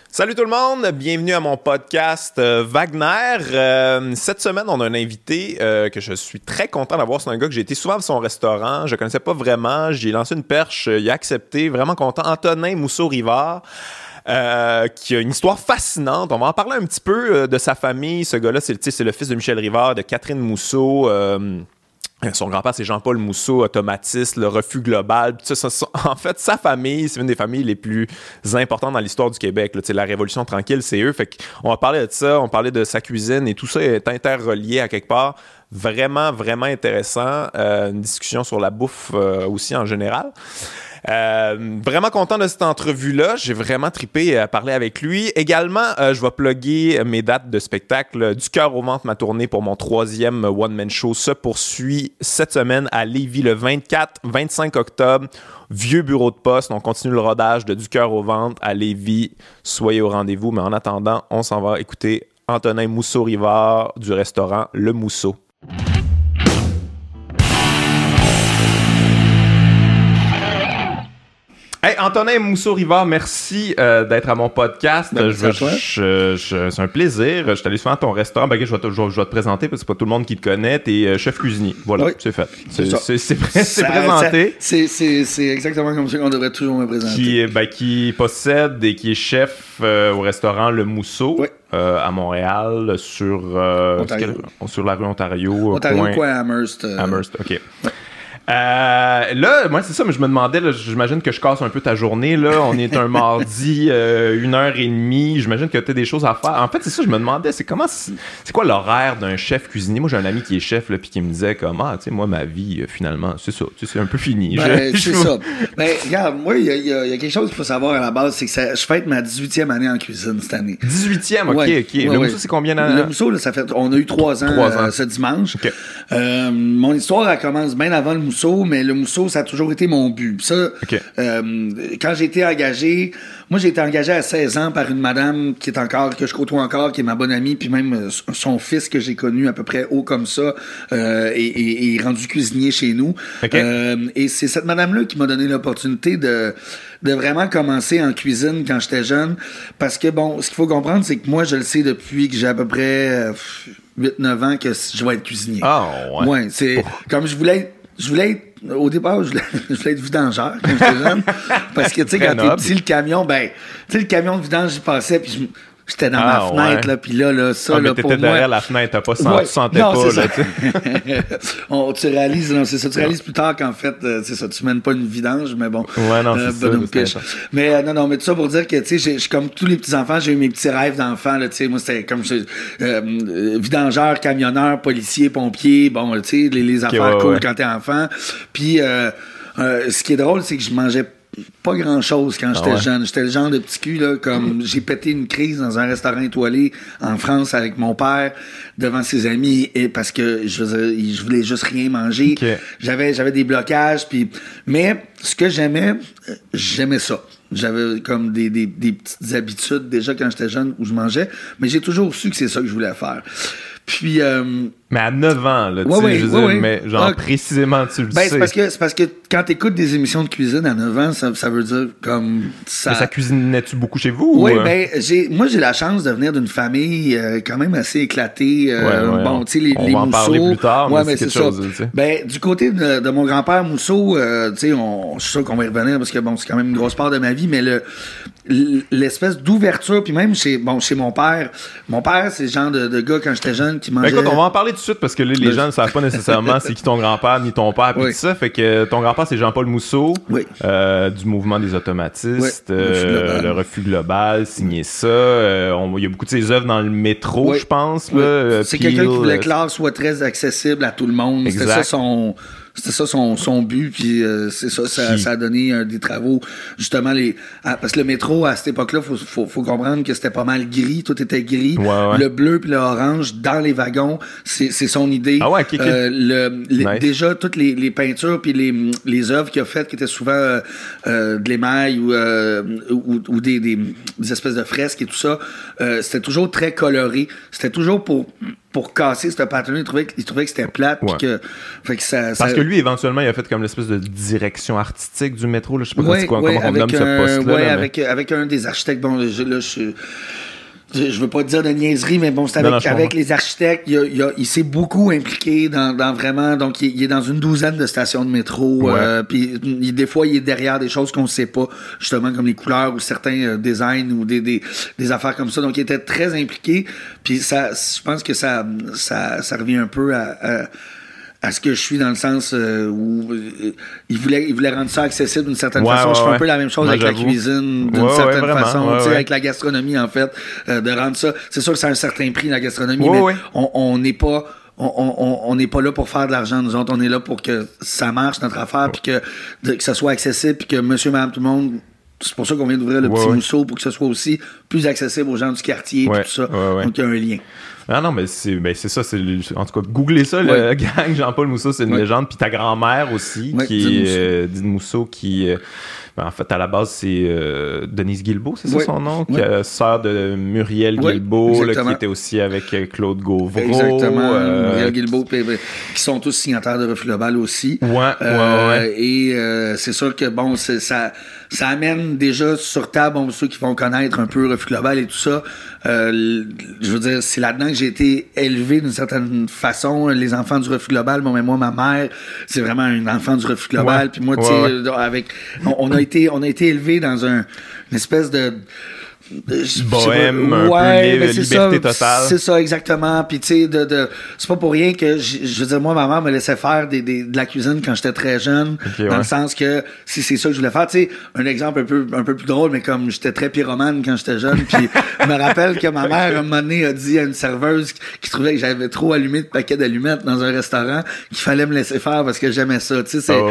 Salut tout le monde, bienvenue à mon podcast Wagner. Cette semaine, on a un invité que je suis très content d'avoir. C'est un gars que j'ai été souvent à son restaurant. Je ne connaissais pas vraiment. J'ai lancé une perche, il a accepté. Vraiment content. Antonin Mousseau-Rivard. Qui a une histoire fascinante. On va en parler un petit peu de sa famille. Ce gars-là, c'est le fils de Michel Rivard, de Catherine Mousseau. Son grand-père, c'est Jean-Paul Mousseau, automatiste, le refus global. En fait, sa famille, c'est une des familles les plus importantes dans l'histoire du Québec. Là. La Révolution tranquille, c'est eux. Fait qu'on va parler de ça, on va parler de sa cuisine et tout ça est interrelié à quelque part. Vraiment, vraiment intéressant. Une discussion sur la bouffe aussi en général. Vraiment content de cette entrevue-là. J'ai vraiment trippé à parler avec lui. Également, je vais plugger mes dates de spectacle. Du cœur au ventre, ma tournée pour mon 3e one-man show se poursuit cette semaine à Lévis le 24-25 octobre. Vieux bureau de poste. On continue le rodage de Du cœur au ventre à Lévis. Soyez au rendez-vous. Mais en attendant, on s'en va écouter Antonin Mousseau-Rivard du restaurant Le Mousseau. Hey, Antonin Mousseau-Rivard, merci d'être à mon podcast. C'est un plaisir. Je suis allé souvent à ton restaurant. Ben, je vais te présenter parce que c'est pas tout le monde qui te connaît. T'es chef cuisinier. Voilà, oui. C'est fait. C'est présenté. C'est exactement comme ça qu'on devrait toujours me présenter. Qui possède et qui est chef au restaurant Le Mousseau. Oui. À Montréal, sur la rue Ontario. Coin Amherst. Amherst, OK. Ouais. Là, moi, c'est ça, mais je me demandais, là, j'imagine que je casse un peu ta journée, là. On est un mardi, 1h30. J'imagine que tu as des choses à faire. En fait, c'est ça, je me demandais, c'est quoi l'horaire d'un chef cuisinier? Moi, j'ai un ami qui est chef, là, puis qui me disait comme, tu sais, moi, ma vie, finalement, c'est ça, c'est un peu fini. C'est ça. Ben, regarde, moi, il y a quelque chose qu'il faut savoir à la base, c'est que je fête ma 18e année en cuisine cette année. 18e, OK. Le Mousseau, c'est combien d'années? Le Mousseau, là, on a eu 3 ans, ce dimanche. Okay. Mon histoire, elle commence bien avant le Mousseau. Mais le Mousseau, ça a toujours été mon but. Ça, okay. Quand j'ai été engagé, moi j'ai été engagé à 16 ans par une madame que je côtoie encore, qui est ma bonne amie, puis même son fils que j'ai connu à peu près haut comme ça, est rendu cuisinier chez nous. Okay. Et c'est cette madame-là qui m'a donné l'opportunité de vraiment commencer en cuisine quand j'étais jeune. Parce que, bon, ce qu'il faut comprendre, c'est que moi, je le sais depuis que j'ai à peu près 8-9 ans que je vais être cuisinier. Ah, ouais. Ouais, c'est comme je voulais être, au départ, je voulais être vidangeur quand j'étais jeune. Parce que, tu sais, quand t'es petit, le camion, le camion de vidange, j'y passais, puis j'étais dans ma fenêtre, là, puis là, ça, là, pour moi... t'étais derrière la fenêtre, tu sentais non, pas, là, tu réalises, non, c'est ça, tu réalises plus tard qu'en fait, c'est ça, tu mènes pas une vidange, mais bon. Ouais, non, c'est ça. Mais, mais tout ça pour dire que, tu sais, je suis comme tous les petits-enfants, j'ai eu mes petits rêves d'enfant, là, tu sais, moi, c'était comme, vidangeur, camionneur, policier, pompier, bon, tu sais, les affaires cool quand t'es enfant. Puis, ce qui est drôle, c'est que je mangeais pas grand-chose quand j'étais jeune. J'étais le genre de petit cul, là, comme j'ai pété une crise dans un restaurant étoilé en France avec mon père devant ses amis et parce que je voulais juste rien manger. Okay. J'avais des blocages, mais ce que j'aimais ça. J'avais comme des petites habitudes déjà quand j'étais jeune où je mangeais, mais j'ai toujours su que c'est ça que je voulais faire. Puis mais à 9 ans, là, tu sais, je veux dire, mais genre précisément, tu le sais. C'est parce que quand t'écoutes des émissions de cuisine à 9 ans, ça veut dire comme ça. Mais ça cuisinait-tu beaucoup chez vous? Oui, moi, j'ai la chance de venir d'une famille quand même assez éclatée. Bon, tu sais, les Mousseau. On va en parler plus tard, mais c'est quelque chose, tu sais. Du côté de mon grand-père Mousseau, tu sais, je suis sûr qu'on va y revenir parce que, bon, c'est quand même une grosse part de ma vie, mais l'espèce d'ouverture, puis même chez mon père, c'est le genre de gars, quand j'étais jeune, qui mangeait... Écoute, on va en parler tout de suite parce que là, les gens ne savent pas nécessairement c'est qui ton grand-père ni ton père puis tout ça. Fait que ton grand-père, c'est Jean-Paul Mousseau, du mouvement des automatistes, le refus global, signé ça. Il y a beaucoup de ses œuvres dans le métro, je pense. Là, c'est quelqu'un qui voulait que l'art soit très accessible à tout le monde. Exact. C'était ça son but, puis c'est ça a donné des travaux, justement, parce que le métro, à cette époque-là, faut comprendre que c'était pas mal gris, tout était gris. Ouais. Le bleu puis le orange dans les wagons, c'est son idée. Ah ouais, okay. Nice. Déjà, toutes les peintures puis les œuvres qu'il a faites, qui étaient souvent de l'émail ou des espèces de fresques et tout ça, c'était toujours très coloré. C'était toujours pour pour casser ce pattern, il trouvait que c'était plate. Ouais. Fait que ça, parce que lui, éventuellement, il a fait comme l'espèce de direction artistique du métro. Là. Je sais pas comment on nomme ce poste-là. Oui, avec un des architectes. Bon, je veux pas te dire de niaiserie, mais bon, c'est avec les architectes. Il s'est beaucoup impliqué dans vraiment. Donc, il est dans une douzaine de stations de métro. Ouais. Puis des fois, il est derrière des choses qu'on ne sait pas, justement comme les couleurs ou certains designs ou des affaires comme ça. Donc, il était très impliqué. Puis ça, je pense que ça revient un peu à ce que je suis dans le sens où il voulait rendre ça accessible d'une certaine façon. Je fais un peu la même chose avec la cuisine d'une certaine façon, avec la gastronomie en fait, de rendre ça. C'est sûr que c'est un certain prix la gastronomie, mais on n'est pas on n'est pas là pour faire de l'argent, nous autres, on est là pour que ça marche notre affaire, puis que ça soit accessible, puis que monsieur, madame, tout le monde. C'est pour ça qu'on vient d'ouvrir le petit Mousseau, pour que ce soit aussi plus accessible aux gens du quartier, puis tout ça. Donc, il y a un lien. Ah non, mais c'est ça. En tout cas, googlez ça, le gang Jean-Paul Mousseau, c'est une légende. Puis ta grand-mère aussi, qui est Dine Mousseau, qui... en fait, à la base, c'est Denise Guilbeault, c'est ça son nom? Qui est sœur de Muriel Guilbeault, là, qui était aussi avec Claude Gauvreau. Exactement. Muriel Guilbeault, qui sont tous signataires de Refus Global aussi. Et c'est sûr que, bon, ça amène déjà sur table, bon, ceux qui vont connaître un peu Refus Global et tout ça. Je veux dire, c'est là-dedans que j'ai été élevé d'une certaine façon. Les enfants du Refus Global, bon, mais moi, ma mère, c'est vraiment un enfant du Refus Global. Puis moi, tu sais, avec, on a été élevé dans une espèce de bohème, un peu liberté totale. C'est ça, exactement. Puis tu sais, c'est pas pour rien que, je veux dire, moi, ma mère me laissait faire de la cuisine quand j'étais très jeune, dans le sens que si c'est ça que je voulais faire, tu sais, un exemple un peu plus drôle, mais comme j'étais très pyromane quand j'étais jeune, puis je me rappelle que ma mère, un moment donné, a dit à une serveuse qui trouvait que j'avais trop allumé de paquets d'allumettes dans un restaurant qu'il fallait me laisser faire parce que j'aimais ça, tu sais.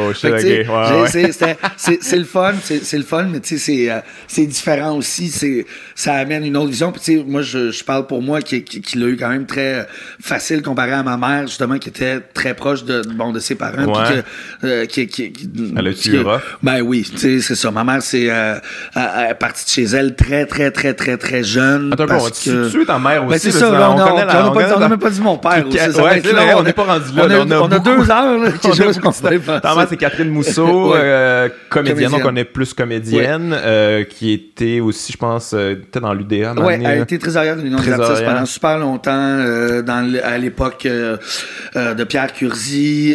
C'est le fun, c'est le fun, mais tu sais, c'est différent aussi, ça amène une autre vision. Puis tu sais, moi, je parle pour moi qui l'a eu quand même très facile comparé à ma mère, justement, qui était très proche de ses parents. Puis elle a tué rough. Ben oui, tu sais, c'est ça. Ma mère, elle est partie de chez elle très, très, très, très, très jeune. Attends, parce que tu es ta mère aussi. Ben c'est ça, on n'a même pas dit mon père aussi. On n'est pas rendu là. On a 2 heures, là. Ta mère, c'est Catherine Mousseau, comédienne. On connaît plus comédienne, qui était aussi, je pense, était dans l'UDA. Oui, elle a été trésorière de l'Union des artistes pendant super longtemps, à l'époque de Pierre Curzi,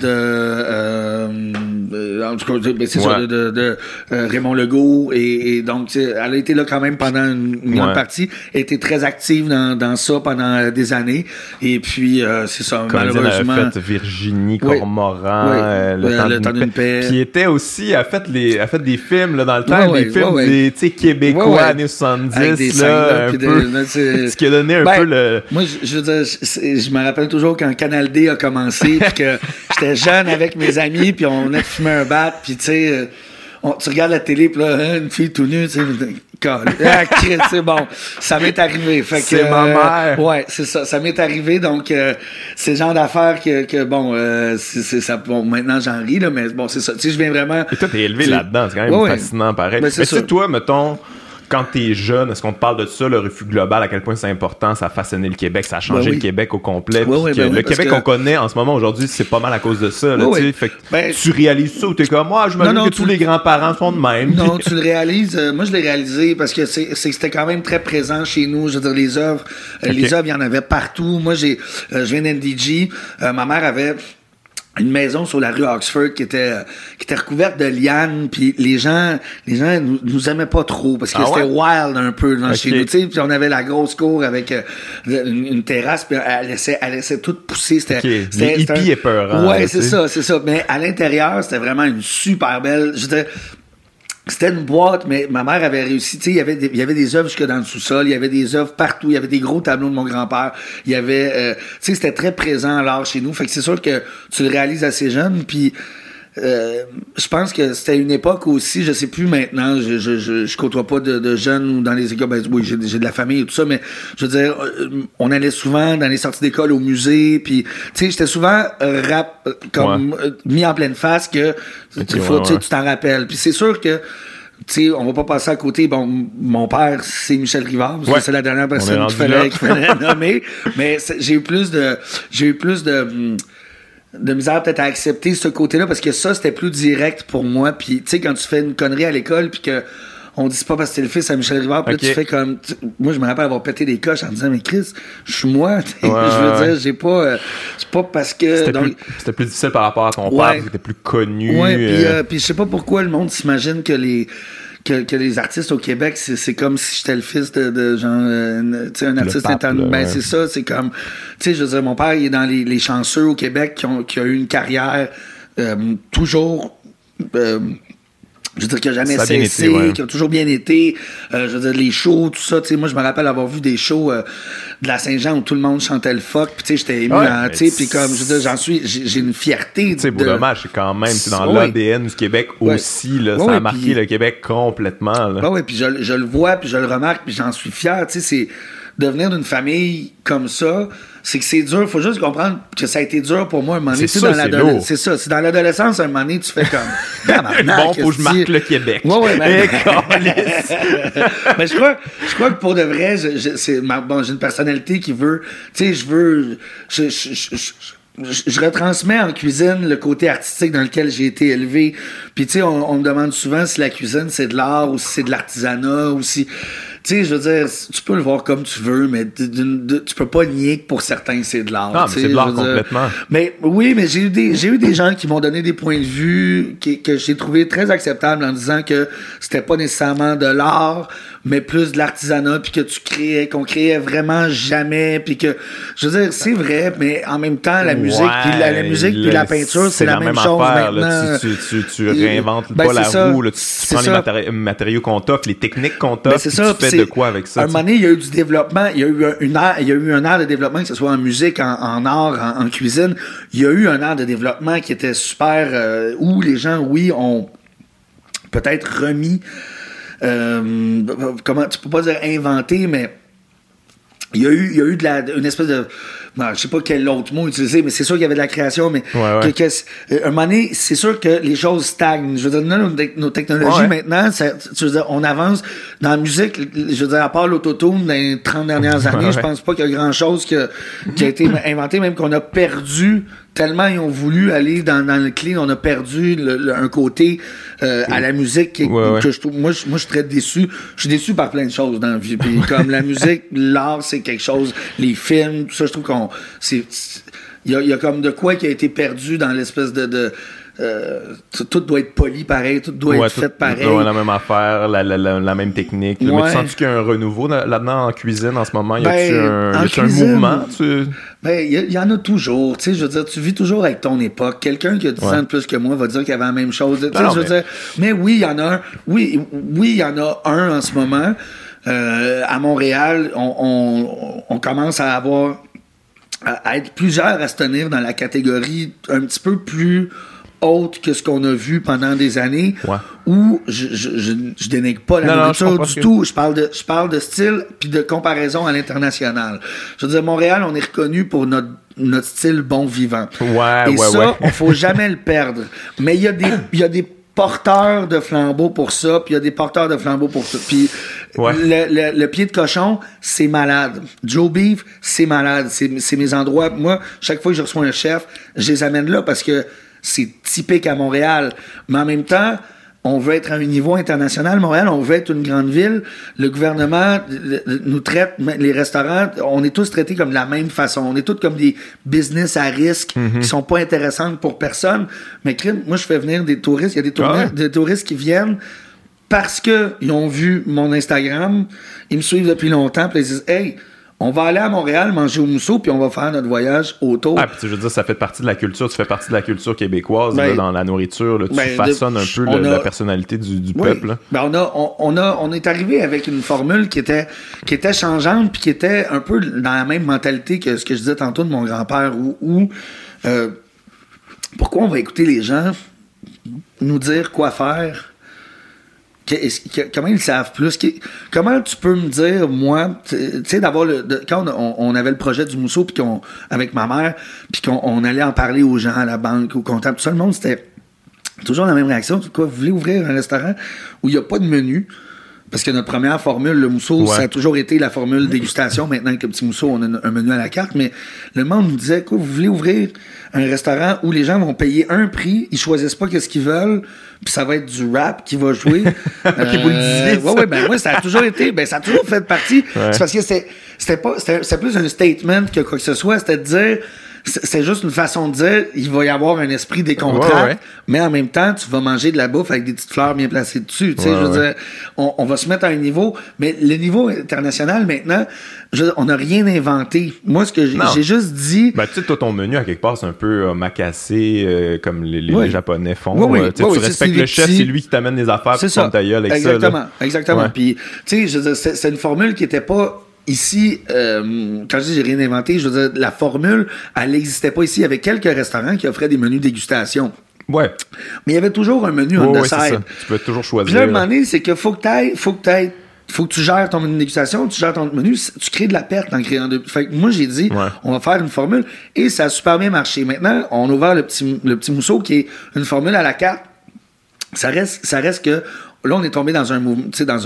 en tout cas, c'est ça, de Raymond Legault, et donc, elle a été là quand même pendant une grande partie, elle était très active dans ça pendant des années, et puis, c'est ça, malheureusement. Elle a fait Virginie Cormoran, le temps d'une paix. Puis était aussi, elle a fait des films, là, dans le temps, des films, tu sais, québécois, années 70, là, un peu. Ce qui a donné un peu le... Moi, je veux dire, je me rappelle toujours quand Canal D a commencé, puis que j'étais jeune avec mes amis, puis on venait de fumer un bat, puis tu sais, tu regardes la télé, puis là, une fille tout nue, tu sais, c'est bon, ça m'est arrivé. Fait que, c'est ma mère. Ouais, c'est ça, ça m'est arrivé, donc c'est le genre d'affaires que bon, c'est ça. Bon, maintenant j'en ris là, mais bon, c'est ça. Tu sais, je viens vraiment. Et toi, t'es élevé là-dedans, c'est quand même fascinant, pareil. Mais c'est toi, mettons. Quand t'es jeune, est-ce qu'on te parle de ça, le refus global, à quel point c'est important, ça a façonné le Québec, ça a changé le Québec au complet. Le Québec qu'on connaît en ce moment aujourd'hui, c'est pas mal à cause de ça. Là, fait que tu réalises ça ou t'es comme moi, je me dis que tous les grands-parents sont de même. Non, tu le réalises. Moi, je l'ai réalisé parce que c'était quand même très présent chez nous. Je veux dire, les œuvres, il y en avait partout. Moi, je viens d'NDG. Ma mère avait une maison sur la rue Oxford qui était recouverte de lianes, puis les gens nous aimaient pas trop parce que c'était wild un peu dans chez nous, tu sais, puis on avait la grosse cour avec une terrasse, puis elle laissait tout pousser, les hippies épeurants. Ouais, c'est ça, mais à l'intérieur, c'était vraiment une super belle, je dirais. C'était une boîte, mais ma mère avait réussi. Tu sais, il y avait des œuvres jusque dans le sous-sol. Il y avait des œuvres partout. Il y avait des gros tableaux de mon grand-père. Il y avait, tu sais, c'était très présent l'art chez nous. Fait que c'est sûr que tu le réalises assez jeune. Puis, je pense que c'était une époque aussi. Je sais plus maintenant. Je côtoie pas de jeunes ou dans les écoles. Ben oui, j'ai de la famille et tout ça, mais je veux dire, on allait souvent dans les sorties d'école au musée. Puis, tu sais, j'étais souvent mis en pleine face que tu t'en rappelles. Puis c'est sûr que tu sais, on va pas passer à côté. Bon, mon père, c'est Michel Rivard, parce que c'est la dernière personne qu'il fallait nommer. Mais j'ai eu plus de misère peut-être à accepter ce côté-là, parce que ça, c'était plus direct pour moi. Puis, tu sais, quand tu fais une connerie à l'école, puis que on dit pas parce que t'es le fils à Michel Rivard, puis là, tu fais comme... Moi, je me rappelle avoir pété des coches en disant, mais Chris, je suis moi. Je veux dire, j'ai pas... c'est pas parce que... C'était plus difficile par rapport à ton père, parce que t'étais plus connu. Ouais, puis je sais pas pourquoi le monde s'imagine que les artistes au Québec, c'est comme si j'étais le fils de genre, tu sais, un artiste international. Ben, c'est ça, c'est comme, tu sais, je veux dire, mon père, il est dans les chanceux au Québec qui a eu une carrière toujours, je veux dire, qui a jamais cessé, qui a toujours bien été. Je veux dire, les shows, tout ça, tu sais, moi, je me rappelle avoir vu des shows de la Saint-Jean où tout le monde chantait le fuck, puis tu sais, j'étais ému, tu sais, puis comme, je veux dire, j'ai une fierté. Tu sais, Beau Dommage, c'est quand même, c'est dans l'ADN du Québec aussi, là, ça a marqué le Québec complètement, là. Oui, puis je le vois, puis je le remarque, puis j'en suis fier, tu sais, c'est devenir d'une famille comme ça, c'est que c'est dur. Faut juste comprendre que ça a été dur pour moi un moment donné. C'est ça. C'est dans l'adolescence, un moment donné, tu fais comme... Bon, faut que je marque le Québec. Ouais, mais je crois que pour de vrai, j'ai une personnalité qui veut... Tu sais, je retransmets en cuisine le côté artistique dans lequel j'ai été élevé. Puis, tu sais, on me demande souvent si la cuisine, c'est de l'art ou si c'est de l'artisanat ou si... Tu sais, je veux dire, tu peux le voir comme tu veux, mais tu peux pas nier que pour certains, c'est de l'art. Non, mais c'est de l'art complètement. Mais oui, mais j'ai eu des gens qui m'ont donné des points de vue que j'ai trouvé très acceptables en disant que c'était pas nécessairement de l'art, mais plus de l'artisanat, puis que qu'on créait vraiment jamais, puis que, je veux dire, c'est vrai, mais en même temps, la musique, puis la peinture, c'est la même chose affaire, maintenant. Là, tu réinventes pas la roue, là, tu prends les matériaux qu'on t'offre, les techniques qu'on t'offre, puis tu fais de quoi avec ça. À un moment donné, il y a eu du développement, il y a eu un art de développement, que ce soit en musique, en art, en cuisine. Il y a eu un art de développement qui était super, où les gens, ont peut-être remis, comment, tu peux pas dire inventé, mais il y a eu une espèce de... Non, je sais pas quel autre mot utiliser, mais c'est sûr qu'il y avait de la création, mais un moment donné, c'est sûr que les choses stagnent. Je veux dire, nos technologies maintenant, je veux dire, on avance. Dans la musique, je veux dire, à part l'autotune dans les 30 dernières années, je pense pas qu'il y a grand-chose qui a été inventé, même qu'on a perdu tellement ils ont voulu aller dans le clean, on a perdu un côté à la musique que je trouve... Moi, je suis très déçu. Je suis déçu par plein de choses dans la vie. Puis comme la musique, l'art, c'est quelque chose... Les films, tout ça, je trouve qu'on... Il y a comme de quoi qui a été perdu dans l'espèce de tout doit être poli pareil, tout doit être fait pareil. La même affaire, la même technique. Mais tu sens-tu qu'il y a un renouveau là-dedans en cuisine en ce moment? Y a-tu un mouvement? Ben, il y en a toujours. Tu sais, je veux dire, tu vis toujours avec ton époque. Quelqu'un qui a 10 ans de plus que moi va dire qu'il y avait la même chose. Je veux dire, mais oui, il y en a un. Oui, il y en a un en ce moment. À Montréal, on commence à être plusieurs à se tenir dans la catégorie un petit peu plus haute que ce qu'on a vu pendant des années, où je dénigre pas la nourriture du tout. Je parle de style puis de comparaison à l'international. Je veux dire, Montréal, on est reconnu pour notre style bon vivant. On faut jamais le perdre. Mais il y a des porteurs de flambeaux pour ça, puis il y a des porteurs de flambeaux pour tout. Puis le pied de cochon, c'est malade. Joe Beef, c'est malade. C'est mes endroits. Moi, chaque fois que je reçois un chef, je les amène là parce que c'est typique à Montréal. Mais en même temps, on veut être à un niveau international. Montréal, on veut être une grande ville. Le gouvernement nous traite, les restaurants, on est tous traités comme de la même façon. On est tous comme des business à risque qui sont pas intéressantes pour personne. Mais moi, je fais venir des touristes. Il y a des touristes qui viennent parce que ils ont vu mon Instagram. Ils me suivent depuis longtemps. Puis ils disent, hey, on va aller à Montréal manger au mousseau, puis on va faire notre voyage autour. Ah, puis je veux dire, ça fait partie de la culture. Tu fais partie de la culture québécoise là, dans la nourriture. Là, tu façonnes un peu la personnalité du peuple. Là. Ben on est arrivé avec une formule qui était changeante, puis qui était un peu dans la même mentalité que ce que je disais tantôt de mon grand-père, où pourquoi on va écouter les gens nous dire quoi faire? Comment ils savent plus? Comment tu peux me dire, moi, tu sais, d'avoir quand on avait le projet du mousseau puis avec ma mère, puis qu'on allait en parler aux gens à la banque, au comptable, tout ça, le monde, c'était Toujours la même réaction. Quoi, vous voulez ouvrir un restaurant où il n'y a pas de menu? Parce que notre première formule, le Mousseau, ça a toujours été la formule dégustation. Maintenant, avec le petit Mousseau, on a un menu à la carte. Mais le monde nous disait, quoi, vous voulez ouvrir un restaurant où les gens vont payer un prix, ils choisissent pas qu'est-ce qu'ils veulent, puis ça va être du rap qui va jouer. Vous le disiez, ouais, ça a toujours été, ça a toujours fait partie. Ouais. C'est parce que c'était plus un statement que quoi que ce soit. C'était de dire, c'est juste une façon de dire, il va y avoir un esprit décontracté, mais en même temps, tu vas manger de la bouffe avec des petites fleurs bien placées dessus. Tu sais, je veux dire, on va se mettre à un niveau, mais le niveau international, maintenant, on n'a rien inventé. Moi, ce que j'ai juste dit... Ben, tu sais, toi, ton menu, à quelque part, c'est un peu macassé, comme les Japonais font. Tu respectes le chef, c'est lui qui t'amène les affaires, puis tu prends ta gueule avec ça. Exactement. Puis, tu sais, je veux dire, c'est une formule qui était pas... Ici, quand je dis j'ai rien inventé, je veux dire, la formule, elle n'existait pas ici. Il y avait quelques restaurants qui offraient des menus dégustation. Ouais. Mais il y avait toujours un menu on the side. Tu peux toujours choisir. Puis là, à un moment donné, c'est que faut que tu gères ton menu de dégustation, tu gères ton menu, tu crées de la perte en créant deux. Fait que moi, j'ai dit, on va faire une formule, et ça a super bien marché. Maintenant, on a ouvert le petit Mousseau, qui est une formule à la carte. Ça reste que, là, on est tombé dans un mouvement, tu sais, dans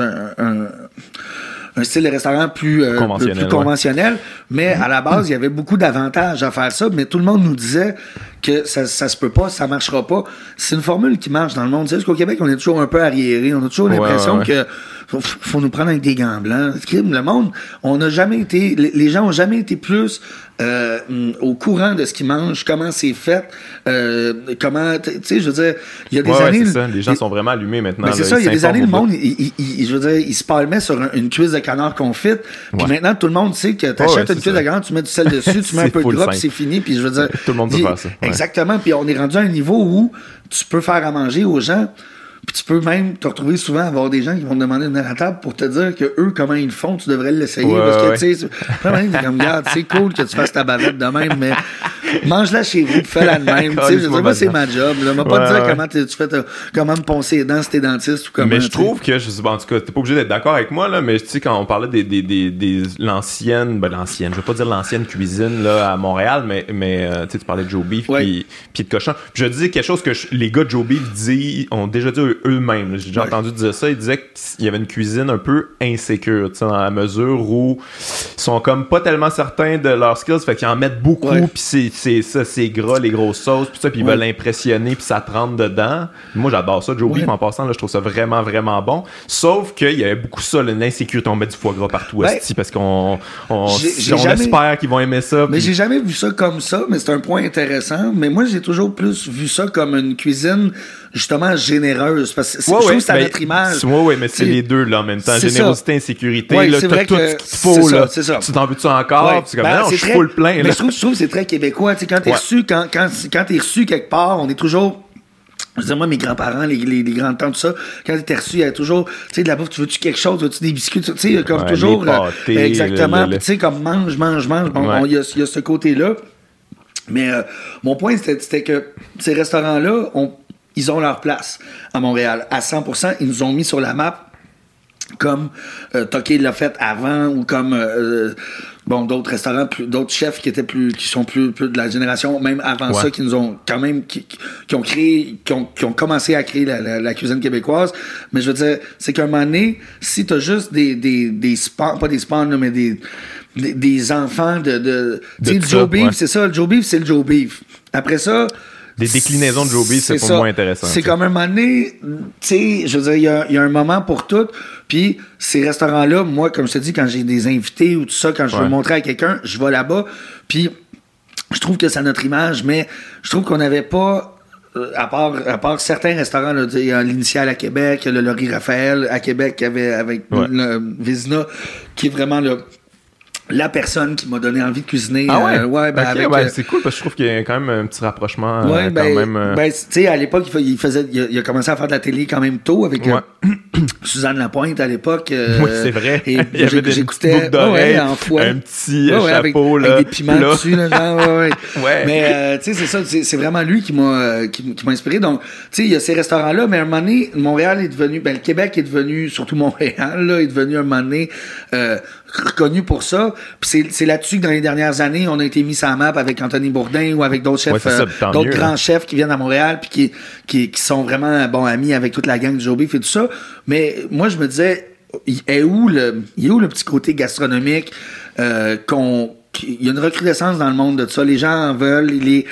un style de restaurant plus conventionnel, mais à la base, il y avait beaucoup d'avantages à faire ça, mais tout le monde nous disait que ça se peut pas, ça marchera pas. C'est une formule qui marche dans le monde. Tu sais, parce qu'au Québec, on est toujours un peu arriéré, on a toujours l'impression que faut nous prendre avec des gants blancs. Le monde, on n'a jamais été, les gens ont jamais été plus au courant de ce qu'ils mangent, comment c'est fait, comment, tu sais, je veux dire, il y a des années... c'est ça. Les gens sont vraiment allumés maintenant. C'est ça, il y a des années, le monde, je veux dire, il se palmait sur une cuisse de canard confite, puis maintenant, tout le monde sait que t'achètes une cuisse de canard, tu mets du sel dessus, tu mets un peu de gras, puis c'est fini, puis je veux dire... Tout le monde peut faire ça. Exactement, puis on est rendu à un niveau où tu peux faire à manger aux gens, puis tu peux même te retrouver souvent à avoir des gens qui vont te demander de venir à la table pour te dire que eux, comment ils le font, tu devrais l'essayer. Parce que, tu sais, t'es comme, regarde, c'est cool que tu fasses ta bavette de même, mais mange-la chez vous, fais-la de même. Tu sais, je veux dire, moi, c'est ma job. Là. M'a pas te dire comment tu fais comment me poncer les dents si t'es dentiste ou comment. Mais je trouve que, en tout cas, t'es pas obligé d'être d'accord avec moi, là, mais tu sais, quand on parlait l'ancienne, je vais pas dire l'ancienne cuisine, là, à Montréal, mais tu parlais de Joe Beef puis de cochon. Puis je dis quelque chose que les gars de Joe Beef ont déjà dit eux-mêmes. J'ai déjà entendu dire ça. Ils disaient qu'il y avait une cuisine un peu insécure, tu sais, dans la mesure où ils sont comme pas tellement certains de leurs skills, fait qu'ils en mettent beaucoup, puis c'est gras, les grosses sauces, puis ça, puis ils veulent l'impressionner, puis ça te rentre dedans. Moi, j'adore ça, Joe Beef, en passant, là, je trouve ça vraiment, vraiment bon. Sauf qu'il y avait beaucoup ça, l'insécurité, on met du foie gras partout, parce qu'on espère qu'ils vont aimer ça. Mais j'ai jamais vu ça comme ça, mais c'est un point intéressant. Mais moi, j'ai toujours plus vu ça comme une cuisine justement généreuse, parce que je trouve que c'est à notre image. Mais c'est les deux, là, en même temps. Générosité, insécurité, là, t'as tout ce qu'il faut, là. Tu t'en veux-tu encore? C'est comme, non, je suis full plein, là. Mais je trouve que c'est très québécois, tu sais, quand t'es reçu quelque part, on est toujours... Je veux dire, moi, mes grands-parents, les grandes-tantes, tout ça, quand t'es reçu, il y a toujours, tu sais, de la bouffe, tu veux-tu quelque chose, veux-tu des biscuits, tu sais, comme toujours. Les pâtés, exactement. Puis tu sais, comme mange. Bon, il y a ce côté-là. Mais mon point, c'était que ces restaurants-là, ils ont leur place à Montréal. À 100%, ils nous ont mis sur la map comme Toqué l'a fait avant, ou comme d'autres restaurants, d'autres chefs qui sont plus de la génération même avant ça, qui nous ont quand même qui ont commencé à créer la cuisine québécoise. Mais je veux dire, c'est qu'à un moment donné, si t'as juste des spawns, pas des spawns, mais des enfants de Joe Beef, c'est ça, le Joe Beef, c'est le Joe Beef. Après ça, des déclinaisons de Joe Beef, c'est pour moi intéressant. C'est comme un moment donné, tu sais, je veux dire, il y a un moment pour tout. Puis ces restaurants-là, moi, comme je te dis, quand j'ai des invités ou tout ça, quand je veux montrer à quelqu'un, je vais là-bas. Puis je trouve que c'est à notre image, mais je trouve qu'on n'avait pas... À part certains restaurants, là, il y a l'Initial à Québec, il y a le Laurie Raphaël à Québec avec le Vézina, qui est vraiment la personne qui m'a donné envie de cuisiner. C'est cool parce que je trouve qu'il y a quand même un petit rapprochement. Tu sais, à l'époque, il a commencé à faire de la télé quand même tôt avec Suzanne Lapointe à l'époque. Oui, c'est vrai. Et il y avait des boucles d'oreilles, en foie. un petit chapeau, là. Avec des piments dessus, là, genre, ouais. Mais, tu sais, c'est ça, c'est vraiment lui qui m'a inspiré. Donc, tu sais, il y a ces restaurants-là, mais à un moment donné, Montréal est devenu, le Québec est devenu, surtout Montréal, là, est devenu à un moment donné, reconnu pour ça. Puis c'est là-dessus que dans les dernières années, on a été mis sur la map avec Anthony Bourdin ou avec d'autres chefs, d'autres grands chefs qui viennent à Montréal puis qui sont vraiment amis avec toute la gang du Joe Beef et tout ça. Mais moi, je me disais, il est où le petit côté gastronomique il y a une recrudescence dans le monde de ça. Les gens en veulent.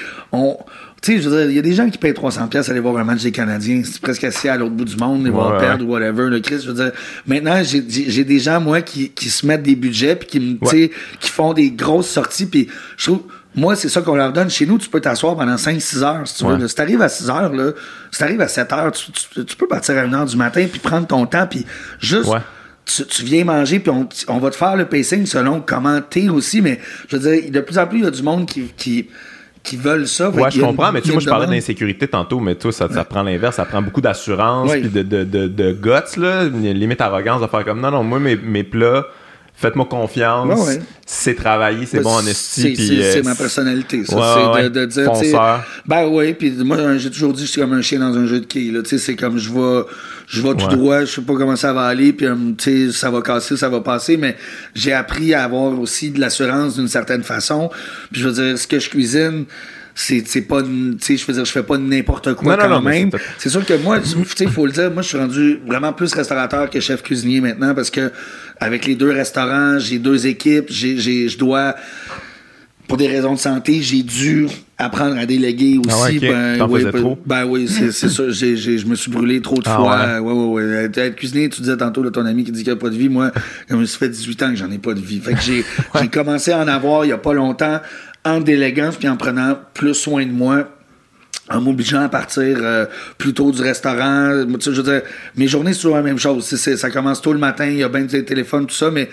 Tu sais, je veux dire, il y a des gens qui payent 300$ aller voir un match des Canadiens. C'est presque assis à l'autre bout du monde, ils vont perdre ou whatever. Le Chris, je veux dire, maintenant, j'ai des gens, moi, qui se mettent des budgets puis qui font des grosses sorties. Puis je trouve, moi, c'est ça qu'on leur donne. Chez nous, tu peux t'asseoir pendant 5-6 heures, si tu veux. Là. Si t'arrives à 6 heures, là, si t'arrives à 7 heures, tu peux partir à 1h du matin puis prendre ton temps puis juste... Ouais. Tu viens manger, puis on va te faire le pacing selon comment t'es aussi, mais je veux dire, de plus en plus, il y a du monde qui veulent ça. Ouais, je comprends, mais tu sais, moi, je parlais d'insécurité tantôt, mais toi, ça prend l'inverse, ça prend beaucoup d'assurance, puis de guts, là, limite arrogance, de faire comme, non, moi, mes plats, faites-moi confiance, c'est travailler, c'est bon en esti. C'est ma personnalité, ça. C'est de dire, fonceur. Ben oui, puis moi, j'ai toujours dit, je suis comme un chien dans un jeu de quilles, là, tu sais, c'est comme, je vais tout droit, je sais pas comment ça va aller, puis tu sais, ça va casser, ça va passer, mais j'ai appris à avoir aussi de l'assurance d'une certaine façon, puis je veux dire, ce que je cuisine, c'est pas, tu sais, je veux dire, je fais pas n'importe quoi même. C'est sûr que moi, tu sais, faut le dire, moi, je suis rendu vraiment plus restaurateur que chef cuisinier maintenant, parce que avec les 2 restaurants, j'ai 2 équipes, je dois, pour des raisons de santé, j'ai dû apprendre à déléguer aussi. Trop? Ben oui, c'est sûr. Je me suis brûlé trop de fois. Ouais. Être cuisinier, tu disais tantôt, là, ton ami qui dit qu'il n'y a pas de vie. Moi, ça me fait 18 ans que j'en ai pas de vie. Fait que j'ai commencé à en avoir il y a pas longtemps en déléguant puis en prenant plus soin de moi, en m'obligeant à partir plus tôt du restaurant. Je veux dire, mes journées, c'est toujours la même chose. Ça commence tôt le matin, il y a bien des téléphones, tout ça, mais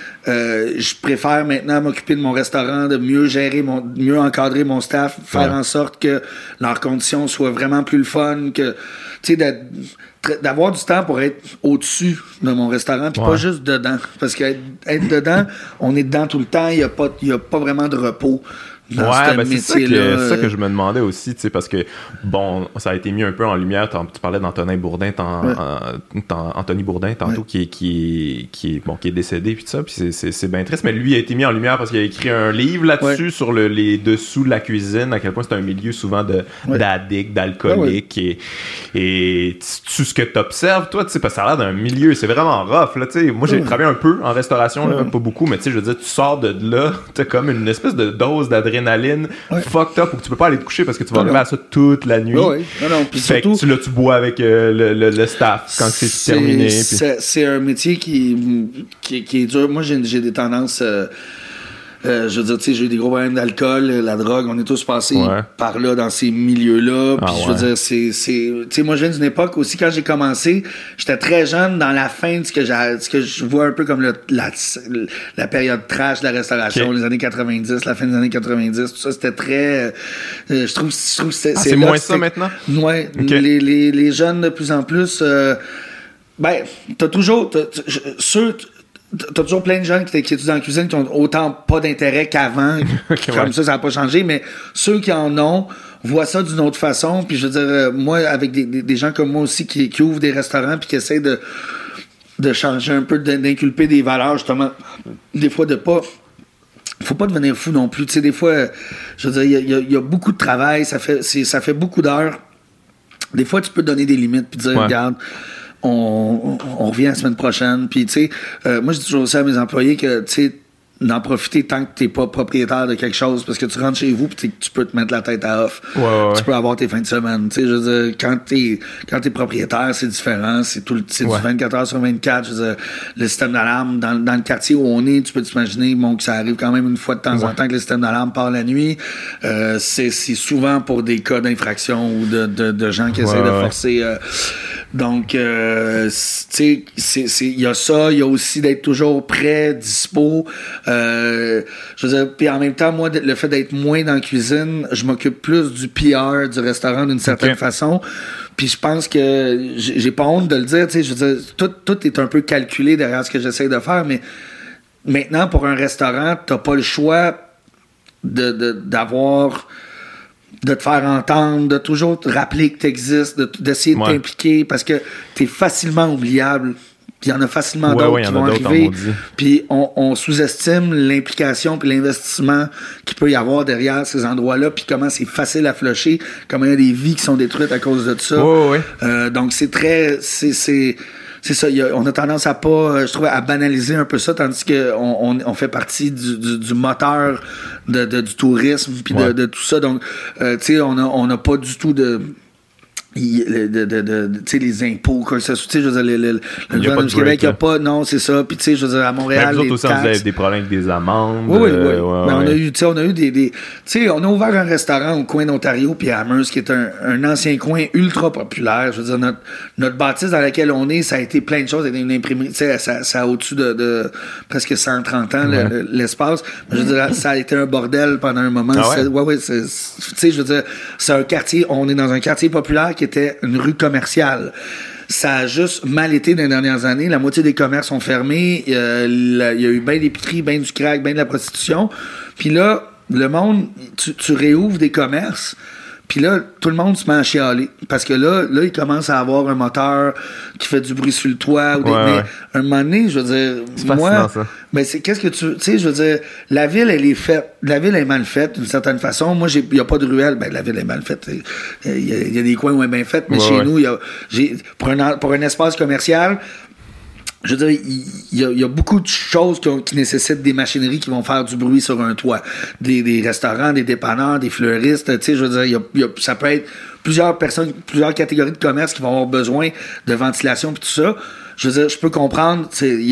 je préfère maintenant m'occuper de mon restaurant, de mieux gérer, mieux encadrer mon staff, faire en sorte que leurs conditions soient vraiment plus le fun, que, tu sais, d'avoir du temps pour être au-dessus de mon restaurant, puis pas juste dedans. Parce qu'être dedans, on est dedans tout le temps, il y a pas vraiment de repos. C'est ça que je me demandais aussi, tu sais, parce que, bon, ça a été mis un peu en lumière. Tu parlais d'Anthony Bourdin, Anthony Bourdin, tantôt, qui est décédé, puis tout ça, puis c'est bien triste, mais lui a été mis en lumière parce qu'il a écrit un livre là-dessus sur les dessous de la cuisine, à quel point c'est un milieu souvent d'addicts, d'alcooliques, et tout ce que tu observes, toi, tu sais, parce que ça a l'air d'un milieu, c'est vraiment rough, là, tu sais. Moi, j'ai travaillé un peu en restauration, là, pas beaucoup, mais tu sais, je veux dire, tu sors de là, t'as comme une espèce de dose d'adrénaline fucked up, ou que tu peux pas aller te coucher parce que tu vas arriver à ça toute la nuit. Puis fait surtout, que tu bois avec le staff quand c'est terminé. C'est un métier qui est dur. Moi, j'ai des tendances... je veux dire, tu sais, j'ai eu des gros problèmes d'alcool, la drogue, on est tous passés par là, dans ces milieux-là. Puis je veux dire, tu sais, moi, je viens d'une époque aussi, quand j'ai commencé, j'étais très jeune dans la fin de ce que je vois un peu comme la période trash de la restauration, les années 90, la fin des années 90, tout ça, c'était très... je trouve que c'est moins ça maintenant? Ouais. Les jeunes, de plus en plus... t'as toujours... T'as toujours plein de jeunes qui étudient en cuisine qui ont autant pas d'intérêt qu'avant. Comme ça n'a pas changé. Mais ceux qui en ont voient ça d'une autre façon. Puis je veux dire, moi, avec des gens comme moi aussi qui ouvrent des restaurants puis qui essaient de changer un peu, d'inculper des valeurs, justement. Des fois, faut pas devenir fou non plus. Tu sais, des fois, je veux dire, il y a beaucoup de travail. Ça fait beaucoup d'heures. Des fois, tu peux donner des limites puis dire, regarde, on revient la semaine prochaine. Puis, tu sais, moi, je dis toujours aussi à mes employés que, tu sais, d'en profiter tant que t'es pas propriétaire de quelque chose, parce que tu rentres chez vous puis tu peux te mettre la tête à off. Tu peux avoir tes fins de semaine. Tu sais, je veux dire, quand t'es propriétaire, c'est différent. C'est du 24 heures sur 24. Je veux dire, le système d'alarme, dans le quartier où on est, tu peux t'imaginer, bon, que ça arrive quand même une fois de temps en temps que le système d'alarme part la nuit. C'est souvent pour des cas d'infraction ou de gens qui essaient de forcer. Donc, tu sais, il y a ça, il y a aussi d'être toujours prêt, dispo. Je veux dire, puis en même temps, moi, le fait d'être moins dans la cuisine, je m'occupe plus du PR du restaurant d'une certaine façon. Puis je pense que j'ai pas honte de le dire, tu sais, je veux dire, tout est un peu calculé derrière ce que j'essaie de faire, mais maintenant, pour un restaurant, t'as pas le choix d'avoir... de te faire entendre, de toujours te rappeler que tu existes, d'essayer de t'impliquer, parce que tu es facilement oubliable. Puis il y en a facilement d'autres qui vont arriver. Puis on sous-estime l'implication puis l'investissement qu'il peut y avoir derrière ces endroits-là, puis comment c'est facile à flusher, comment il y a des vies qui sont détruites à cause de ça. Donc c'est très... C'est ça, on a tendance à pas, je trouve, à banaliser un peu ça, tandis que on fait partie du moteur du tourisme puis de tout ça. Donc, tu sais, on n'a pas du tout de tu sais, les impôts, quoi, ça, tu sais, je veux dire, le gouvernement du Québec, il n'y a pas, non, c'est ça, puis tu sais, je veux dire, à Montréal, les taxes... Vous avez des problèmes avec des amendes. Oui. Mais on a eu des tu sais, on a ouvert un restaurant au coin d'Ontario, puis à Amherst, qui est un ancien coin ultra populaire. Je veux dire, notre bâtisse dans laquelle on est, ça a été plein de choses, c'était une imprimerie, tu sais, ça a au-dessus de presque 130 ans, l'espace. Mais je veux dire, ça a été un bordel pendant un moment. Tu sais, je veux dire, c'est un quartier, on est dans un quartier populaire qui était une rue commerciale. Ça a juste mal été dans les dernières années. La moitié des commerces sont fermés. Il y a eu bien d'épiceries, bien du crack, bien de la prostitution. Puis là, le monde, tu réouvres des commerces. Puis là, tout le monde se met à chialer. Parce que là, il commence à avoir un moteur qui fait du bruit sur le toit. Mais un moment donné, je veux dire, c'est moi, ça. Mais c'est qu'est-ce que tu sais, je veux dire, la ville, elle est faite. La ville est mal faite, d'une certaine façon. Moi, il n'y a pas de ruelle. Ben, la ville est mal faite. Il y a des coins où elle est bien faite, mais chez nous, pour un espace commercial, je veux dire, il y a beaucoup de choses qui nécessitent des machineries qui vont faire du bruit sur un toit. Des restaurants, des dépanneurs, des fleuristes, tu sais, je veux dire, ça peut être plusieurs personnes, plusieurs catégories de commerce qui vont avoir besoin de ventilation et tout ça. Je veux dire, je peux comprendre,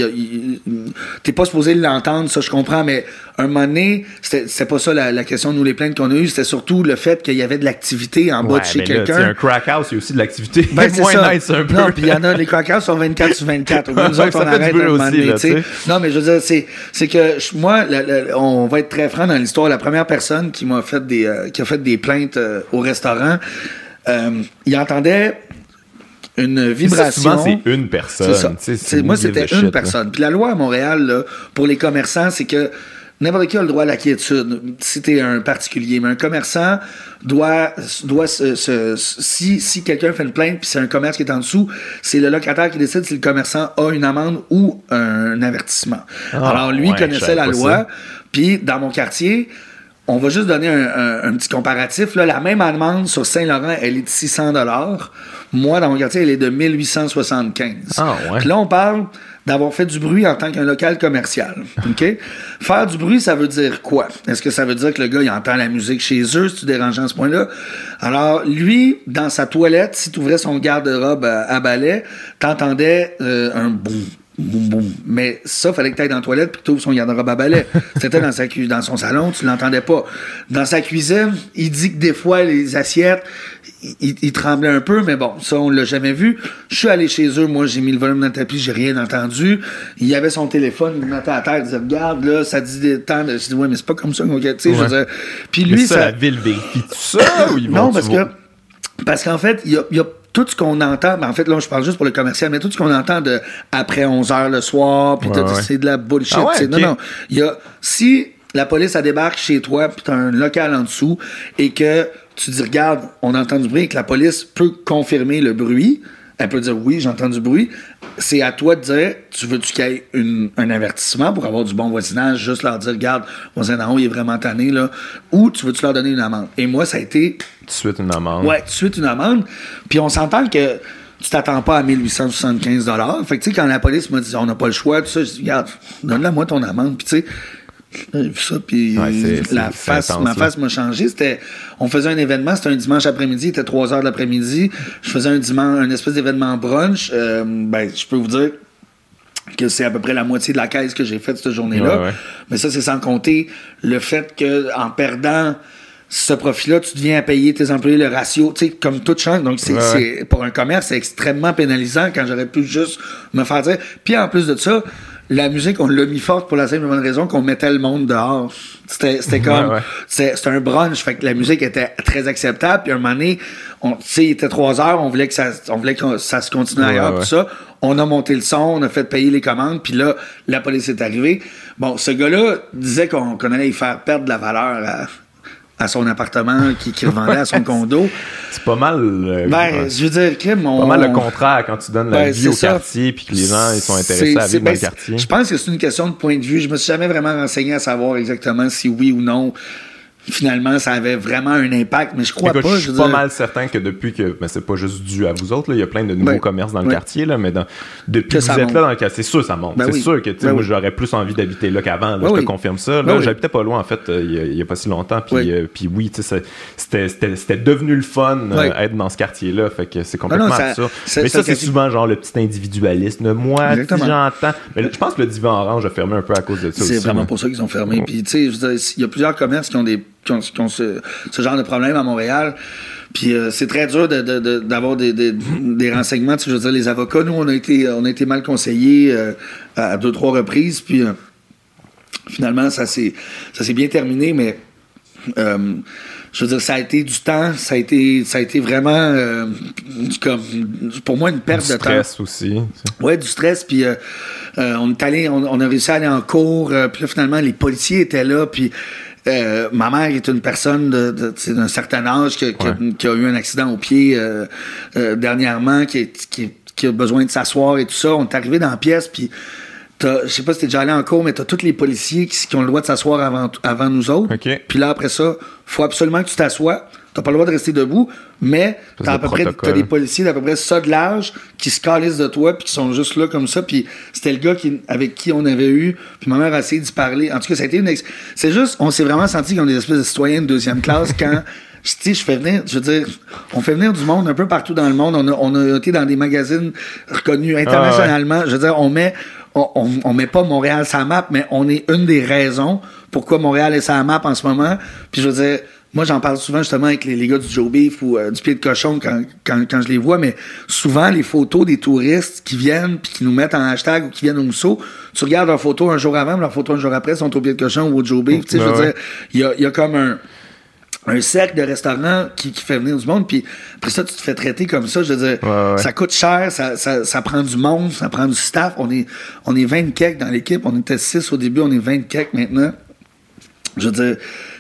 t'es pas supposé l'entendre, ça je comprends, mais un moment donné, c'était pas ça la question, nous les plaintes qu'on a eues, c'était surtout le fait qu'il y avait de l'activité en bas de chez quelqu'un. Un crack house, il y a aussi de l'activité. Ben, c'est moins ça. Nice un peu. Non, puis il y en a, les crack house sont 24 sur 24. Nous autres, on arrête un moment donné, tu sais. Non, mais je veux dire, c'est que moi, on va être très franc dans l'histoire. La première personne qui a fait des plaintes au restaurant, il entendait une vibration. Ça, souvent, c'est une personne. Moi, c'était une personne. Puis la loi à Montréal, là, pour les commerçants, c'est que n'importe qui a le droit à la quiétude, si t'es un particulier. Mais un commerçant doit si quelqu'un fait une plainte puis c'est un commerce qui est en dessous, c'est le locataire qui décide si le commerçant a une amende ou un avertissement. Alors, lui, il connaissait la loi. Puis, dans mon quartier, on va juste donner un petit comparatif. Là, la même amende sur Saint-Laurent, elle est de 600$. Moi, dans mon quartier, elle est de 1875. Puis là, on parle d'avoir fait du bruit en tant qu'un local commercial. OK? Faire du bruit, ça veut dire quoi? Est-ce que ça veut dire que le gars, il entend la musique chez eux, si tu déranges à ce point-là? Alors, lui, dans sa toilette, si tu ouvrais son garde-robe à balai, t'entendais un boum. Boum, boum. Mais ça, fallait que tu ailles dans la toilette puis que tu ouvres son garde-robe à balai. C'était dans son salon, tu l'entendais pas. Dans sa cuisine, il dit que des fois, les assiettes, il tremblait un peu, mais bon, ça, on l'a jamais vu. Je suis allé chez eux, moi, j'ai mis le volume dans le tapis, j'ai rien entendu. Il y avait son téléphone, il le mettait à terre, il disait, regarde, là, ça dit des temps. Je dis, ouais, mais c'est pas comme ça qu'on tu sais, je veux dire. Puis lui, ça, la ville vérifie tout ça, ou ils vont... Non, parce qu'en fait, il y a tout ce qu'on entend, ben en fait, là, je parle juste pour le commercial, mais tout ce qu'on entend de après 11h le soir, puis c'est de la bullshit. Okay. Non, si la police, elle débarque chez toi, puis t'as un local en dessous, et que tu dis, regarde, on entend du bruit, et que la police peut confirmer le bruit, elle peut dire, oui, j'entends du bruit, c'est à toi de dire, tu veux-tu qu'il y ait un avertissement pour avoir du bon voisinage, juste leur dire, regarde, voisin d'en haut, il est vraiment tanné, là, ou tu veux-tu leur donner une amende? Et moi, ça a été... Tout de suite une amende. Ouais, tout de suite une amende. Puis on s'entend que tu t'attends pas à 1875$. Fait que tu sais, quand la police m'a dit, on n'a pas le choix, tout ça, je dis, regarde, donne-la moi ton amende. Puis tu sais, j'ai vu ça, puis ma face m'a changé. On faisait un événement, c'était un dimanche après-midi, il était 3h de l'après-midi. Je faisais un espèce d'événement brunch. Je peux vous dire que c'est à peu près la moitié de la caisse que j'ai faite cette journée-là. Mais ça, c'est sans compter le fait que en perdant ce profit-là, tu deviens à payer tes employés le ratio, tu sais, comme tout change. Donc, c'est pour un commerce, c'est extrêmement pénalisant quand j'aurais pu juste me faire dire. Puis en plus de ça, la musique, on l'a mis forte pour la simple et bonne raison qu'on mettait le monde dehors. C'était comme... C'était un brunch, fait que la musique était très acceptable. Puis à un moment donné, tu sais, il était 3 heures, on voulait que ça se continue ailleurs, tout ça. On a monté le son, on a fait payer les commandes, puis là, la police est arrivée. Bon, ce gars-là disait qu'on allait y faire perdre de la valeur à son appartement qui revendait à son condo. C'est pas mal... je veux dire, Kim, pas mal le contraire quand tu donnes la vie au quartier puis que les gens ils sont intéressés à vivre dans le quartier. Je pense que c'est une question de point de vue. Je me suis jamais vraiment renseigné à savoir exactement si oui ou non finalement, ça avait vraiment un impact, mais je crois pas. Je suis pas mal certain que depuis que... Mais c'est pas juste dû à vous autres, là, il y a plein de nouveaux commerces dans le quartier, là, mais depuis que vous êtes là dans le quartier, c'est sûr ça monte. C'est sûr que moi, j'aurais plus envie d'habiter là qu'avant. Là, je te confirme ça. Là, j'habitais pas loin, en fait, il y a pas si longtemps. Puis oui, c'était devenu le fun être dans ce quartier-là. Fait que c'est complètement absurde. Mais ça, c'est souvent genre le petit individualisme. Moi, si j'entends... Mais je pense que le Divan Orange a fermé un peu à cause de ça aussi. C'est vraiment pour ça qu'ils ont fermé. Puis, tu sais, il y a plusieurs commerces qui ont ce genre de problème à Montréal. Puis c'est très dur d'avoir des renseignements. Tu sais, je veux dire, les avocats, nous, on a été mal conseillés à 2-3 reprises. Puis finalement, ça s'est bien terminé, mais je veux dire, ça a été du temps, ça a été vraiment comme pour moi une perte de temps. Du stress aussi. Ouais, du stress. Puis on a réussi à aller en cours. Puis là, finalement, les policiers étaient là. Puis ma mère est une personne d'un certain âge qui a eu un accident au pied dernièrement, qui a besoin de s'asseoir et tout ça. On est arrivé dans la pièce, puis je sais pas si t'es déjà allé en cours, mais t'as tous les policiers qui ont le droit de s'asseoir avant nous autres. Okay. Puis là, après ça, faut absolument que tu t'assoies. T'as pas le droit de rester debout, mais t'as des policiers d'à peu près ça de l'âge qui se calissent de toi puis qui sont juste là comme ça. Puis c'était le gars avec qui on avait eu. Puis ma mère a essayé d'y parler. En tout cas, ça a été c'est juste, on s'est vraiment senti comme des espèces de citoyens de deuxième classe quand... Tu sais, on fait venir du monde un peu partout dans le monde. On a été dans des magazines reconnus internationalement. Je veux dire, on met pas Montréal sur la map, mais on est une des raisons pourquoi Montréal est sur la map en ce moment. Puis je veux dire, moi, j'en parle souvent justement avec les gars du Joe Beef ou du Pied de Cochon quand je les vois, mais souvent, les photos des touristes qui viennent puis qui nous mettent en hashtag ou qui viennent au Mousseau, tu regardes leurs photos un jour avant, leurs photos un jour après sont au Pied de Cochon ou au Joe Beef. Tu sais, je veux dire, il y a comme un cercle de restaurants qui fait venir du monde, puis après ça, tu te fais traiter comme ça. Je veux dire, ça coûte cher, ça prend du monde, ça prend du staff. On est 20 quelques dans l'équipe. On était 6 au début, on est 20 quelques maintenant. Je veux dire,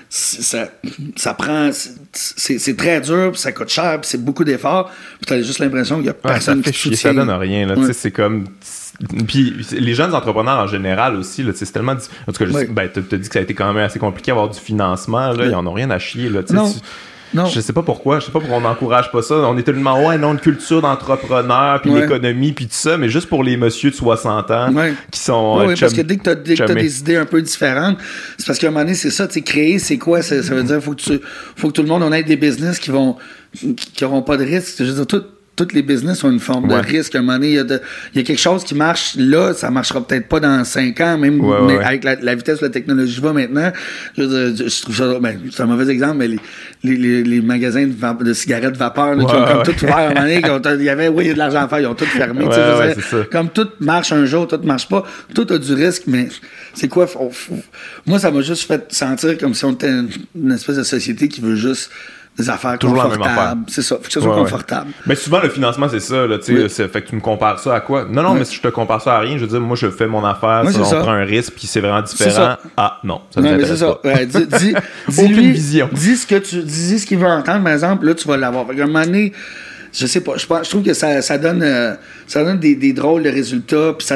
ça prend... C'est très dur, puis ça coûte cher, puis c'est beaucoup d'efforts. Puis t'as juste l'impression qu'il y a personne qui te soutient. Ça donne rien, là. Tu sais, c'est comme... Puis les jeunes entrepreneurs en général aussi, là, c'est tellement... En tout cas, t'as dit que ça a été quand même assez compliqué d'avoir du financement. Là, ils en ont rien à chier. Là, non. Je sais pas pourquoi on n'encourage pas ça. On est tellement une culture d'entrepreneur, puis l'économie, puis tout ça, mais juste pour les messieurs de 60 ans qui sont... Oui, parce que dès que t'as des idées un peu différentes, c'est parce qu'à un moment donné, c'est ça, tu sais, créer, c'est quoi? Ça veut dire faut que tout le monde, on ait des business qui auront pas de risque. Je veux dire, toutes les business ont une forme de risque. À un moment donné, il y a quelque chose qui marche là, ça marchera peut-être pas dans 5 ans, même mais avec la vitesse où la technologie va maintenant. Je trouve ça, c'est un mauvais exemple, mais les magasins de cigarettes vapeur là, qui ont comme tout ouvert à un moment donné, il y avait il y a de l'argent à faire, ils ont tout fermé. Comme tout marche un jour, tout marche pas, tout a du risque, mais c'est quoi? Moi, ça m'a juste fait sentir comme si on était une espèce de société qui veut juste des affaires toujours confortables. C'est ça, faut que ça soit confortable. Mais souvent, le financement, c'est ça. Là, fait que tu me compares ça à quoi? Non, mais si je te compare ça à rien, je veux dire, moi, je fais mon affaire, on prend un risque, puis c'est vraiment différent. Ah, non, ça ne m'intéresse pas. Aucune vision. Dis ce qu'il veut entendre, par exemple, là, tu vas l'avoir. Fait qu'à un moment donné, je sais pas, je trouve que ça donne des drôles de résultats, puis ça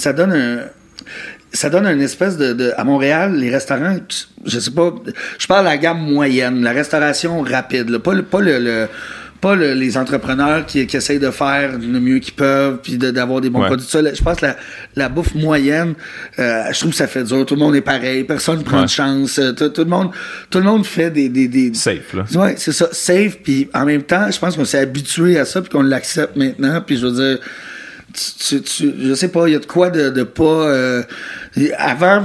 donne une espèce à Montréal, les restaurants, je sais pas, je parle de la gamme moyenne, la restauration rapide, là, pas les entrepreneurs qui essayent de faire le mieux qu'ils peuvent puis d'avoir des bons produits. Ça, je pense que la bouffe moyenne, je trouve que ça fait dur. Tout le monde est pareil, personne ne prend de chance. Tout le monde fait des safe, là. Ouais, c'est ça, safe. Puis en même temps, je pense qu'on s'est habitué à ça puis qu'on l'accepte maintenant. Puis je veux dire, je sais pas, il y a de quoi de pas... avant,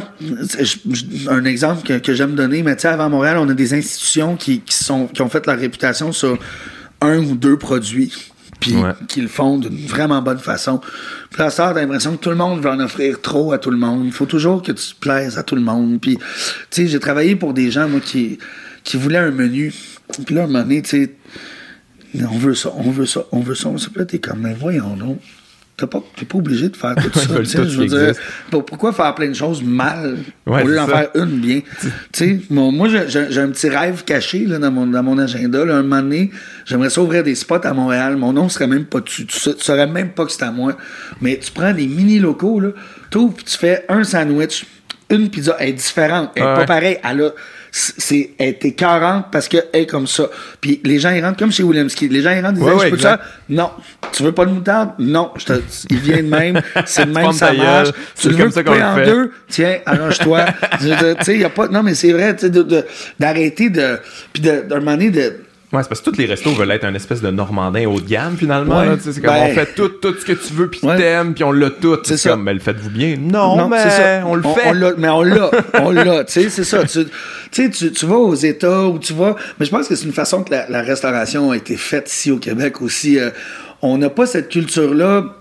un exemple que j'aime donner, mais tu sais, avant Montréal, on a des institutions qui ont fait leur réputation sur un ou deux produits, puis qui le font d'une vraiment bonne façon. Puis là, ça a l'impression que tout le monde veut en offrir trop à tout le monde. Il faut toujours que tu plaises à tout le monde. Puis, tu sais, j'ai travaillé pour des gens, moi, qui voulaient un menu. Puis là, à un moment donné, tu sais, on veut ça. Puis là, t'es comme, mais voyons donc. T'es pas obligé de faire tout ça. Je veux dire, pourquoi faire plein de choses mal au lieu d'en faire une bien? Moi, j'ai un petit rêve caché là, dans mon agenda. Là, un moment donné, j'aimerais ça ouvrir des spots à Montréal. Mon nom serait même pas dessus. Tu saurais même pas que c'est à moi. Mais tu prends des mini-locaux, là, t'ouvres, puis tu fais un sandwich, une pizza. Elle est différente. Elle est pas pareille. Elle est écœurante parce qu'elle est comme ça. Puis les gens, ils rentrent comme chez Williamski. Les gens, ils rentrent, ils disent, je peux ça? Non. Tu veux pas de moutarde? Non. Il vient de même. C'est de même, ça marche. Tu veux couper en deux? Tiens, arrange-toi. Tu sais, il y a pas, non, mais c'est vrai, tu sais, d'arrêter puis d'un moment donné, ouais, c'est parce que tous les restos veulent être un espèce de Normandin haut de gamme, finalement. Ouais, là, c'est comme on fait tout ce que tu veux, puis t'aimes, puis on l'a tout. C'est ça. Comme, mais le faites-vous bien? Non, mais on le fait. On l'a. Tu sais, c'est ça. Tu vas aux États où tu vas... Mais je pense que c'est une façon que la restauration a été faite ici au Québec aussi. On n'a pas cette culture-là...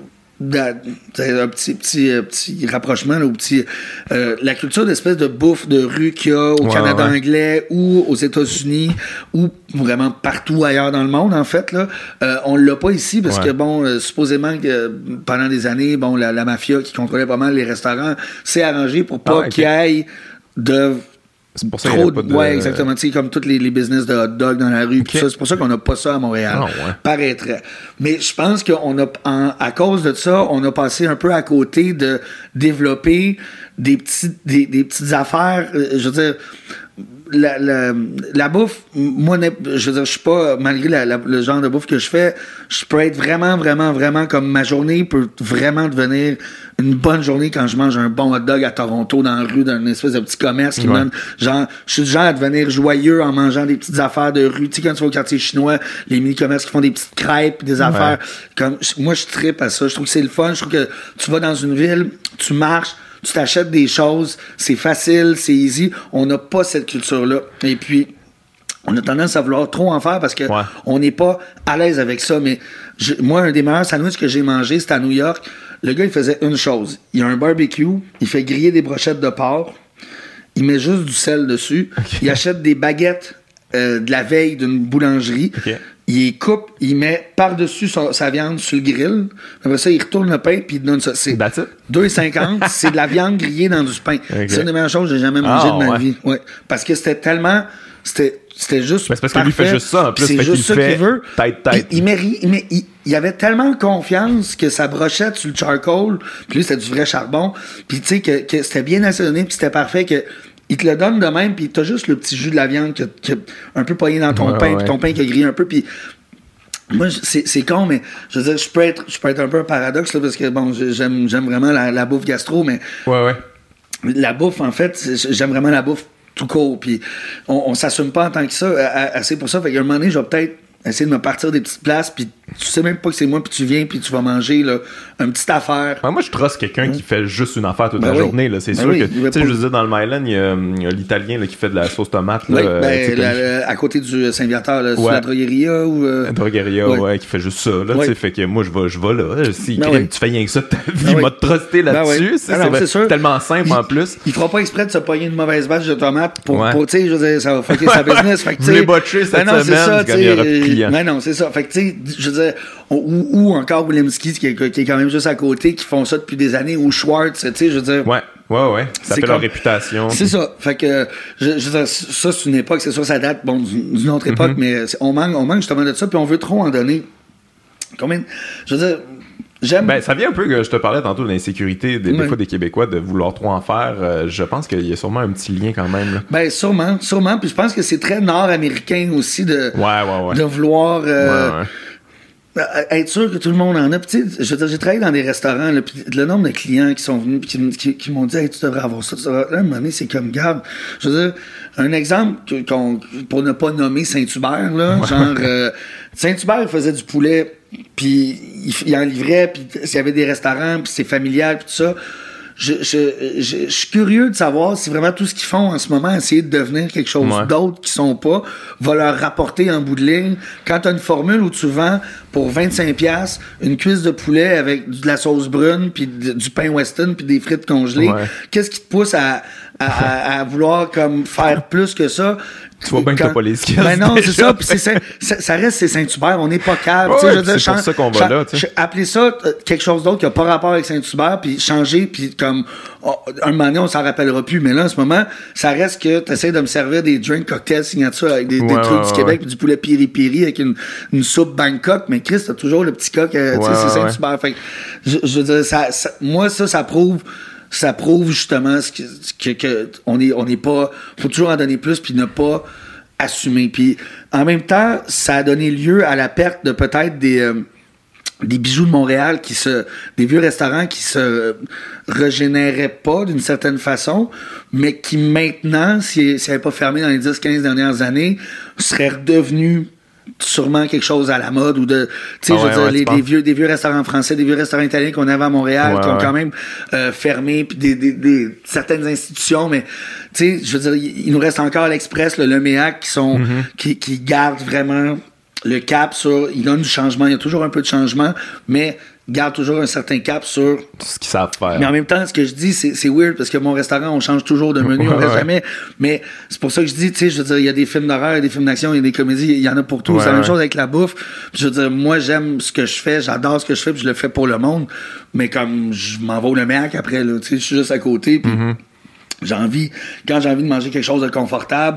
un petit rapprochement là, la culture d'espèce de bouffe de rue qu'il y a au Canada anglais ou aux États-Unis ou vraiment partout ailleurs dans le monde en fait là, on l'a pas ici parce que bon supposément que pendant des années bon la mafia qui contrôlait pas mal les restaurants s'est arrangé pour pas qu'il y ait de c'est pour ça trop de... Ouais, exactement. Tu sais, comme tous les business de hot dog dans la rue, tout ça. C'est pour ça qu'on n'a pas ça à Montréal. Paraîtrait. Mais je pense qu'on a, à cause de ça, on a passé un peu à côté de développer des petites affaires. Je veux dire, la bouffe, moi, je veux dire, je suis pas, malgré le genre de bouffe que je fais, je peux être vraiment, vraiment, vraiment, comme ma journée peut vraiment devenir une bonne journée quand je mange un bon hot dog à Toronto dans la rue, dans une espèce de petit commerce qui me donne, genre, je suis du genre à devenir joyeux en mangeant des petites affaires de rue. Tu sais, quand tu vas au quartier chinois, les mini-commerces qui font des petites crêpes, des affaires, comme, moi, je trippe à ça. Je trouve que c'est le fun. Je trouve que tu vas dans une ville, tu marches, tu t'achètes des choses, c'est facile, c'est easy. On n'a pas cette culture-là. Et puis, on a tendance à vouloir trop en faire parce que on n'est pas à l'aise avec ça. Mais moi, un des meilleurs sandwichs que j'ai mangé, c'était à New York. Le gars, il faisait une chose. Il a un barbecue, il fait griller des brochettes de porc, il met juste du sel dessus, il achète des baguettes de la veille d'une boulangerie, il les coupe, il met par-dessus sa viande sur le grill, après ça, il retourne le pain, puis il donne ça. C'est 2,50, c'est de la viande grillée dans du pain. C'est une des meilleures choses que j'ai jamais mangé de ma vie. Ouais. Parce que c'était tellement... C'était juste mais c'est parce que lui fait juste ça en plus. C'est juste ça qu'il veut. Tête. Il avait tellement confiance que sa brochette sur le charcoal, puis lui c'était du vrai charbon, puis tu sais que c'était bien assaisonné, puis c'était parfait que il te le donne de même, puis t'as juste le petit jus de la viande qui a un peu poigné dans ton pain, puis ton pain qui a grillé un peu, puis moi c'est con, mais je veux dire je peux être un peu un paradoxe là, parce que bon j'aime vraiment la bouffe gastro, mais la bouffe en fait j'aime vraiment la bouffe tout court, puis on s'assume pas en tant que ça assez pour ça, fait qu'à un moment donné je vais peut-être essayer de me partir des petites places, puis tu sais même pas que c'est moi, puis tu viens, puis tu vas manger là, une petite affaire. Moi, je truste quelqu'un qui fait juste une affaire toute la journée. Là. C'est sûr que, tu sais, je veux dire, dans le Myland, il y a l'Italien là, qui fait de la sauce tomate. Là, à côté du Saint-Viateur, sur la drogueria ou... La drogueria, qui fait juste ça. Là, fait que moi, je vais là. Si tu fais rien que ça de ta vie, m'a trusté là-dessus. C'est tellement simple en plus. Il fera pas exprès de se pogner une mauvaise batch de tomates pour tu sais, je veux dire, ça va fucker sa business. Fait que, vous les botchez cette semaine, il y aura plus de clients. Non, c'est ça. Fait que, tu sais, je veux dire, ou encore Williamski, qui est quand même juste à côté, qui font ça depuis des années, ou Schwartz, tu sais, je veux dire. Ouais. Ça fait leur réputation. C'est ça. Fait que, je veux dire, ça, c'est une époque, c'est sûr, ça date, bon, d'une autre époque, mais on manque justement de ça, puis on veut trop en donner. Combien, je veux dire, j'aime. Ça vient un peu que je te parlais tantôt de l'insécurité des fois des Québécois de vouloir trop en faire. Je pense qu'il y a sûrement un petit lien quand même. Là. Sûrement. Puis je pense que c'est très nord-américain aussi de vouloir. être sûr que tout le monde en a. Puis, tu sais, je veux dire, j'ai travaillé dans des restaurants, là, puis le nombre de clients qui sont venus puis qui m'ont dit, hey, tu devrais avoir ça. Là, à un moment donné, c'est comme, garde. Je veux dire, un exemple pour ne pas nommer Saint-Hubert, là, genre, Saint-Hubert, il faisait du poulet, puis il en livrait, puis il y avait des restaurants, puis c'est familial, puis tout ça. Je suis curieux de savoir si vraiment tout ce qu'ils font en ce moment, essayer de devenir quelque chose d'autre qui sont pas, va leur rapporter en bout de ligne. Quand t'as une formule où tu vends pour 25$ une cuisse de poulet avec de la sauce brune, puis du pain Weston, puis des frites congelées, qu'est-ce qui te pousse à vouloir comme faire plus que ça? Tu vois bien que t'as pas les skills. Ben non, c'est ça. Puis ça reste, c'est Saint-Hubert. On n'est pas calme. C'est pour ça qu'on va là. Appelez ça quelque chose d'autre qui n'a pas rapport avec Saint-Hubert, puis changer, puis comme un moment donné, on s'en rappellera plus. Mais là, en ce moment, ça reste que tu essaies de me servir des drinks cocktails signature avec des trucs du Québec, puis du poulet piri-piri avec une soupe Bangkok. Mais Chris, t'as toujours le petit coq, c'est Saint-Hubert. Fait que, je veux dire, moi, ça prouve justement que on est pas, faut toujours en donner plus puis ne pas assumer. Puis en même temps, ça a donné lieu à la perte de peut-être des bijoux de Montréal des vieux restaurants qui se régénéraient pas d'une certaine façon, mais qui maintenant, s'ils n'avaient pas fermé dans les 10-15 dernières années, seraient redevenus sûrement quelque chose à la mode ou de, tu sais, je veux dire, des vieux restaurants français, des vieux restaurants italiens qu'on avait à Montréal, qui ont quand même fermé, puis des certaines institutions, mais tu sais, je veux dire, il nous reste encore l'Express, le Leméac, qui gardent vraiment le cap sur, ils donnent du changement, il y a toujours un peu de changement, mais garde toujours un certain cap sur ce qu'ils savent faire. Mais en même temps, ce que je dis, c'est weird parce que mon restaurant, on change toujours de menu, on reste jamais. Mais c'est pour ça que je dis, tu sais, je veux dire, il y a des films d'horreur, il y a des films d'action, il y a des comédies, il y en a pour tout. C'est la même chose avec la bouffe. Puis je veux dire, moi, j'aime ce que je fais, j'adore ce que je fais, puis je le fais pour le monde. Mais comme je m'en vais au Leméac après, là, tu sais, je suis juste à côté, puis quand j'ai envie de manger quelque chose de confortable,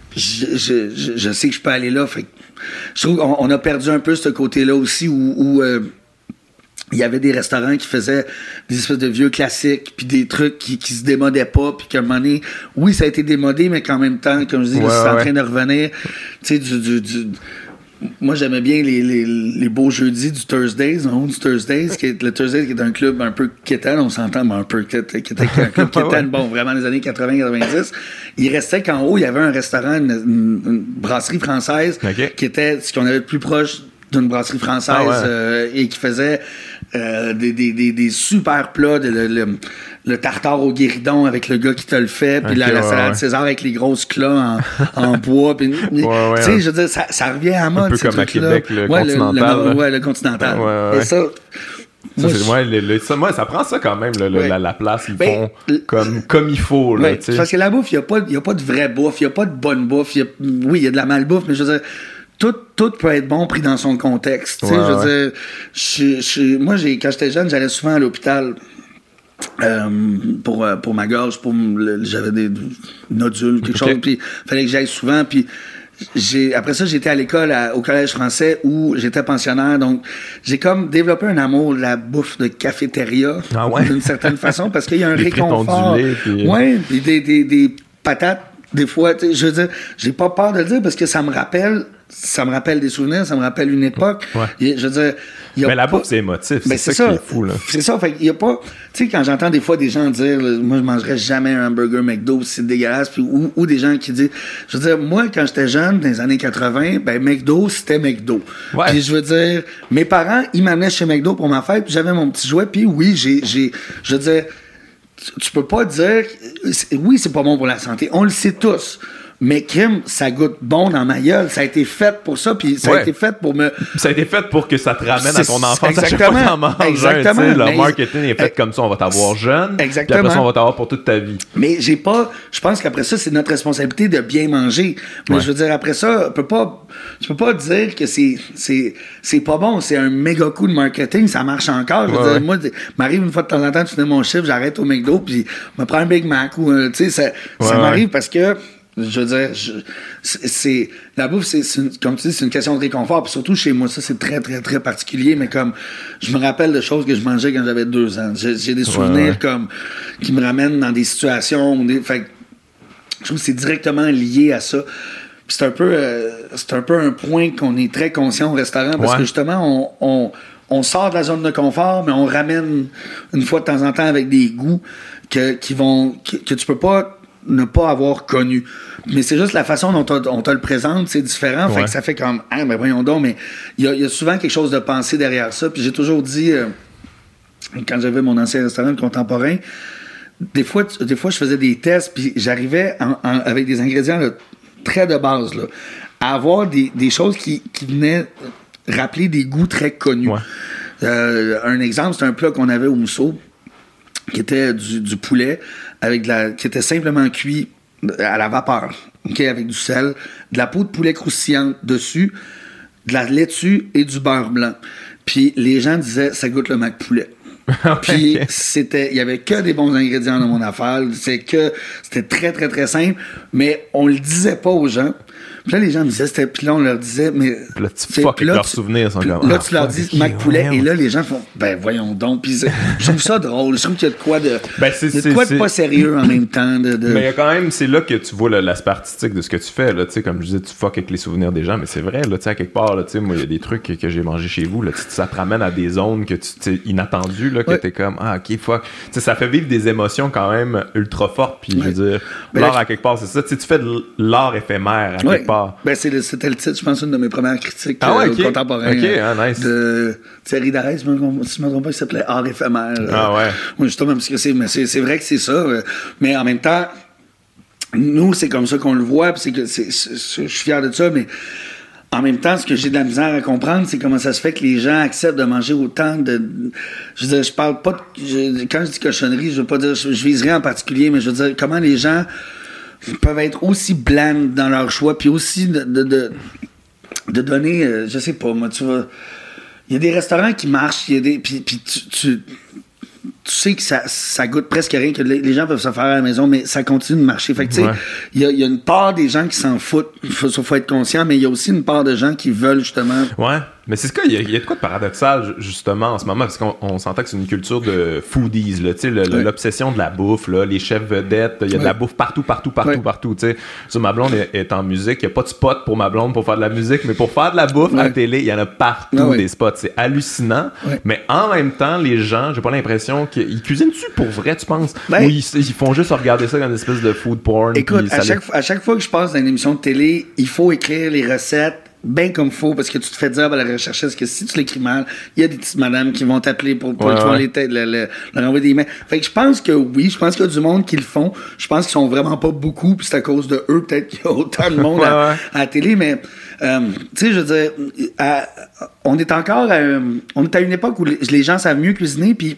je sais que je peux aller là. Fait que je trouve qu'on a perdu un peu ce côté-là aussi où il y avait des restaurants qui faisaient des espèces de vieux classiques, puis des trucs qui se démodaient pas, puis qu'à un moment donné, oui, ça a été démodé, mais qu'en même temps, comme je dis, c'est en train de revenir. Tu sais, moi, j'aimais bien les beaux jeudis du Thursdays, le Thursdays qui est un club un peu quétaine, on s'entend, mais un peu qui était un club quétaine, bon, vraiment les années 80-90. Il restait qu'en haut, il y avait un restaurant, une brasserie française, qui était ce qu'on avait de plus proche d'une brasserie française, et qui faisait des super plats, le tartare au guéridon avec le gars qui te le fait, puis la salade César avec les grosses clats en bois, puis tu sais, je veux dire, ça revient à mode, un peu comme à Québec, le Continental. Le Continental. Et ça, ça prend ça quand même, la place, ils font comme il faut. Là, parce que la bouffe, il n'y a pas de vraie bouffe, il n'y a pas de bonne bouffe. Oui, il y a de la malbouffe, mais je veux dire, tout peut être bon pris dans son contexte. Je veux dire, moi, quand j'étais jeune, j'allais souvent à l'hôpital pour ma gorge, j'avais des nodules, quelque chose, puis il fallait que j'aille souvent, puis après ça, j'étais à l'école au collège français où j'étais pensionnaire, donc j'ai comme développé un amour de la bouffe de cafétéria d'une certaine façon, parce qu'il y a un réconfort. Puis des patates, des fois, je veux dire, j'ai pas peur de le dire parce que ça me rappelle des souvenirs, ça me rappelle une époque. Je veux dire, mais la bouffe, c'est émotif. C'est ça qui est fou, là. C'est ça. Fait qu'il y a pas. Tu sais, quand j'entends des fois des gens dire, moi, je mangerais jamais un hamburger McDo, c'est dégueulasse, puis, ou des gens qui disent, je veux dire, moi, quand j'étais jeune, dans les années 80, ben, McDo, c'était McDo. Puis, je veux dire, mes parents, ils m'amenaient chez McDo pour ma fête, puis j'avais mon petit jouet, puis oui, je veux dire, tu peux pas dire, oui, c'est pas bon pour la santé. On le sait tous. Mais crème, ça goûte bon dans ma gueule. Ça a été fait pour ça, puis ça a été fait pour me... Ça a été fait pour que ça te ramène à ton enfance à chaque fois que t'en manges. Exactement. Le marketing est fait comme ça. On va t'avoir jeune, puis après ça, on va t'avoir pour toute ta vie. Mais je pense qu'après ça, c'est notre responsabilité de bien manger. Mais je veux dire, après ça, tu peux pas dire que c'est pas bon. C'est un méga coup de marketing. Ça marche encore. Je veux dire, moi, m'arrive une fois de temps en temps, tu fais mon chiffre, j'arrête au McDo, puis je me prends un Big Mac ou, tu sais, ça m'arrive parce que je veux dire, la bouffe, comme tu dis, c'est une question de réconfort. Puis surtout chez moi, ça, c'est très, très, très particulier. Mais comme, je me rappelle de choses que je mangeais quand j'avais 2 ans. J'ai des souvenirs comme qui me ramènent dans des situations. Fait je trouve que c'est directement lié à ça. Puis c'est un peu un point qu'on est très conscient au restaurant parce que justement, on sort de la zone de confort, mais on ramène une fois de temps en temps avec des goûts que tu peux pas ne pas avoir connu. Mais c'est juste la façon dont on te le présente, c'est différent. Fait que ça fait comme, ben voyons donc, mais il y a souvent quelque chose de pensé derrière ça. Puis j'ai toujours dit, quand j'avais mon ancien restaurant, le Contemporain, des fois, je faisais des tests, puis j'arrivais avec des ingrédients là, très de base, là, à avoir des choses qui venaient rappeler des goûts très connus. Un exemple, c'est un plat qu'on avait au Mousseau, qui était du poulet, qui était simplement cuit à la vapeur, avec du sel, de la peau de poulet croustillante dessus, de la laitue et du beurre blanc. Puis les gens disaient, ça goûte le mac poulet. Puis il y avait que des bons ingrédients dans mon affaire. C'était très, très, très simple, mais on le disait pas aux gens. Puis là, les gens me disaient, puis là, on leur disait, mais. Puis là, tu fuck avec leurs souvenirs. Là, tu leur dis Mac Poulet, et là, les gens font, ben, voyons donc. Puis je trouve ça drôle. Je trouve qu'il y a de quoi de pas sérieux en même temps. Mais il y a quand même, c'est là que tu vois l'aspect artistique de ce que tu fais, là. Tu sais, comme je disais, tu fuck avec les souvenirs des gens, mais c'est vrai, là, tu sais, à quelque part, là, tu sais, moi, il y a des trucs que j'ai mangés chez vous, là, ça te ramène à des zones que inattendues, là, que t'es comme, ok, fuck. Tu sais, ça fait vivre des émotions quand même ultra fortes, puis je veux dire, l'art à quelque part, c'est ça. Tu sais, tu fais de l'art éphémère à quelque part. Ben, c'était le titre, je pense, une de mes premières critiques contemporaines. Nice. De Thierry Darès, si je me trompe pas, il s'appelait Art éphémère. Oui, justement, parce que c'est vrai que c'est ça. Mais en même temps, nous, c'est comme ça qu'on le voit, puis je suis fier de ça, mais en même temps, ce que j'ai de la misère à comprendre, c'est comment ça se fait que les gens acceptent de manger autant de... Je veux dire, je parle pas quand je dis cochonnerie, je veux pas dire... Je vise rien en particulier, mais je veux dire, comment les gens peuvent être aussi blancs dans leur choix, puis aussi de donner, je sais pas, moi, tu vois, il y a des restaurants qui marchent, il y a des, puis tu sais que ça goûte presque rien, que les gens peuvent se faire à la maison, mais ça continue de marcher. Fait que, tu sais, il y a une part des gens qui s'en foutent, il faut être conscient, mais il y a aussi une part de gens qui veulent, justement... Ouais. Mais c'est ce qu'il y a de quoi de paradoxal, justement, en ce moment, parce qu'on s'entend que c'est une culture de foodies, là, tu sais, l'obsession de la bouffe, là, les chefs vedettes, il y a de la bouffe partout, tu sais. Sur ma blonde est en musique, il n'y a pas de spot pour ma blonde pour faire de la musique, mais pour faire de la bouffe à la télé, il y en a partout des spots, c'est hallucinant, mais en même temps, les gens, j'ai pas l'impression qu'ils cuisinent-tu pour vrai, tu penses? Ou ils font juste regarder ça comme une espèce de food porn. Écoute, à chaque fois que je passe dans une émission de télé, il faut écrire les recettes bien comme faut, parce que tu te fais dire à la rechercheuse parce que si tu l'écris mal, il y a des petites madames qui vont t'appeler pour leur envoyer des emails. Fait que je pense que oui, je pense qu'il y a du monde qui le font. Je pense qu'ils sont vraiment pas beaucoup, puis c'est à cause de eux peut-être qu'il y a autant de monde à la télé, mais tu sais, je veux dire, on est à une époque où les gens savent mieux cuisiner, puis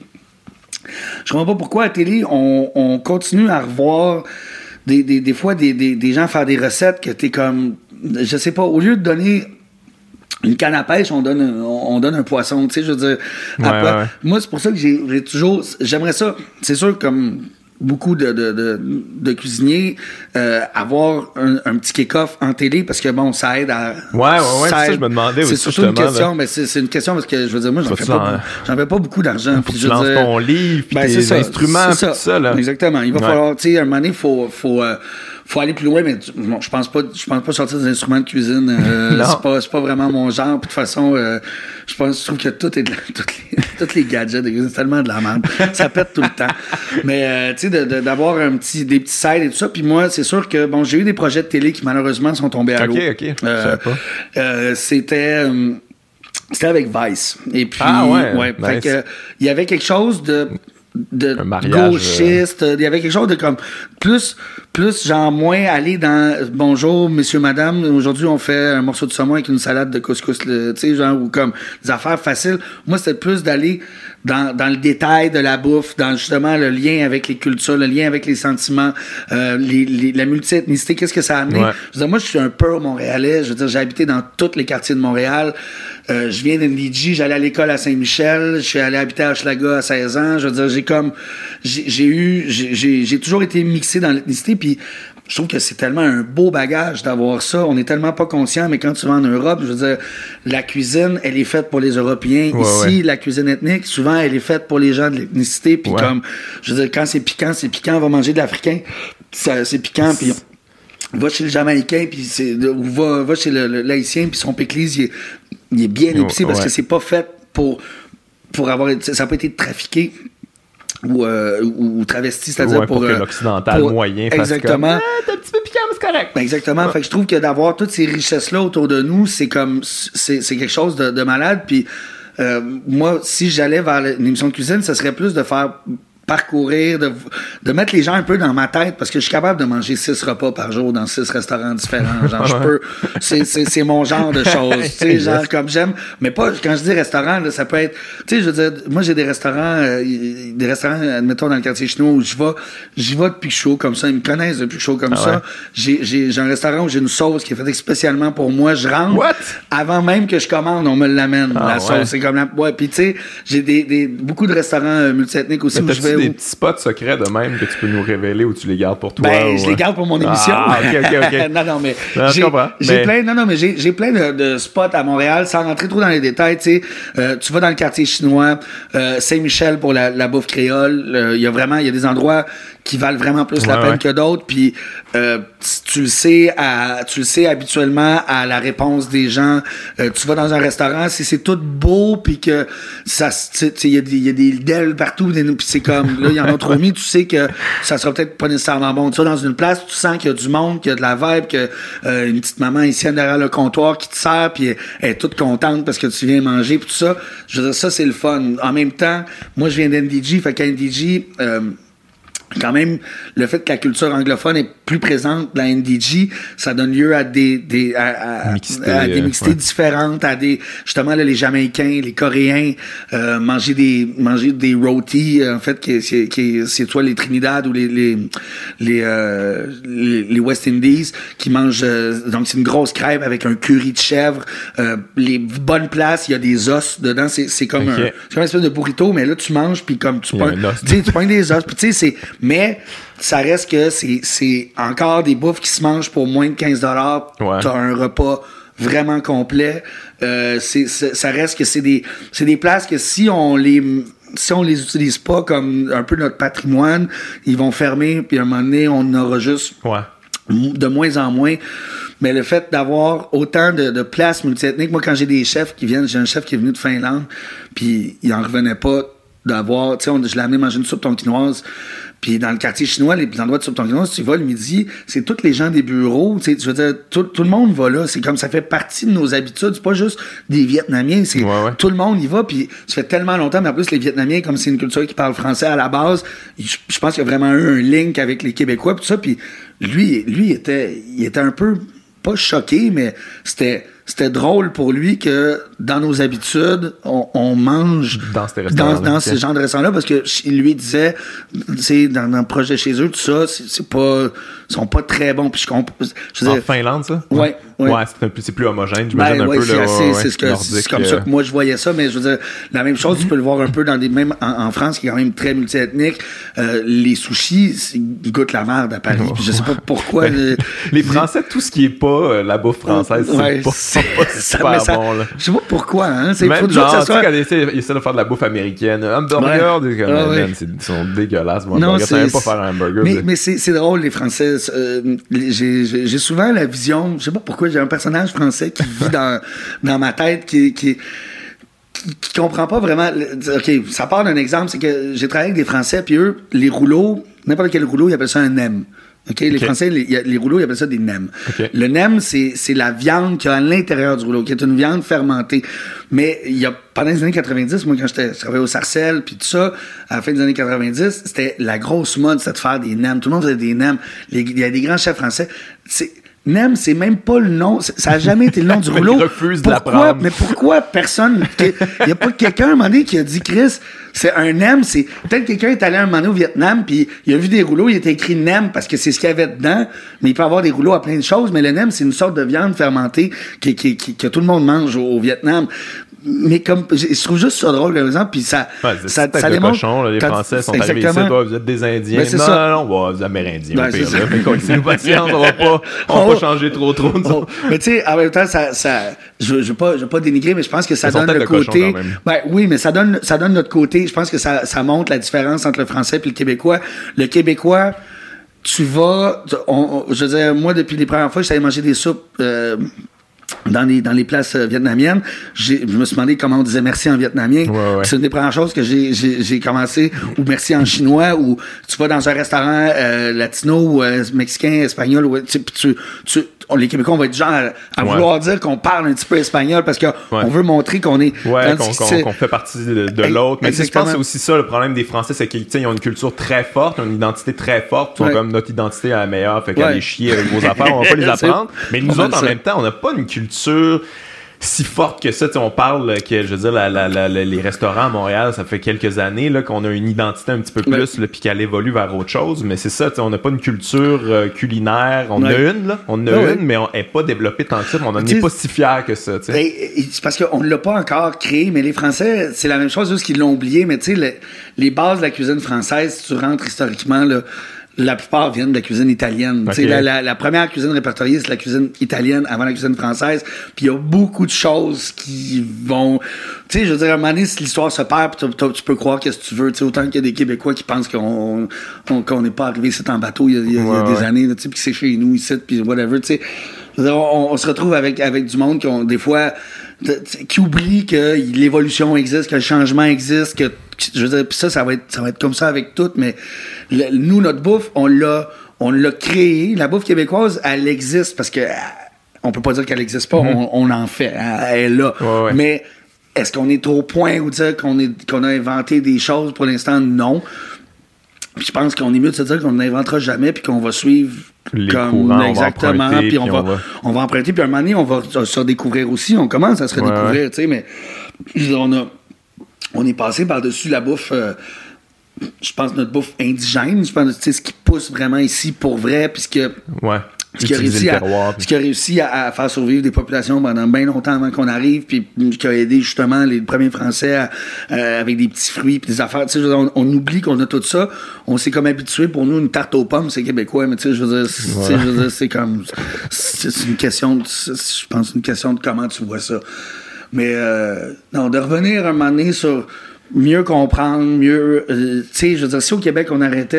je comprends pas pourquoi à la télé on continue à revoir des fois des gens faire des recettes que t'es comme, je sais pas, au lieu de donner une canne à pêche, on donne un poisson, tu sais, je veux dire. Moi, c'est pour ça que j'aimerais ça, c'est sûr, comme beaucoup de cuisiniers, avoir un petit kick-off en télé, parce que bon, ça aide à... c'est ça, je me demandais aussi. C'est surtout une question, mais c'est une question parce que, je veux dire, moi, j'en fais pas beaucoup d'argent. Faut que tu lances ton livre, puis tes instruments, puis tout ça, là. Exactement. Il va falloir, tu sais, à un moment donné, faut aller plus loin, mais je pense pas sortir des instruments de cuisine. C'est pas vraiment mon genre. Puis de toute façon, je trouve que tous les gadgets de cuisine, c'est tellement de la merde. Ça pète tout le temps. Mais tu sais, d'avoir des petits sides et tout ça. Puis moi, c'est sûr que bon, j'ai eu des projets de télé qui malheureusement sont tombés à l'eau. Ok. Je savais pas. C'était avec Vice. Et puis, nice. Fait que il y avait quelque chose de mariage, gauchiste, il y avait quelque chose de comme plus genre moins aller dans bonjour monsieur madame, aujourd'hui on fait un morceau de saumon avec une salade de couscous, tu sais, genre, ou comme des affaires faciles. Moi c'était plus d'aller dans le détail de la bouffe, dans justement le lien avec les cultures, le lien avec les sentiments, la multi-ethnicité, qu'est-ce que ça a amené. Je veux dire, moi je suis un peu montréalais, je veux dire, j'ai habité dans tous les quartiers de Montréal. Je viens d'Indiji, j'allais à l'école à Saint-Michel, je suis allé habiter à Hochelaga à 16 ans. Je veux dire, j'ai toujours été mixé dans l'ethnicité, puis je trouve que c'est tellement un beau bagage d'avoir ça. On est tellement pas conscient, mais quand tu vas en Europe, je veux dire, la cuisine, elle est faite pour les Européens. Ici, la cuisine ethnique, souvent, elle est faite pour les gens de l'ethnicité. Puis comme, je veux dire, quand c'est piquant, on va manger de l'africain. C'est piquant, puis va chez le Jamaïcain, puis ou va chez l'Haïtien, puis son péclise, il est bien épicé parce que c'est pas fait pour avoir... Ça n'a pas été trafiqué ou travesti, c'est-à-dire pour que l'occidental moyen fasse exactement. T'es un petit peu piquant, mais c'est correct. Exactement. Fait que je trouve que d'avoir toutes ces richesses-là autour de nous, c'est quelque chose de malade. Puis moi, si j'allais vers une émission de cuisine, ce serait plus de faire parcourir, de mettre les gens un peu dans ma tête, parce que je suis capable de manger 6 repas par jour dans 6 restaurants différents. Genre, je peux, c'est mon genre de choses, tu sais, genre, comme j'aime, mais pas, quand je dis restaurant, là, ça peut être, tu sais, je veux dire, moi, j'ai des restaurants, admettons, dans le quartier chinois où j'y vais depuis chaud, comme ça, ils me connaissent depuis chaud, comme ça. Ouais. J'ai un restaurant où j'ai une sauce qui est faite spécialement pour moi, je rentre, avant même que je commande, on me l'amène, la sauce, c'est comme puis tu sais, j'ai beaucoup de restaurants multiethniques aussi où je vais. Des petits spots secrets de même que tu peux nous révéler ou tu les gardes pour toi? Je les garde pour mon émission. OK. non, mais je comprends. J'ai plein de spots à Montréal, sans rentrer trop dans les détails, tu sais. Tu vas dans le quartier chinois, Saint-Michel pour la bouffe créole. Il y a des endroits qui valent vraiment plus la peine que d'autres, puis tu le sais habituellement à la réponse des gens. Tu vas dans un restaurant, si c'est tout beau, puis que ça, il y a des DEL partout, puis c'est comme là, il y en a trop mis, tu sais que ça sera peut-être pas nécessairement bon. Tu vas dans une place, tu sens qu'il y a du monde, qu'il y a de la vibe, que une petite maman ici derrière le comptoir qui te sert, puis elle est toute contente parce que tu viens manger, puis tout ça. Je veux dire, ça, c'est le fun. En même temps, moi, je viens d'NDG, fait qu'à NDG, quand même, le fait que la culture anglophone est plus présente dans NDG, ça donne lieu à des mixités différentes, justement, là, les Jamaïcains, les Coréens, manger des rotis, en fait, c'est soit les Trinidad ou les West Indies, qui mangent, donc c'est une grosse crêpe avec un curry de chèvre, les bonnes places, il y a des os dedans, c'est comme c'est comme une espèce de burrito, mais là, tu manges, puis comme tu pognes des os, puis tu sais, mais ça reste que c'est encore des bouffes qui se mangent pour moins de 15$. T'as un repas vraiment complet. Ça reste que c'est des places que si on les utilise pas comme un peu notre patrimoine, ils vont fermer, puis à un moment donné, on en aura juste de moins en moins. Mais le fait d'avoir autant de places multiethniques, moi, quand j'ai des chefs qui viennent, j'ai un chef qui est venu de Finlande, puis il en revenait pas d'avoir, tu sais, je l'ai amené manger une soupe tonkinoise. Puis dans le quartier chinois, les endroits de soupe tonkinoise, tu vas le midi, c'est tous les gens des bureaux, tu sais, je veux dire, tout le monde va là. C'est comme ça fait partie de nos habitudes. C'est pas juste des Vietnamiens, c'est tout le monde y va. Puis ça fait tellement longtemps, mais en plus les Vietnamiens, comme c'est une culture qui parle français à la base, je pense qu'il y a vraiment eu un link avec les Québécois, puis tout ça. Puis lui, il était un peu pas choqué, mais c'était drôle pour lui que dans nos habitudes, on mange dans ce genre de restaurants-là, parce que il lui disait, dans le projet chez eux, tout ça, c'est pas, sont pas très bons. Puis en Finlande, ça? Ouais. C'est plus homogène, j'imagine un peu. C'est comme ça que moi je voyais ça, mais je veux dire, la même chose, tu peux le voir un peu même en France, qui est quand même très multiethnique. Les sushis, ils goûtent la merde à Paris. Je sais pas pourquoi. Les Français, tout ce qui est pas la bouffe française, c'est pas super bon, là. Je sais pas pourquoi, hein. Même genre, quand ils essaient de faire de la bouffe américaine, hamburger, ils sont dégueulasses. Moi, je ne même pas faire un hamburger. Mais c'est drôle, les Français. J'ai souvent la vision, je sais pas pourquoi, j'ai un personnage français qui vit dans ma tête, qui comprend pas vraiment. OK, ça part d'un exemple, c'est que j'ai travaillé avec des Français, puis eux, les rouleaux, n'importe quel rouleau, ils appellent ça un nem. Les Français, les rouleaux, ils appellent ça des nems. Le nem, c'est la viande qu'il y a à l'intérieur du rouleau, qui est une viande fermentée. Mais pendant les années 90, moi, quand je travaillais au Sarcelles, puis tout ça, à la fin des années 90, c'était la grosse mode, c'était de faire des nems. Tout le monde faisait des nems. Il y a des grands chefs français. Nem, c'est même pas le nom. Ça a jamais été le nom du rouleau. Ils refusent de l'apprendre. Mais pourquoi personne... Il y a pas quelqu'un, à un moment donné, qui a dit, Chris, c'est un nem, c'est... Peut-être quelqu'un est allé un moment donné au Vietnam, puis il a vu des rouleaux, il était écrit nem, parce que c'est ce qu'il y avait dedans, mais il peut y avoir des rouleaux à plein de choses, mais le nem, c'est une sorte de viande fermentée que tout le monde mange au Vietnam. Mais comme je trouve juste ça drôle, par exemple, puis ça démontre cochon, là, les Français sont arrivés ici, vous êtes des Indiens. Non, vous êtes Amérindiens, au pire. C'est patience, on va pas changer trop. Mais tu sais, en même temps, je veux pas dénigrer, mais je pense que ça donne le côté. Oui, mais ça donne notre côté. Je pense que ça montre la différence entre le français et le québécois. Le québécois, tu vas... je veux dire, moi, depuis les premières fois, j'allais manger des soupes... dans les places vietnamiennes, je me suis demandé comment on disait merci en vietnamien. Ouais. C'est une des premières choses que j'ai commencé, ou merci en chinois, ou tu vas dans un restaurant latino ou mexicain, espagnol, ou les Québécois, on va être du genre à vouloir dire qu'on parle un petit peu espagnol parce qu'on veut montrer qu'on est... qu'on fait partie de l'autre. Mais je pense que c'est aussi ça, le problème des Français, c'est qu'ils ont une culture très forte, une identité très forte. Ils sont comme notre identité est la meilleure, fait qu'aller chier avec vos affaires, on va pas les apprendre. Mais nous autres, en même temps, on n'a pas une culture si forte que ça. On parle que, je veux dire, les restaurants à Montréal, ça fait quelques années là, qu'on a une identité un petit peu plus, puis qu'elle évolue vers autre chose. Mais c'est ça, on n'a pas une culture culinaire. On a une, là. On a une, mais on n'est pas développée tant que ça. On n'en est pas si fiers que ça. C'est parce qu'on ne l'a pas encore créé, mais les Français, c'est la même chose, juste qu'ils l'ont oublié. Mais tu sais, les bases de la cuisine française, si tu rentres historiquement, là, la plupart viennent de la cuisine italienne. Okay. La première cuisine répertoriée, c'est la cuisine italienne avant la cuisine française. Puis il y a beaucoup de choses qui vont... Tu sais, je veux dire, à un moment donné, si l'histoire se perd, tu peux croire qu'est-ce que tu veux. Tu sais, autant qu'il y a des Québécois qui pensent qu'on n'est pas arrivé ici en bateau il y a des années, tu sais, puis que c'est chez nous ici, puis whatever, tu sais. On se retrouve avec du monde qui ont des fois... qui oublie que l'évolution existe, que le changement existe, que je veux dire, pis ça va être comme ça avec tout, mais nous, notre bouffe, on l'a créée. La bouffe québécoise, elle existe parce que on peut pas dire qu'elle existe pas, on en fait, elle est là. Ouais. Mais est-ce qu'on est au point où dire qu'on a inventé des choses? Pour l'instant, non. Puis je pense qu'on est mieux de se dire qu'on n'inventera jamais puis qu'on va suivre les comme courants, exactement, puis on va emprunter, puis à un moment donné, on va se redécouvrir aussi. On commence à se redécouvrir, tu sais, mais on est passé par-dessus la bouffe, je pense, notre bouffe indigène, je pense, tu sais, ce qui pousse vraiment ici pour vrai, puis ce qui a réussi à faire survivre des populations pendant bien longtemps avant qu'on arrive, puis qui a aidé justement les premiers Français avec des petits fruits puis des affaires. Tu sais, on oublie qu'on a tout ça. On s'est comme habitué, pour nous, une tarte aux pommes, c'est québécois, mais tu sais, je veux dire, c'est comme... C'est une question, je pense, une question de comment tu vois ça. Mais non, de revenir un moment donné sur mieux comprendre, mieux... tu sais, je veux dire, si au Québec, on arrêtait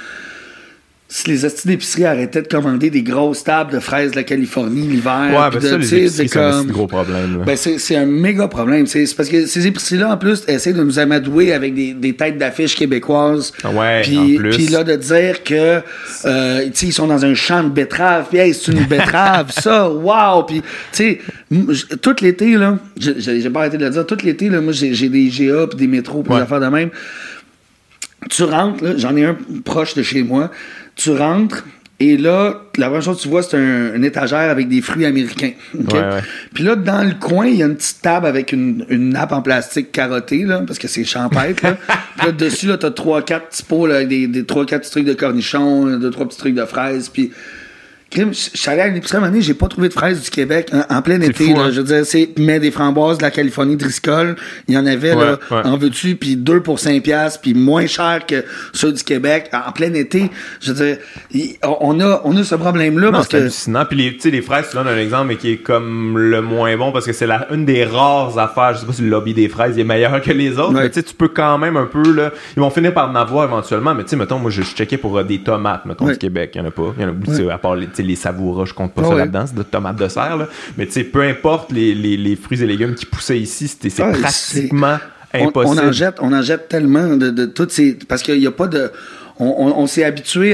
si les hosties d'épicerie arrêtaient de commander des grosses tables de fraises de la Californie l'hiver... Ouais, ben ça, les épiceries, c'est un gros problème. Là. Ben c'est un méga problème. C'est parce que ces épiceries-là, en plus, essaient de nous amadouer avec des têtes d'affiches québécoises. Ouais, en plus. Puis là, de dire que, tu sais, ils sont dans un champ de betteraves. Puis, hey, c'est une betterave, ça, wow! Puis, tu sais, tout l'été, là, j'ai pas arrêté de le dire, tout l'été, là, moi, j'ai des GA puis des métros puis des affaires de même. Tu rentres, là, j'en ai un proche de chez moi. Tu rentres, et là, la première chose que tu vois, c'est une étagère avec des fruits américains. Okay? Ouais. Puis là, dans le coin, il y a une petite table avec une nappe en plastique carottée, là, parce que c'est champêtre. Là. Puis là, dessus, là, t'as 3-4 petits pots, là, avec des 3-4 petits trucs de cornichons, 2-3 petits trucs de fraises, puis... Je suis allé à l'épicerie à un moment donné, j'ai pas trouvé de fraises du Québec en plein été. Fou, là, je veux dire, mais des framboises de la Californie Driscoll, il y en avait en veux-tu, puis 2 pour 5$, puis moins cher que ceux du Québec en plein été. Je veux dire, on a ce problème-là. Non, parce c'est hallucinant. Puis les fraises, tu donnes un exemple, mais qui est comme le moins bon, parce que c'est une des rares affaires. Je sais pas si le lobby des fraises est meilleur que les autres, mais tu sais, tu peux quand même un peu, là, ils vont finir par en avoir éventuellement, mais tu sais, mettons, moi, je checkais pour des tomates, mettons, du Québec. Il y en a pas. Il y en a beaucoup, à part les savouras, je compte pas ça là-dedans, c'est de tomates de serre, là. Mais tu sais, peu importe les fruits et légumes qui poussaient ici, c'est pratiquement impossible. On en jette tellement de toutes ces... Parce qu'il y a pas de... On s'est habitué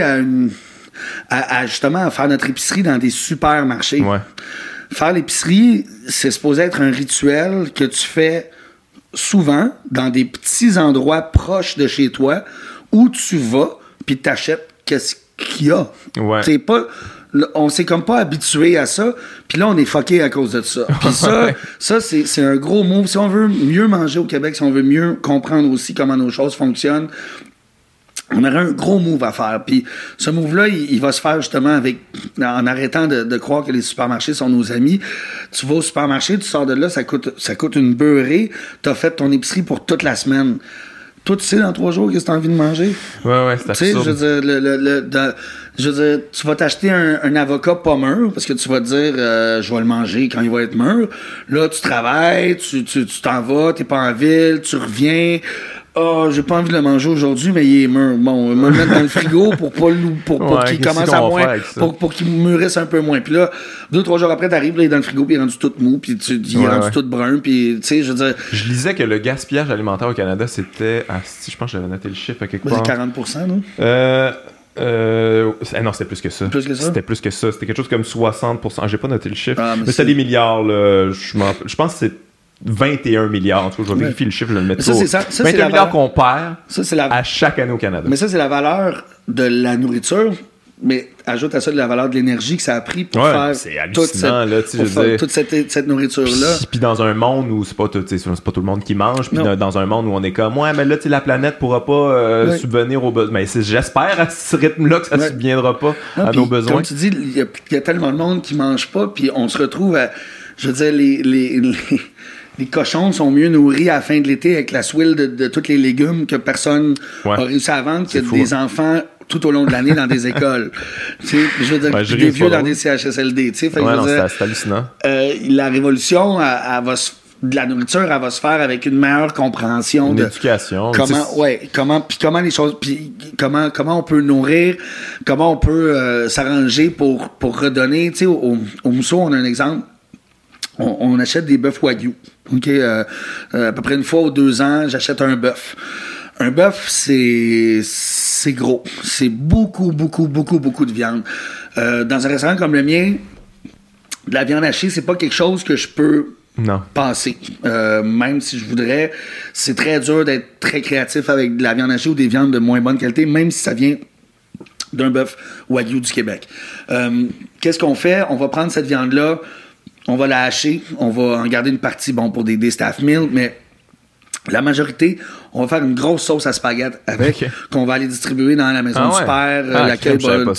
à justement à faire notre épicerie dans des supermarchés. Ouais. Faire l'épicerie, c'est supposé être un rituel que tu fais souvent dans des petits endroits proches de chez toi où tu vas puis t'achètes qu'est-ce qu'il y a. Ouais. C'est pas... On s'est comme pas habitué à ça, puis là, on est fucké à cause de ça. Puis ça c'est un gros move. Si on veut mieux manger au Québec, si on veut mieux comprendre aussi comment nos choses fonctionnent, on aurait un gros move à faire. Puis ce move-là, il va se faire justement en arrêtant de croire que les supermarchés sont nos amis. Tu vas au supermarché, tu sors de là, ça coûte une beurrée. T'as fait ton épicerie pour toute la semaine. Toi, tu sais, dans 3 jours, qu'est-ce que t'as envie de manger? Ouais, c'est absurde. Tu sais, je veux dire, tu vas t'acheter un avocat pas mûr, parce que tu vas te dire, je vais le manger quand il va être mûr. Là, tu travailles, tu t'en vas, t'es pas en ville, tu reviens. Oh, j'ai pas envie de le manger aujourd'hui, mais il est mûr. Bon, on va le mettre dans le frigo pour qu'il commence à moins, pour qu'il mûrisse un peu moins. Puis là, 2-3 jours après, t'arrives, là, il est dans le frigo, puis il est rendu tout mou, puis il est rendu tout brun, puis tu sais, je veux dire... Je lisais que le gaspillage alimentaire au Canada, c'était... je pense que j'avais noté le chiffre à quelque part. C'est 40%, non? Non, c'était plus que ça. Plus que ça? C'était plus que ça. C'était quelque chose comme 60%. J'ai pas noté le chiffre. Mais c'était des milliards, là. Je pense que c'est 21 milliards. Je vais vérifier le chiffre, je vais le mettre. Ça, 21 milliards qu'on perd à chaque année au Canada. Mais ça, c'est la valeur de la nourriture. Mais ajoute à ça de la valeur de l'énergie que ça a pris pour faire toute cette nourriture-là. Puis dans un monde où c'est pas tout le monde qui mange, puis dans un monde où on est comme mais là la planète pourra pas subvenir aux besoins. Mais j'espère à ce rythme-là que ça ne subviendra pas à nos besoins. Comme tu dis, il y a tellement de monde qui mange pas, puis on se retrouve à, je veux dire, les cochons sont mieux nourris à la fin de l'été avec la swile de tous les légumes que personne a réussi à vendre, que des enfants tout au long de l'année dans des écoles. Tu sais, je veux dire, des vieux dans des CHSLD. Tu sais, c'est hallucinant. La révolution, de la nourriture, elle va se faire avec une meilleure compréhension de l'éducation. Comment les choses, puis comment on peut nourrir, comment on peut s'arranger pour redonner. Tu sais, au Mousseau, on a un exemple. On achète des bœufs Wagyu. OK? À peu près une fois ou 2 ans, j'achète un bœuf. Un bœuf, c'est gros. C'est beaucoup de viande. Dans un restaurant comme le mien, de la viande hachée, c'est pas quelque chose que je peux passer. Même si je voudrais, c'est très dur d'être très créatif avec de la viande hachée ou des viandes de moins bonne qualité, même si ça vient d'un bœuf Wagyu du Québec. Qu'est-ce qu'on fait? On va prendre cette viande-là, on va la hacher, on va en garder une partie pour des staff meals, mais la majorité, on va faire une grosse sauce à spaghetti avec, qu'on va aller distribuer dans la maison du père, l'accueil,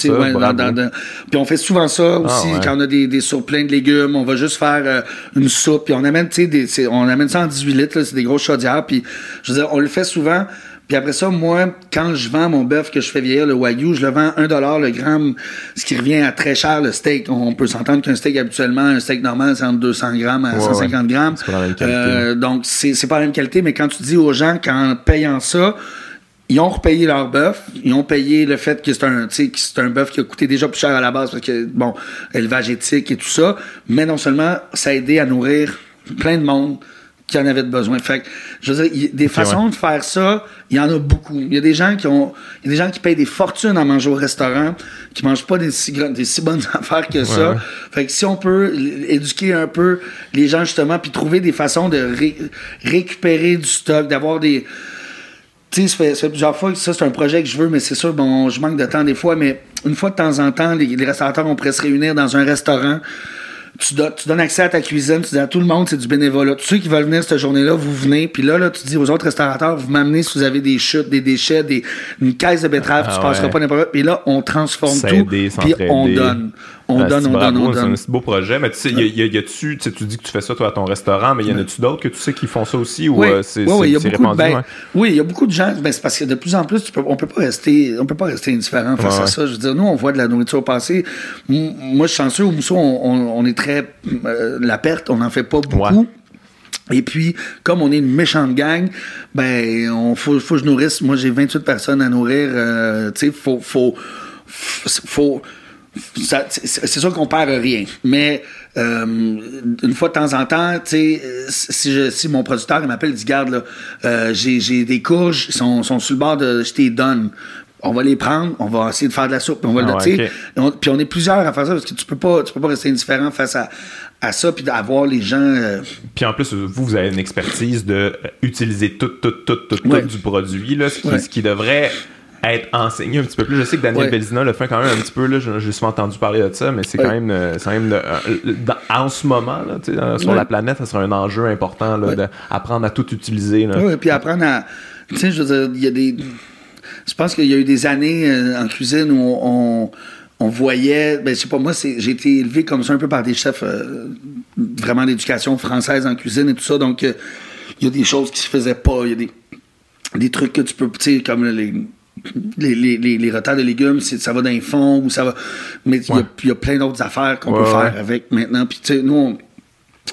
puis on fait souvent ça aussi quand on a des surpleins de légumes, on va juste faire une soupe, puis on amène ça en 18 litres, là, c'est des grosses chaudières, puis je veux dire, on le fait souvent. Puis après ça, moi, quand je vends mon bœuf que je fais vieillir, le Wagyu, je le vends $1 le gramme, ce qui revient à très cher le steak. On peut s'entendre qu'un steak habituellement, un steak normal, c'est entre 200 grammes à 150 grammes. C'est pas la même qualité. Donc, c'est pas la même qualité, mais quand tu dis aux gens qu'en payant ça, ils ont repayé leur bœuf, ils ont payé le fait que c'est un bœuf qui a coûté déjà plus cher à la base parce que, élevage éthique et tout ça, mais non seulement ça a aidé à nourrir plein de monde qui en avait besoin. Fait que, je veux dire, des façons de faire ça, il y en a beaucoup. Il y a des gens qui payent des fortunes à manger au restaurant, qui mangent pas des si bonnes affaires que ça. Fait que si on peut éduquer un peu les gens, justement, puis trouver des façons de récupérer du stock, d'avoir des... Tu sais, ça fait plusieurs fois que ça, c'est un projet que je veux, mais c'est sûr, je manque de temps des fois, mais une fois de temps en temps, les restaurateurs, on pourrait se réunir dans un restaurant. Tu donnes accès à ta cuisine, tu dis à tout le monde, c'est du bénévolat. Tous ceux qui veulent venir cette journée-là, vous venez, puis là, tu dis aux autres restaurateurs, vous m'amenez si vous avez des chutes, des déchets, une caisse de betterave, tu passeras pas n'importe quoi. Puis là, on transforme tout, puis on donne. On donne. C'est un beau projet, mais tu sais, tu dis que tu fais ça, toi, à ton restaurant, mais y en a-tu d'autres que tu sais qui font ça aussi, ou c'est répandu? Oui, il y a beaucoup de gens, c'est parce que de plus en plus, on peut pas rester indifférent face à ça. Je veux dire, nous, on voit de la nourriture passer. Moi, je suis chanceux, au Mousseau, on est très... la perte, on n'en fait pas beaucoup. Et puis, comme on est une méchante gang, faut que je nourrisse. Moi, j'ai 28 personnes à nourrir. Tu sais, faut c'est sûr qu'on perd rien, mais une fois de temps en temps, tu sais, si mon producteur il m'appelle, il dit garde là, j'ai des courges, ils sont sur le bord de je t'ai donne. On va les prendre, on va essayer de faire de la soupe, puis on va le noter. Puis on est plusieurs à faire ça parce que tu peux pas rester indifférent face à ça, puis d'avoir les gens. Puis en plus, vous avez une expertise de utiliser tout du produit là, ce qui devrait être enseigné un petit peu plus. Je sais que Daniel Bellizina le fait quand même un petit peu, là, j'ai souvent entendu parler de ça, mais c'est quand même en ce moment, là, sur la planète, ça serait un enjeu important là, d'apprendre à tout utiliser. Oui, puis apprendre à... Tu sais, je veux dire, il y a des... Je pense qu'il y a eu des années en cuisine où on voyait... je sais pas, moi, j'ai été élevé comme ça un peu par des chefs vraiment d'éducation française en cuisine et tout ça, donc il y a des choses qui se faisaient pas, il y a des trucs que tu peux... Tu sais, comme les retards de légumes, ça va dans les fonds, ou ça va... Mais il y a plein d'autres affaires qu'on peut faire avec maintenant. Puis, tu sais, nous,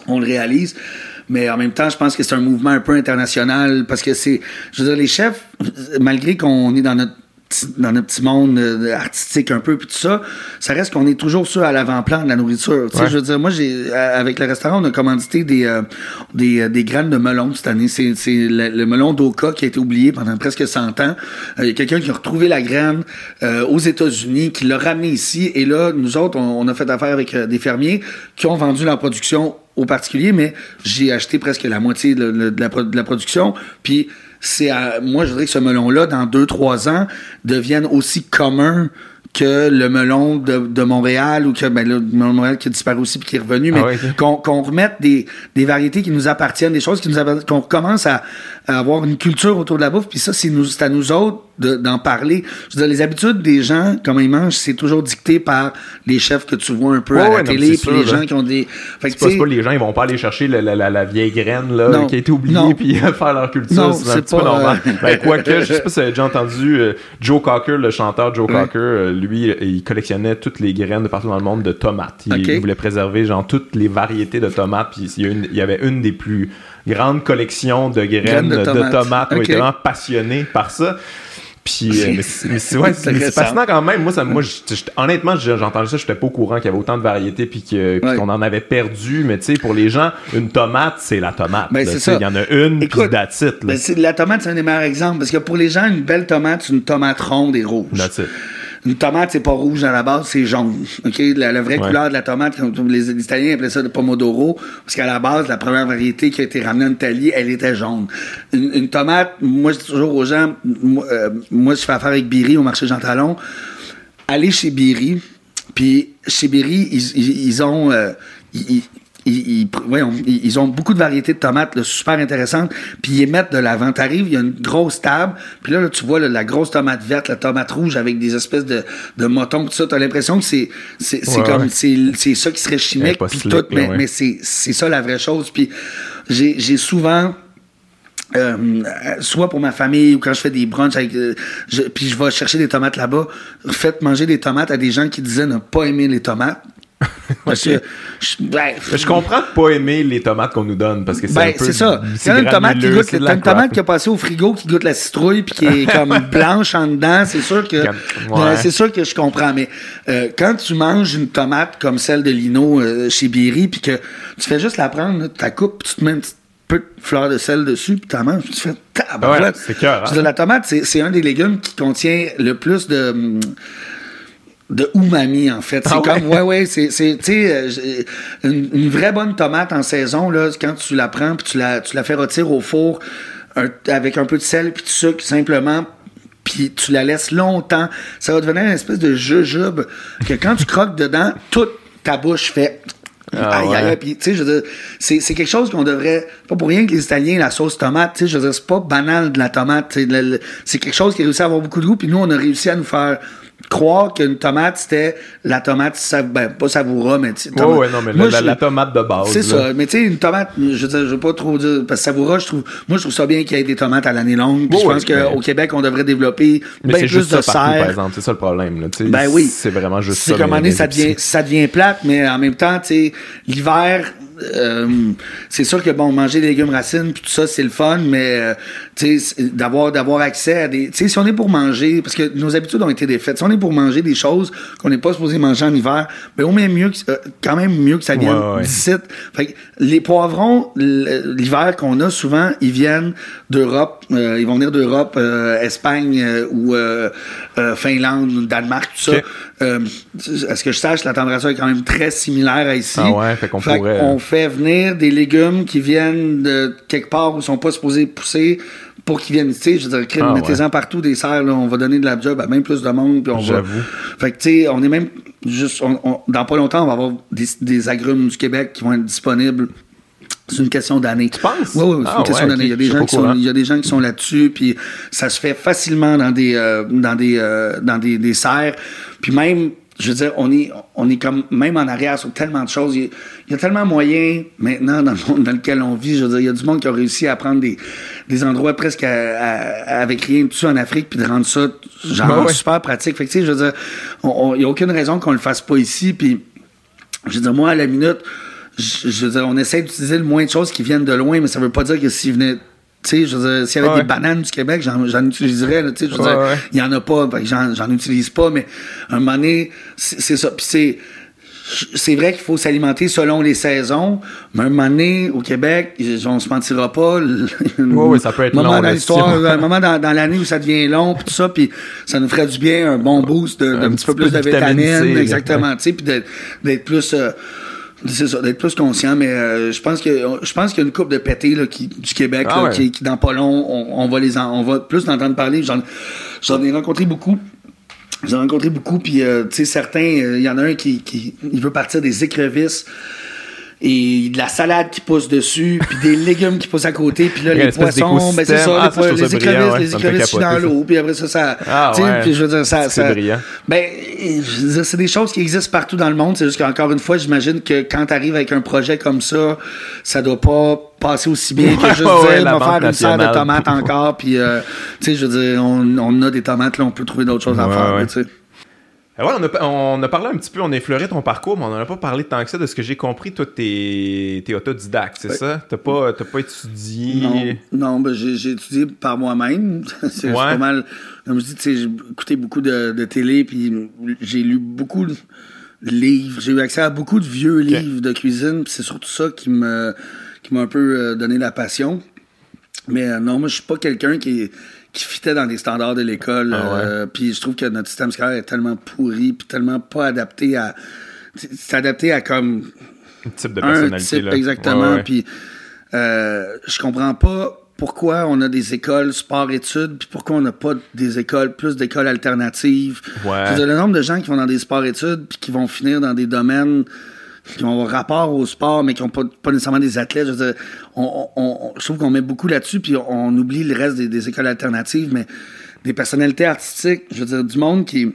on le réalise. Mais en même temps, je pense que c'est un mouvement un peu international parce que je veux dire, les chefs, malgré qu'on est dans notre petit monde artistique un peu puis tout ça, ça reste qu'on est toujours sur à l'avant-plan de la nourriture. Tu sais, je veux dire, moi avec le restaurant, on a commandité des graines de melon cette année. C'est le melon d'Oka qui a été oublié pendant presque 100 ans. Il y a quelqu'un qui a retrouvé la graine aux États-Unis, qui l'a ramené ici, et là, nous autres, on a fait affaire avec des fermiers qui ont vendu leur production aux particuliers, mais j'ai acheté presque la moitié de la production, puis moi, je dirais que ce melon-là, dans 2-3 ans, devienne aussi commun que le melon de Montréal ou que le melon de Montréal qui a disparu aussi puis qui est revenu, mais qu'on remette des variétés qui nous appartiennent, des choses qui nous appartiennent, qu'on commence à avoir une culture autour de la bouffe, puis ça, c'est à nous autres d'en parler. Je veux dire, les habitudes des gens, comment ils mangent, c'est toujours dicté par les chefs que tu vois un peu à la télé, puis les gens qui ont des... Fait que c'est pas les gens, ils vont pas aller chercher la vieille graine là, qui a été oubliée puis faire leur culture. Non, c'est un petit peu normal. Quoique, je sais pas si vous avez déjà entendu Joe Cocker, le chanteur Joe Cocker, lui, il collectionnait toutes les graines de partout dans le monde de tomates. Il voulait préserver genre toutes les variétés de tomates, puis il y avait une des plus grandes collections de graines de tomates. Il était vraiment passionné par ça. Puis c'est fascinant quand même. Moi honnêtement, j'ai entendu ça, j'étais pas au courant qu'il y avait autant de variétés puis qu'on en avait perdu. Mais tu sais, pour les gens, une tomate, c'est la tomate. Ben, c'est ça. Il y en a une, puis that's it. La tomate, c'est un des meilleurs exemples. Parce que pour les gens, une belle tomate, c'est une tomate ronde et rouge. That's it. Une tomate, c'est pas rouge à la base, c'est jaune. OK? La vraie couleur de la tomate, les Italiens appelaient ça le pomodoro, parce qu'à la base, la première variété qui a été ramenée en Italie, elle était jaune. Une tomate, moi, je dis toujours aux gens, moi, je fais affaire avec Biry au marché Jean Talon. Allez chez Biry, puis chez Biry, ils ont... Ils ont beaucoup de variétés de tomates là, super intéressantes, puis ils les mettent de l'avant. T'arrives, il y a une grosse table, puis là tu vois là, la grosse tomate verte, la tomate rouge avec des espèces de motons, tout ça. T'as l'impression que c'est ça qui serait chimique, puis tout, mais c'est ça la vraie chose. Puis j'ai souvent soit pour ma famille ou quand je fais des brunchs puis je vais chercher des tomates là-bas, faites manger des tomates à des gens qui disaient ne pas aimer les tomates. Parce que je comprends de pas aimer les tomates qu'on nous donne parce que c'est un peu c'est ça. T'as une tomate qui goûte, t'as une tomate qui a passé au frigo qui goûte la citrouille puis qui est comme blanche en dedans, c'est sûr que je comprends. Mais quand tu manges une tomate comme celle de Lino chez Biry puis que tu fais juste la prendre, tu la coupes, tu te mets un petit peu de fleur de sel dessus puis tu la manges, puis tu fais tabarouette. C'est cœur. La tomate, c'est un des légumes qui contient le plus de umami, en fait. C'est comme, tu sais, une vraie bonne tomate en saison, là, quand tu la prends puis tu la fais rôtir au four avec un peu de sel puis de sucre, simplement, puis tu la laisses longtemps, ça va devenir une espèce de jujube que quand tu croques dedans, toute ta bouche fait... Puis, tu sais, je veux dire, c'est quelque chose qu'on devrait, pas pour rien que les Italiens, la sauce tomate, tu sais, je veux dire, c'est pas banal de la tomate, c'est quelque chose qui a réussi à avoir beaucoup de goût, puis nous, on a réussi à nous faire croire qu'une tomate, c'était la tomate, pas savoura, mais la tomate de base. C'est ça. Mais tu sais, une tomate, je veux pas trop dire, parce que savoura, je trouve ça bien qu'il y ait des tomates à l'année longue. Puis je pense qu'au Québec, on devrait développer bien plus de serre. Par exemple, c'est ça le problème, là. Ben oui. C'est vraiment juste ça. C'est comme année, ça devient plate, mais en même temps, tu sais, l'hiver, c'est sûr que bon, manger des légumes racines puis tout ça, c'est le fun, mais tu sais, d'avoir accès à des, tu sais, si on est pour manger, parce que nos habitudes ont été défaites, si on est pour manger des choses qu'on n'est pas supposé manger en hiver, ben au même quand même mieux que ça vienne d'ici. Fait que les poivrons l'hiver qu'on a souvent, ils viennent d'Europe, ils vont venir d'Europe, Espagne ou Finlande, Danemark, tout ça. À ce que je sache, la température est quand même très similaire à ici. Fait qu'on pourrait... On fait venir des légumes qui viennent de quelque part où ils sont pas supposés pousser pour qu'ils viennent ici. Je veux dire, mettez-en partout des serres, là, on va donner de la job à même plus de monde. Puis Fait que, tu sais, on est même juste... dans pas longtemps, on va avoir des agrumes du Québec qui vont être disponibles. C'est une question d'année. Tu penses? Oui, c'est une question d'année. Il y a des gens qui sont là-dessus, puis ça se fait facilement dans des serres. Puis même, je veux dire, on est comme même en arrière sur tellement de choses. Il y a tellement moyen maintenant dans le monde dans lequel on vit. Je veux dire, il y a du monde qui a réussi à prendre des endroits presque avec rien dessus en Afrique, puis de rendre ça genre super pratique. Fait que tu sais, je veux dire, il y a aucune raison qu'on le fasse pas ici. Puis je veux dire, moi à la minute, je veux dire, on essaie d'utiliser le moins de choses qui viennent de loin, mais ça veut pas dire que s'ils venaient... Tu sais, je veux dire, s'il y avait des bananes du Québec, j'en utiliserais, tu sais, je veux dire, il y en a pas, j'en utilise pas, mais à un moment donné, c'est ça. Puis c'est vrai qu'il faut s'alimenter selon les saisons, mais à un moment donné, au Québec, on se mentira pas. Ça peut être long. Dans l'histoire, un moment dans l'année où ça devient long, puis tout ça, puis ça nous ferait du bien, un bon boost d'un petit peu plus de vitamines, exactement, tu sais, puis d'être plus... c'est ça, d'être plus conscient, mais je pense qu'il y a une couple de pétés là, du Québec qui dans pas long, on va plus entendre parler. J'en ai rencontré beaucoup. Puis tu sais, certains, il y en a un qui il veut partir des écrevisses et de la salade qui pousse dessus, puis des légumes qui poussent à côté, puis là, les poissons, ben c'est ça, les écrevisses dans l'eau, puis après ça, puis je veux dire, c'est brillant. Ben, je veux dire, c'est des choses qui existent partout dans le monde, c'est juste qu'encore une fois, j'imagine que quand t'arrives avec un projet comme ça doit pas passer aussi bien que juste dire, on va faire une serre de tomates encore, puis tu sais, je veux dire, on a des tomates, là, on peut trouver d'autres choses à faire, tu sais. On a parlé un petit peu, on a effleuré ton parcours, mais on n'en a pas parlé tant que ça. De ce que j'ai compris, toi, t'es autodidacte, c'est ça? T'as pas étudié? Non, ben j'ai étudié par moi-même. C'est pas mal. Comme je dis, tu sais, j'ai écouté beaucoup de télé, puis j'ai lu beaucoup de livres. J'ai eu accès à beaucoup de vieux livres de cuisine, puis c'est surtout ça qui m'a un peu donné la passion. Mais non, moi, je suis pas quelqu'un qui fitait dans les standards de l'école. Puis je trouve que notre système scolaire est tellement pourri puis tellement pas adapté à... C'est adapté à comme... Un type de personnalité, là. Exactement. Puis je comprends pas pourquoi on a des écoles sport-études puis pourquoi on n'a pas plus d'écoles alternatives. Je veux dire, le nombre de gens qui vont dans des sport-études puis qui vont finir dans des domaines qui ont rapport au sport, mais qui n'ont pas nécessairement des athlètes. Je veux dire, je trouve qu'on met beaucoup là-dessus, puis on oublie le reste des écoles alternatives, mais des personnalités artistiques, je veux dire, du monde qui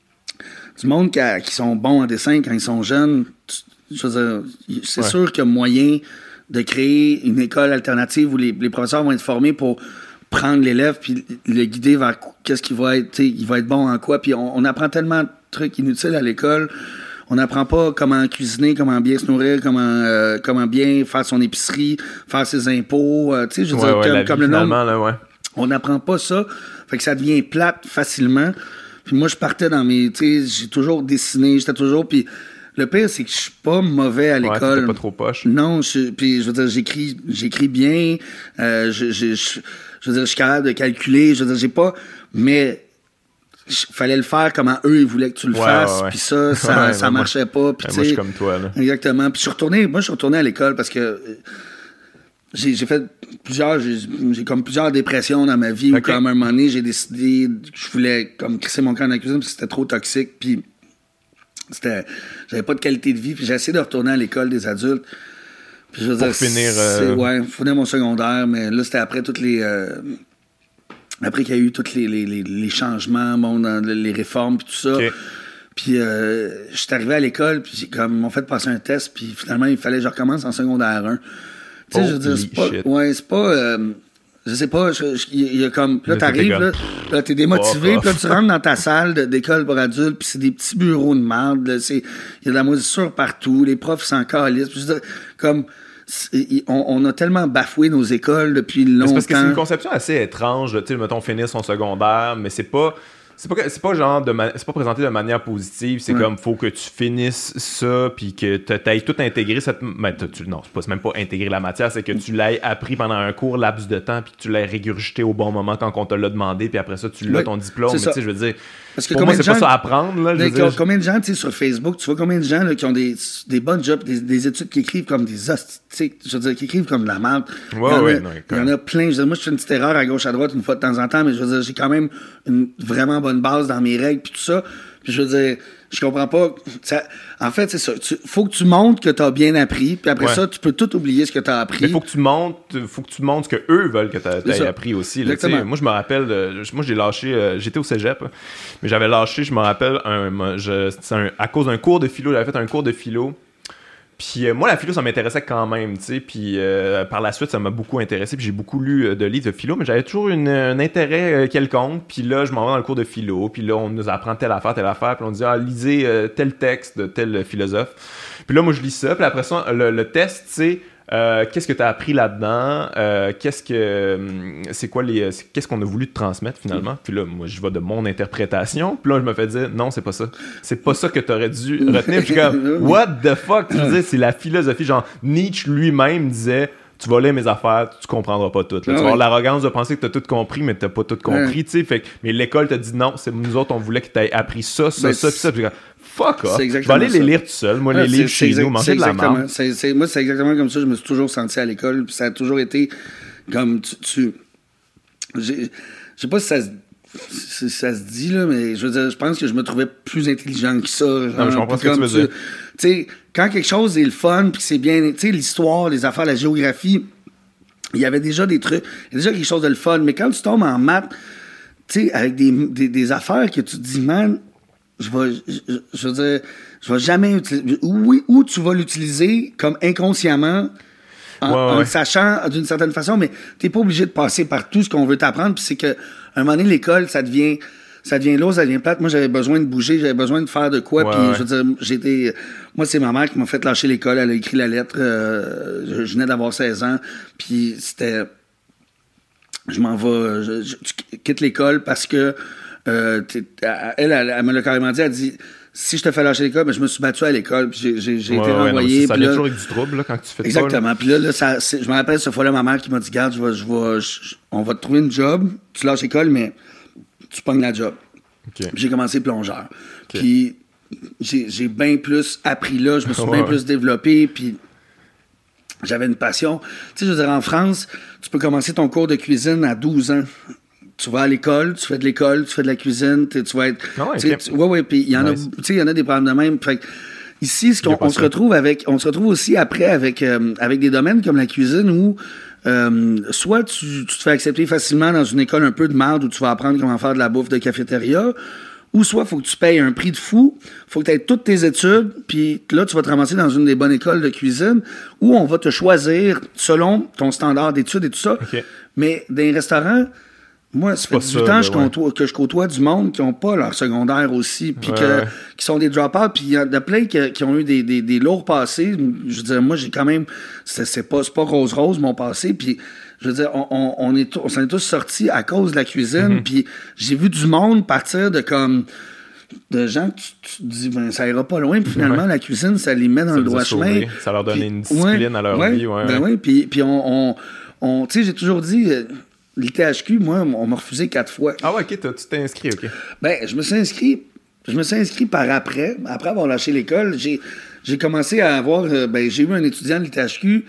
sont bons en dessin quand ils sont jeunes. Je veux dire, c'est sûr qu'il y a moyen de créer une école alternative où les professeurs vont être formés pour prendre l'élève puis le guider vers qu'est-ce qu'il va être, il va être bon en quoi. Puis on apprend tellement de trucs inutiles à l'école. On n'apprend pas comment cuisiner, comment bien se nourrir, comment bien faire son épicerie, faire ses impôts. Tu sais, je veux dire, comme le nom. On n'apprend pas ça. Fait que ça devient plate facilement. Puis moi, je partais dans mes... Tu sais, j'ai toujours dessiné, j'étais toujours... Puis le pire, c'est que je suis pas mauvais à l'école. T'étais pas trop poche. Non, puis je veux dire, j'écris bien. Je veux dire, je suis capable de calculer. Je veux dire, j'ai pas... Mais... fallait le faire comment eux ils voulaient que tu le fasses, puis ça marchait pas. Puis moi je suis comme toi là. Exactement. Puis je suis retourné à l'école parce que j'ai fait j'ai comme plusieurs dépressions dans ma vie où comme à un moment donné j'ai décidé que je voulais comme crisser mon camp dans la cuisine parce que c'était trop toxique, puis j'avais pas de qualité de vie, puis j'ai essayé de retourner à l'école des adultes. Puis je veux dire, finir mon secondaire, mais là c'était après toutes les après qu'il y a eu tous les changements, dans les réformes, puis tout ça. Puis je suis arrivé à l'école, puis ils m'ont fait passer un test, puis finalement, il fallait que je recommence en secondaire 1. Tu sais, je veux dire, c'est pas... Ouais, c'est pas... je sais pas, il y a comme... Là, t'arrives, là t'es démotivé, puis là, tu rentres dans ta salle d'école pour adultes, puis c'est des petits bureaux de merde, il y a de la moisissure partout, les profs s'en calissent, puis je veux dire, comme... On a tellement bafoué nos écoles depuis longtemps. C'est parce que c'est une conception assez étrange, tu sais, mettons, finir son secondaire, mais c'est pas genre c'est pas présenté de manière positive, c'est comme faut que tu finisses ça puis que t'ailles tout intégrer cette c'est même pas intégrer la matière, c'est que tu l'aies appris pendant un court laps de temps puis que tu l'aies régurgité au bon moment quand on te l'a demandé, puis après ça tu l'as ton diplôme, mais tu sais, je veux dire, parce que pour moi c'est pas ça à apprendre là, combien de gens, tu sais, sur Facebook, tu vois combien de gens là, qui ont des bonnes jobs, des études qui écrivent comme des je veux dire, qui écrivent comme de la merde. Il y en a plein. Je veux dire, moi je fais une petite erreur à gauche à droite une fois de temps en temps, mais je veux dire, j'ai quand même une vraiment bonne base dans mes règles puis tout ça. Puis je veux dire, je comprends pas. En fait, c'est ça. Faut que tu montres que t'as bien appris, puis après ça, tu peux tout oublier ce que t'as appris. Mais faut que tu montres ce que eux veulent que t'aies appris aussi. Là, moi, je me rappelle, moi j'ai lâché, j'étais au cégep, mais j'avais lâché, je me rappelle, à cause d'un cours de philo, j'avais fait un cours de philo. Puis moi, la philo, ça m'intéressait quand même, tu sais. Puis par la suite, ça m'a beaucoup intéressé. Puis j'ai beaucoup lu de livres de philo, mais j'avais toujours un intérêt quelconque. Puis là, je m'en vais dans le cours de philo. Puis là, on nous apprend telle affaire. Puis on dit, lisez tel texte de tel philosophe. Puis là, moi, je lis ça. Puis après ça, le test, tu sais, qu'est-ce que tu as appris là-dedans? Qu'est-ce qu'on a voulu te transmettre finalement? Puis là, moi, je vais de mon interprétation. Puis là, je me fais dire, non, c'est pas ça. C'est pas ça que tu aurais dû retenir. Puis je suis comme, what the fuck? Tu veux dire, c'est la philosophie. Genre, Nietzsche lui-même disait, tu vas lire mes affaires, tu comprendras pas tout. Là. Tu vas avoir l'arrogance de penser que tu as tout compris, mais tu n'as pas tout compris. Tu sais, mais l'école t'a dit non, c'est nous autres, on voulait que tu aies appris ça, puis ça. Puis fuck off. Je vais aller les lire tout seul. Moi, les livres chez nous, manger de la merde. Moi, c'est exactement comme ça. Je me suis toujours senti à l'école. Puis ça a toujours été comme je sais pas si ça se dit, là, mais je veux dire, je pense que je me trouvais plus intelligent que ça. Genre, non, je comprends ce que tu veux dire. Tu sais, quand quelque chose est le fun, puis c'est bien, tu sais, l'histoire, les affaires, la géographie, il y avait déjà des trucs, il y a déjà quelque chose de le fun. Mais quand tu tombes en maths, tu sais, avec des affaires que tu te dis, man, je veux dire, je vais jamais utiliser. Oui, ou tu vas l'utiliser comme inconsciemment, en le sachant d'une certaine façon, mais t'es pas obligé de passer par tout ce qu'on veut t'apprendre. Puis c'est que, à un moment donné, l'école, ça devient lourd, ça devient plate. Moi, j'avais besoin de bouger, j'avais besoin de faire de quoi. Puis je veux dire, moi, c'est ma mère qui m'a fait lâcher l'école. Elle a écrit la lettre. Je venais d'avoir 16 ans. Puis c'était, je m'en vais, tu quittes l'école parce que elle me l'a carrément dit. Elle dit, si je te fais lâcher l'école, ben, je me suis battu à l'école, puis j'ai été renvoyé. Ça vient toujours avec du trouble là, quand tu fais exactement. ça. Exactement. Puis là je me rappelle cette fois-là, ma mère qui m'a dit, garde, on va te trouver une job, tu lâches l'école, mais tu pognes la job. Okay. Puis j'ai commencé plongeur. Okay. Puis j'ai bien plus appris là, je me suis bien plus développé, puis j'avais une passion. Tu sais, je veux dire, en France, tu peux commencer ton cours de cuisine à 12 ans. Tu vas à l'école, tu fais de l'école, tu fais de la cuisine, tu vas être... puis il y en a, tu sais, il y en a des problèmes de même. Fait que ici, on se retrouve aussi après avec des domaines comme la cuisine où soit tu te fais accepter facilement dans une école un peu de merde où tu vas apprendre comment faire de la bouffe de cafétéria, ou soit il faut que tu payes un prix de fou, faut que tu aies toutes tes études, puis là, tu vas te ramasser dans une des bonnes écoles de cuisine où on va te choisir selon ton standard d'études et tout ça. Okay. Mais dans les restaurants... Moi, ça fait 18 ans que je côtoie du monde qui n'ont pas leur secondaire aussi, puis qui sont des drop-outs, puis il y en a plein qui ont eu des lourds passés. Je veux dire, moi, j'ai quand même... C'est pas rose-rose, mon passé, puis je veux dire, on s'en est tous sortis à cause de la cuisine, puis j'ai vu du monde partir de gens que tu te dis, ben, ça ira pas loin, puis finalement, la cuisine, ça les met dans le droit chemin. Ça leur donne une discipline à leur vie. Puis on tu sais, j'ai toujours dit... L'ITHQ, moi, on m'a refusé 4 fois. Ah ouais, OK, tu t'es inscrit, OK. Ben, je me suis inscrit par après avoir lâché l'école. J'ai commencé à avoir... j'ai eu un étudiant de l'ITHQ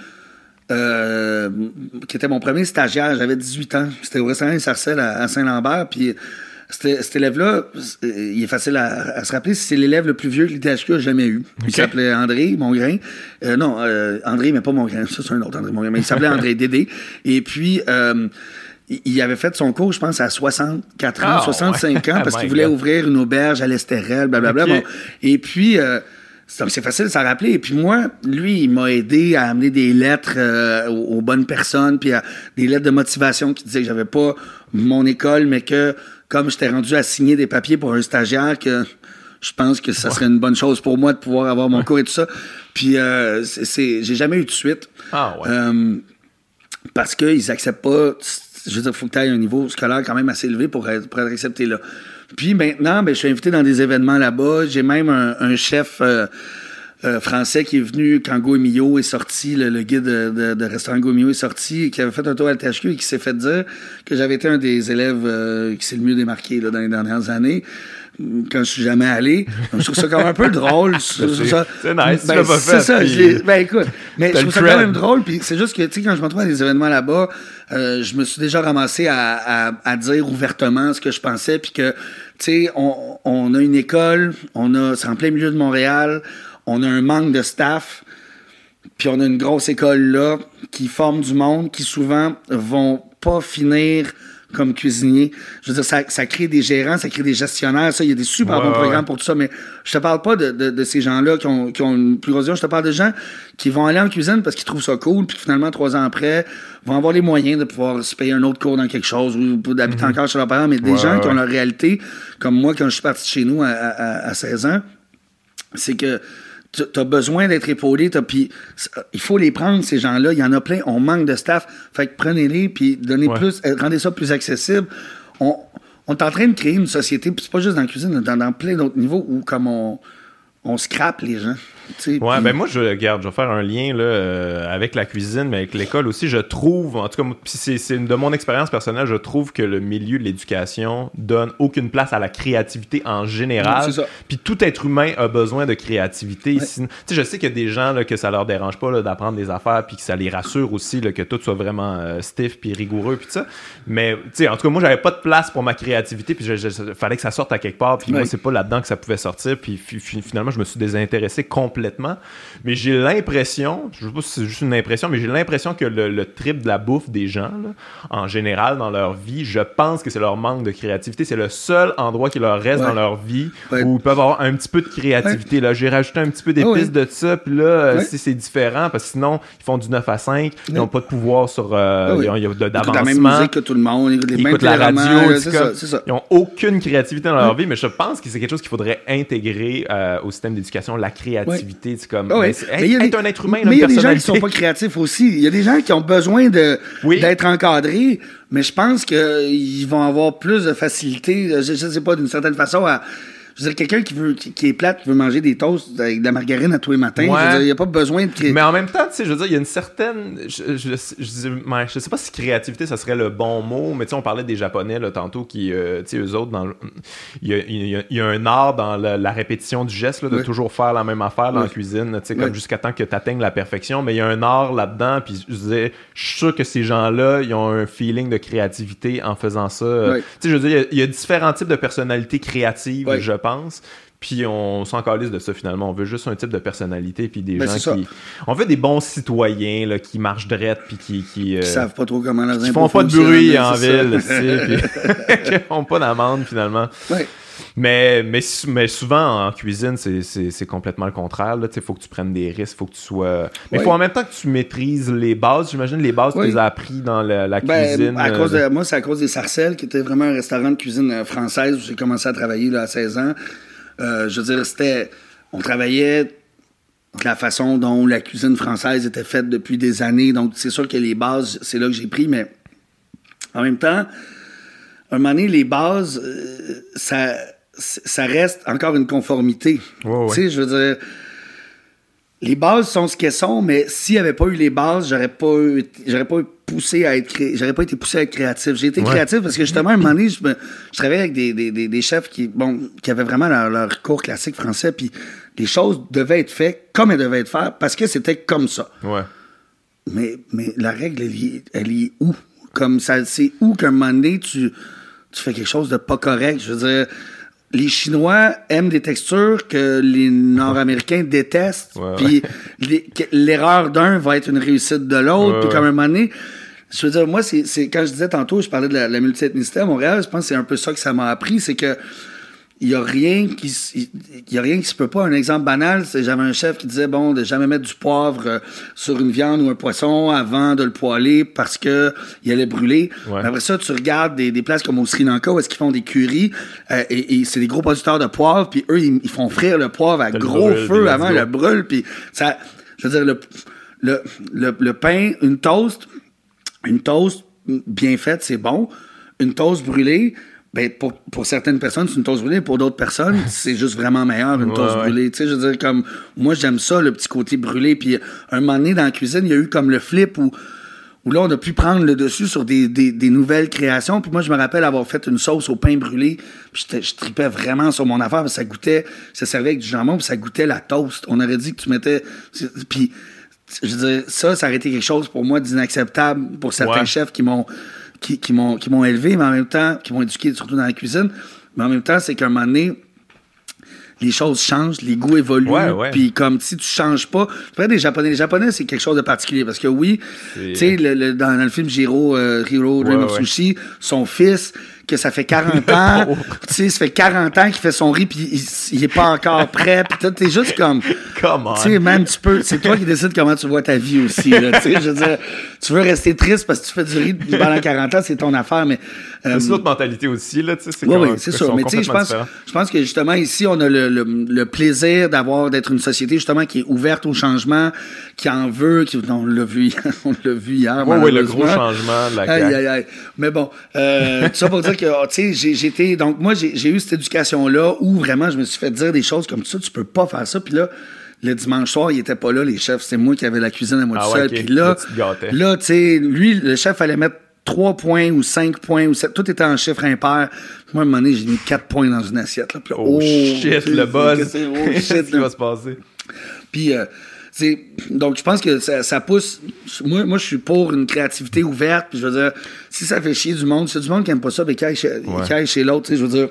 qui était mon premier stagiaire. J'avais 18 ans. C'était au restaurant Sarcelles à Saint-Lambert, puis cet élève-là, il est facile à se rappeler, c'est l'élève le plus vieux que l'ITHQ a jamais eu. Okay. Il s'appelait André Mongrain. André, mais pas Mongrain. Ça, c'est un autre André Mongrain. Mais il s'appelait André Dédé. Et puis... il avait fait son cours, je pense, à 64 ans, 65 ans, parce qu'il voulait ouvrir une auberge à l'Estérel, blablabla. Okay. Bon. Et puis, c'est facile de s'en rappeler. Et puis moi, lui, il m'a aidé à amener des lettres aux bonnes personnes, puis des lettres de motivation qui disaient que j'avais pas mon école, mais que, comme j'étais rendu à signer des papiers pour un stagiaire, que je pense que ça serait une bonne chose pour moi de pouvoir avoir mon cours et tout ça. Puis, j'ai jamais eu de suite. Ah ouais. Parce qu'ils acceptent pas... Je veux dire, il faut que tu aies un niveau scolaire quand même assez élevé pour être accepté là. Puis maintenant, je suis invité dans des événements là-bas. J'ai même un chef français qui est venu quand Go-Emilio est sorti, le guide de restaurant Go-Emilio est sorti, qui avait fait un tour à l'ITHQ et qui s'est fait dire que j'avais été un des élèves qui s'est le mieux démarqué là, dans les dernières années. Quand je suis jamais allé. Je trouve ça quand même un peu drôle. C'est nice, tu l'as pas fait. C'est ça, écoute. Mais je trouve ça quand même drôle, puis c'est juste que, tu sais, quand je me retrouve à des événements là-bas, je me suis déjà ramassé à dire ouvertement ce que je pensais, puis que, tu sais, on a une école, c'est en plein milieu de Montréal, on a un manque de staff, puis on a une grosse école là, qui forme du monde, qui souvent vont pas finir comme cuisinier. Je veux dire, ça crée des gérants, ça crée des gestionnaires, ça, il y a des super bons programmes pour tout ça, mais je te parle pas de ces gens-là qui ont une plus grosse vision, je te parle de gens qui vont aller en cuisine parce qu'ils trouvent ça cool, puis finalement, 3 ans après, vont avoir les moyens de pouvoir se payer un autre cours dans quelque chose, ou d'habiter encore chez leurs parents, mais des gens qui ont leur réalité, comme moi, quand je suis parti de chez nous à 16 ans, c'est que t'as besoin d'être épaulé, puis il faut les prendre, ces gens-là. Il y en a plein, on manque de staff. Fait que prenez-les, puis rendez ça plus accessible. On est en train de créer une société, puis c'est pas juste dans la cuisine, dans plein d'autres niveaux où comme on scrape les gens. Ouais, ben moi, je vais faire un lien là, avec la cuisine, mais avec l'école aussi. Je trouve, en tout cas, c'est de mon expérience personnelle, je trouve que le milieu de l'éducation donne aucune place à la créativité en général. Puis tout être humain a besoin de créativité. Ouais. Je sais qu'il y a des gens là, que ça leur dérange pas là, d'apprendre des affaires, puis que ça les rassure aussi, là, que tout soit vraiment stiff, puis rigoureux, puis tout ça. Mais en tout cas, moi, j'avais pas de place pour ma créativité, puis fallait que ça sorte à quelque part. Puis moi, c'est pas là-dedans que ça pouvait sortir. Puis finalement, je me suis désintéressé complètement. Mais j'ai l'impression, je sais pas si c'est juste une impression, mais j'ai l'impression que le trip de la bouffe des gens, là, en général, dans leur vie, je pense que c'est leur manque de créativité. C'est le seul endroit qui leur reste dans leur vie où ils peuvent avoir un petit peu de créativité. Là, j'ai rajouté un petit peu d'épices de ça, puis là, c'est différent, parce que sinon, ils font du 9 à 5, ils n'ont pas de pouvoir sur... il y a d'avancement. La même musique que tout le monde, ils écoutent la radio, c'est ça. Ils n'ont aucune créativité dans leur vie, mais je pense que c'est quelque chose qu'il faudrait intégrer au système d'éducation, la créativité. C'est comme être un être humain, mais il y a des gens qui sont pas créatifs aussi. Il y a des gens qui ont besoin d'être encadrés, mais je pense qu'ils vont avoir plus de facilité, je sais pas, d'une certaine façon à... Je veux dire, quelqu'un qui est plate, qui veut manger des toasts avec de la margarine à tous les matins, je veux dire, il n'y a pas besoin de... Mais en même temps, tu sais, je veux dire, il y a une certaine... Je sais pas si créativité, ça serait le bon mot, mais tu sais, on parlait des Japonais, là, tantôt, qui, tu sais, eux autres, il y a un art dans la répétition du geste, là, de toujours faire la même affaire dans la cuisine, tu sais, comme jusqu'à temps que tu atteignes la perfection, mais il y a un art là-dedans, puis je suis sûr que ces gens-là, ils ont un feeling de créativité en faisant ça. Tu sais, je veux dire, il y a différents types de personnalités créatives, je pense. Puis on s'en calisse de ça finalement. On veut juste un type de personnalité puis des gens qui... On veut des bons citoyens là, qui marchent drettes puis qui savent pas trop comment leur qui font pas de bruit en ville, tu sais, puis qui font pas d'amende finalement. Ouais. Mais souvent en cuisine, c'est complètement le contraire. Il faut que tu prennes des risques, il faut que tu sois... Mais il faut en même temps que tu maîtrises les bases. J'imagine les bases que tu les as appris dans la cuisine. Moi, c'est à cause des Sarcelles, qui était vraiment un restaurant de cuisine française où j'ai commencé à travailler là, à 16 ans. Je veux dire, on travaillait de la façon dont la cuisine française était faite depuis des années. Donc, c'est sûr que les bases, c'est là que j'ai pris. Mais en même temps, à un moment donné, les bases, ça reste encore une conformité. Tu sais, je veux dire, les bases sont ce qu'elles sont, mais s'il n'y avait pas eu les bases, j'aurais pas été poussé à être créatif. J'ai été créatif parce que justement, à un moment donné, je travaillais avec des chefs qui avaient vraiment leur cours classique français, puis les choses devaient être faites comme elles devaient être faites parce que c'était comme ça. Ouais. Mais la règle, elle est où? Comme ça, c'est où qu'à un moment donné, tu fais quelque chose de pas correct? Je veux dire, les Chinois aiment des textures que les Nord-Américains détestent, puis l'erreur d'un va être une réussite de l'autre, puis comme à un moment donné, je veux dire, moi, c'est quand je disais tantôt, je parlais de la multiethnicité à Montréal, je pense que c'est un peu ça que ça m'a appris, c'est que il y a rien qui se peut pas. Un exemple banal, c'est j'avais un chef qui disait de jamais mettre du poivre sur une viande ou un poisson avant de le poêler parce que il allait brûler. Après ça, tu regardes des places comme au Sri Lanka où est-ce qu'ils font des currys et c'est des gros producteurs de poivre, puis eux ils font frire le poivre à gros feu avant le brûle, puis ça, je veux dire, le pain, une toast bien faite, c'est bon. Une toast brûlée, pour certaines personnes, c'est une toast brûlée. Pour d'autres personnes, c'est juste vraiment meilleur, une toast brûlée. Tu sais, je veux dire, comme, moi, j'aime ça, le petit côté brûlé. Puis, un moment donné, dans la cuisine, il y a eu comme le flip où là, on a pu prendre le dessus sur des nouvelles créations. Puis moi, je me rappelle avoir fait une sauce au pain brûlé. Puis je tripais vraiment sur mon affaire. Parce que ça servait avec du jambon, puis ça goûtait la toast. On aurait dit que tu mettais... Puis, je veux dire, ça aurait été quelque chose pour moi d'inacceptable pour certains chefs qui m'ont élevé, mais en même temps, qui m'ont éduqué surtout dans la cuisine. Mais en même temps, c'est qu'à un moment donné, les choses changent, les goûts évoluent, puis comme si tu changes pas. Après, les Japonais, c'est quelque chose de particulier, parce que oui, tu sais, dans le film Hiro Dream of Sushi, son fils, que ça fait 40 ans, tu sais, ça fait 40 ans qu'il fait son riz, puis il est pas encore prêt, puis t'es juste comme... Come on! Tu sais, man, c'est toi qui décides comment tu vois ta vie aussi, là, tu sais, je veux dire, tu veux rester triste parce que tu fais du riz pendant 40 ans, c'est ton affaire, mais... c'est une autre mentalité aussi, là, tu sais, oui, c'est sûr, mais tu sais, je pense que justement, ici, on a le plaisir d'être une société, justement, qui est ouverte au changement, qui en veut, on l'a vu hier, oui, le gros changement de la CAQ. Mais bon, ça pour dire que, tu sais, j'étais... Donc, moi, j'ai eu cette éducation-là où vraiment, je me suis fait dire des choses comme ça, tu peux pas faire ça, puis là, le dimanche soir, il était pas là, les chefs, c'est moi qui avais la cuisine à moi tout seul, puis là, tu sais, lui, le chef allait mettre 3 points ou 5 points ou 7, tout était en chiffre impair. Moi, à un moment donné, j'ai mis 4 points dans une assiette. Là, puis là, shit, le buzz. Qu'est-ce qui va se passer? Puis, donc, je pense que ça pousse. Moi, je suis pour une créativité ouverte. Puis, je veux dire, si ça fait chier du monde, si c'est du monde qui aime pas ça, mais qu'il aille chez l'autre, tu sais, je veux dire.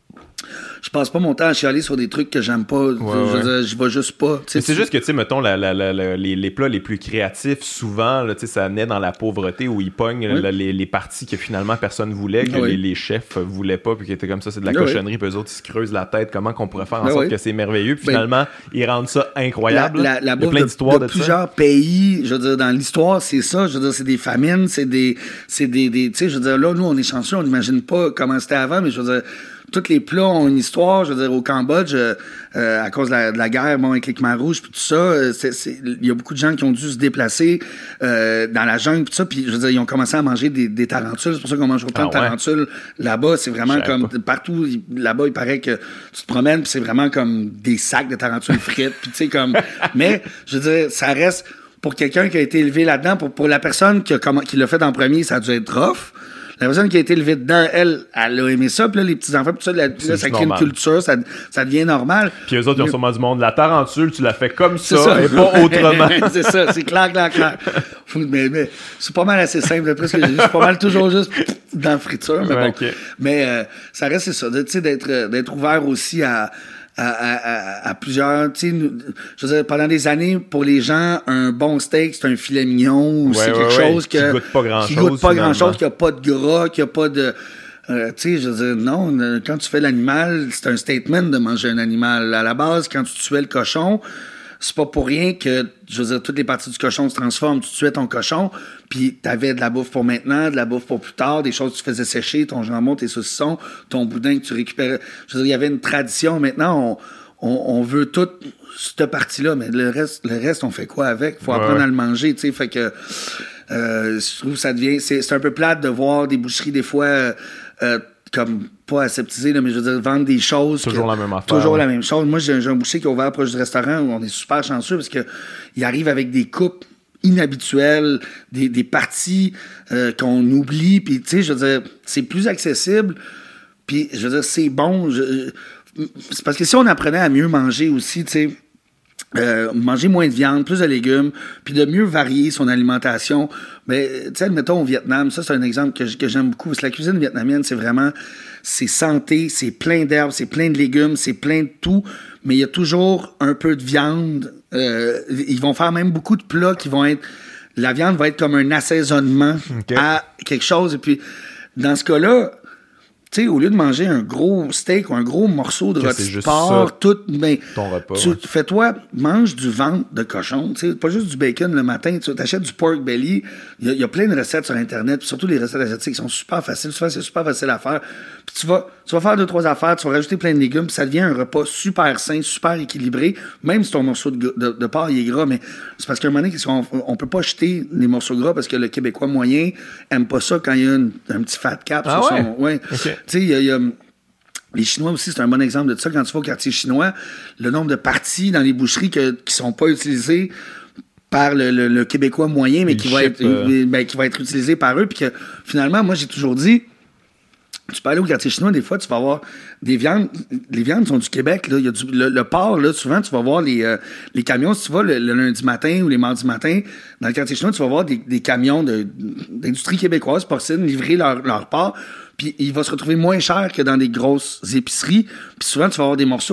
Je passe pas mon temps à chialer sur des trucs que j'aime pas. Je vais juste pas. Mais c'est juste que, tu sais, mettons, les plats les plus créatifs, souvent, là, ça naît dans la pauvreté où ils pognent les parties que finalement personne voulait, que les chefs voulaient pas, puis qui étaient comme ça, c'est de la cochonnerie, puis eux autres, ils se creusent la tête, comment qu'on pourrait faire en sorte que c'est merveilleux, puis finalement, ils rendent ça incroyable. La Il y a bouffe plein d'histoires de plusieurs pays, je veux dire, dans l'histoire, c'est ça. Je veux dire, c'est des famines, c'est des tu sais, je veux dire, là, nous, on est chanceux, on n'imagine pas comment c'était avant, mais je veux dire, tous les plats ont une histoire. Je veux dire, au Cambodge, à cause de la guerre, bon, avec les Khmers rouges, puis tout ça, il y a beaucoup de gens qui ont dû se déplacer dans la jungle, puis tout ça, puis je veux dire, ils ont commencé à manger des tarentules. C'est pour ça qu'on mange autant de tarentules là-bas. C'est vraiment comme partout là-bas, il paraît que tu te promènes, puis c'est vraiment comme des sacs de tarentules frites, puis tu sais, comme... Mais, je veux dire, ça reste... Pour quelqu'un qui a été élevé là-dedans, pour la personne qui l'a fait en premier, ça a dû être rough. La personne qui a été élevée dedans, elle a aimé ça. Puis là, les petits-enfants, tout ça, là, ça crée une culture, ça devient normal. Puis eux autres, ils ont sûrement du monde. La tarentule, tu l'as fait comme ça et pas autrement. C'est ça, c'est clair. Mais c'est pas mal assez simple. Après ce que j'ai dit, c'est pas mal toujours juste dans la friture. Mais bon. Mais ça reste, c'est ça. Tu sais, d'être ouvert aussi à plusieurs, tu sais, je veux dire, pendant des années, pour les gens, un bon steak, c'est un filet mignon, ou c'est quelque chose qui goûte pas grand-chose, qui a pas de gras, qui a pas de... tu sais, je veux dire, non, quand tu fais l'animal, c'est un statement de manger un animal. À la base, quand tu tuais le cochon, c'est pas pour rien que, je veux dire, toutes les parties du cochon se transforment. Tu tuais ton cochon, puis t'avais de la bouffe pour maintenant, de la bouffe pour plus tard, des choses que tu faisais sécher, ton jambon, tes saucissons, ton boudin que tu récupérais. Je veux dire, il y avait une tradition. Maintenant, on veut toute cette partie-là, mais le reste, on fait quoi avec? Faut apprendre à le manger, tu sais. Fait que, je trouve que ça devient... C'est un peu plate de voir des boucheries, des fois... comme pas aseptisé, là, mais je veux dire, vendre des choses. Toujours la même affaire. Toujours la même chose. Moi, j'ai un boucher qui est ouvert proche du restaurant où on est super chanceux parce que il arrive avec des coupes inhabituelles, des parties qu'on oublie, puis tu sais, je veux dire, c'est plus accessible, puis je veux dire, c'est bon. C'est parce que si on apprenait à mieux manger aussi, tu sais, manger moins de viande, plus de légumes, puis de mieux varier son alimentation. Mais, tu sais, admettons au Vietnam, ça c'est un exemple que j'aime beaucoup, parce que la cuisine vietnamienne, c'est santé, c'est plein d'herbes, c'est plein de légumes, c'est plein de tout, mais il y a toujours un peu de viande. Ils vont faire même beaucoup de plats qui vont être... La viande va être comme un assaisonnement à quelque chose, et puis, dans ce cas-là, tu sais, au lieu de manger un gros steak ou un gros morceau de rôti de porc, ton repas, fais-toi, mange du ventre de cochon, tu sais, pas juste du bacon le matin, tu achètes du pork belly, il y a plein de recettes sur Internet, puis surtout les recettes asiatiques qui sont super faciles, souvent c'est super facile à faire, puis tu vas faire 2-3 affaires, tu vas rajouter plein de légumes, puis ça devient un repas super sain, super équilibré, même si ton morceau de porc il est gras, mais c'est parce qu'à un moment donné, on peut pas jeter les morceaux gras parce que le Québécois moyen aime pas ça quand il y a un petit fat cap sur son... Ouais. Okay. Tu sais, il y a les Chinois aussi, c'est un bon exemple de ça. Quand tu vas au quartier chinois, le nombre de parties dans les boucheries qui sont pas utilisées par le Québécois moyen, mais qui va être utilisé par eux, puis que finalement, moi, j'ai toujours dit, tu peux aller au quartier chinois, des fois, tu vas avoir des viandes. Les viandes sont du Québec, là. Il y a le porc, là, souvent, tu vas voir les camions. Si tu vas le lundi matin ou les mardis matin, dans le quartier chinois, tu vas voir des camions d'industrie québécoise porcine livrer leur porc. Puis il va se retrouver moins cher que dans des grosses épiceries. Puis souvent, tu vas avoir des morceaux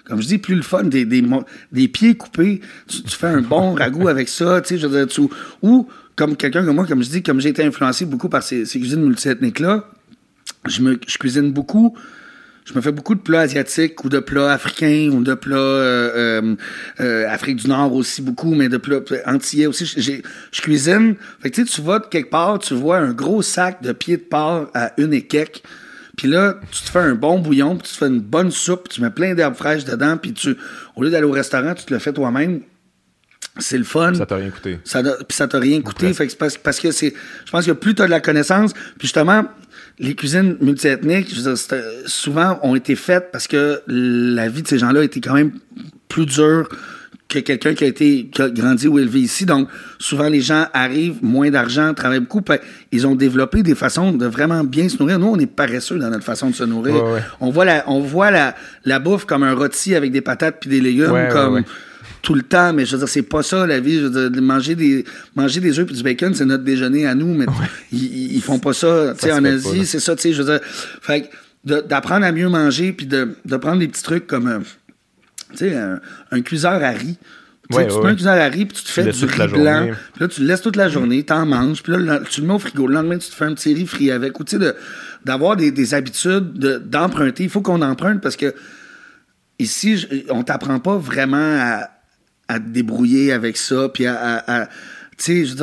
comme je dis, plus le fun, des pieds coupés, tu fais un bon ragoût avec ça, tu sais, je veux dire, ou comme quelqu'un comme moi, comme je dis, comme j'ai été influencé beaucoup par ces cuisines multiethniques-là, je cuisine beaucoup. Je me fais beaucoup de plats asiatiques ou de plats africains ou de plats Afrique du Nord aussi beaucoup, mais de plats antillais aussi. Je cuisine. Fait que tu vas de quelque part, tu vois un gros sac de pieds de porc à une et quelques. Puis là, tu te fais un bon bouillon, puis tu te fais une bonne soupe, puis tu mets plein d'herbes fraîches dedans, puis au lieu d'aller au restaurant, tu te le fais toi-même. C'est le fun. Ça t'a rien coûté. Puis ça t'a rien coûté. Fait que parce que je pense que plus t'as de la connaissance, puis justement, les cuisines multiethniques, je veux dire, souvent ont été faites parce que la vie de ces gens-là a été quand même plus dure que quelqu'un qui a grandi ou élevé ici. Donc, souvent, les gens arrivent, moins d'argent, travaillent beaucoup. Ils ont développé des façons de vraiment bien se nourrir. Nous, on est paresseux dans notre façon de se nourrir. Ouais. On voit la bouffe comme un rôti avec des patates puis des légumes, tout le temps, mais je veux dire, c'est pas ça la vie. Je veux dire, manger des œufs puis du bacon, c'est notre déjeuner à nous, mais ils font pas ça. Tu sais, en Asie, c'est ça, tu sais, je veux dire. Fait que d'apprendre à mieux manger puis de prendre des petits trucs comme, tu sais, un cuiseur à riz. Tu prends un cuiseur à riz puis tu te fais du riz blanc. Puis là, tu le laisses toute la journée, t'en manges, puis là, tu le mets au frigo. Le lendemain, tu te fais un petit riz frit avec. Ou tu sais, d'avoir des habitudes, d'emprunter. Il faut qu'on emprunte parce que ici, on t'apprend pas vraiment à te débrouiller avec ça, puis tu sais,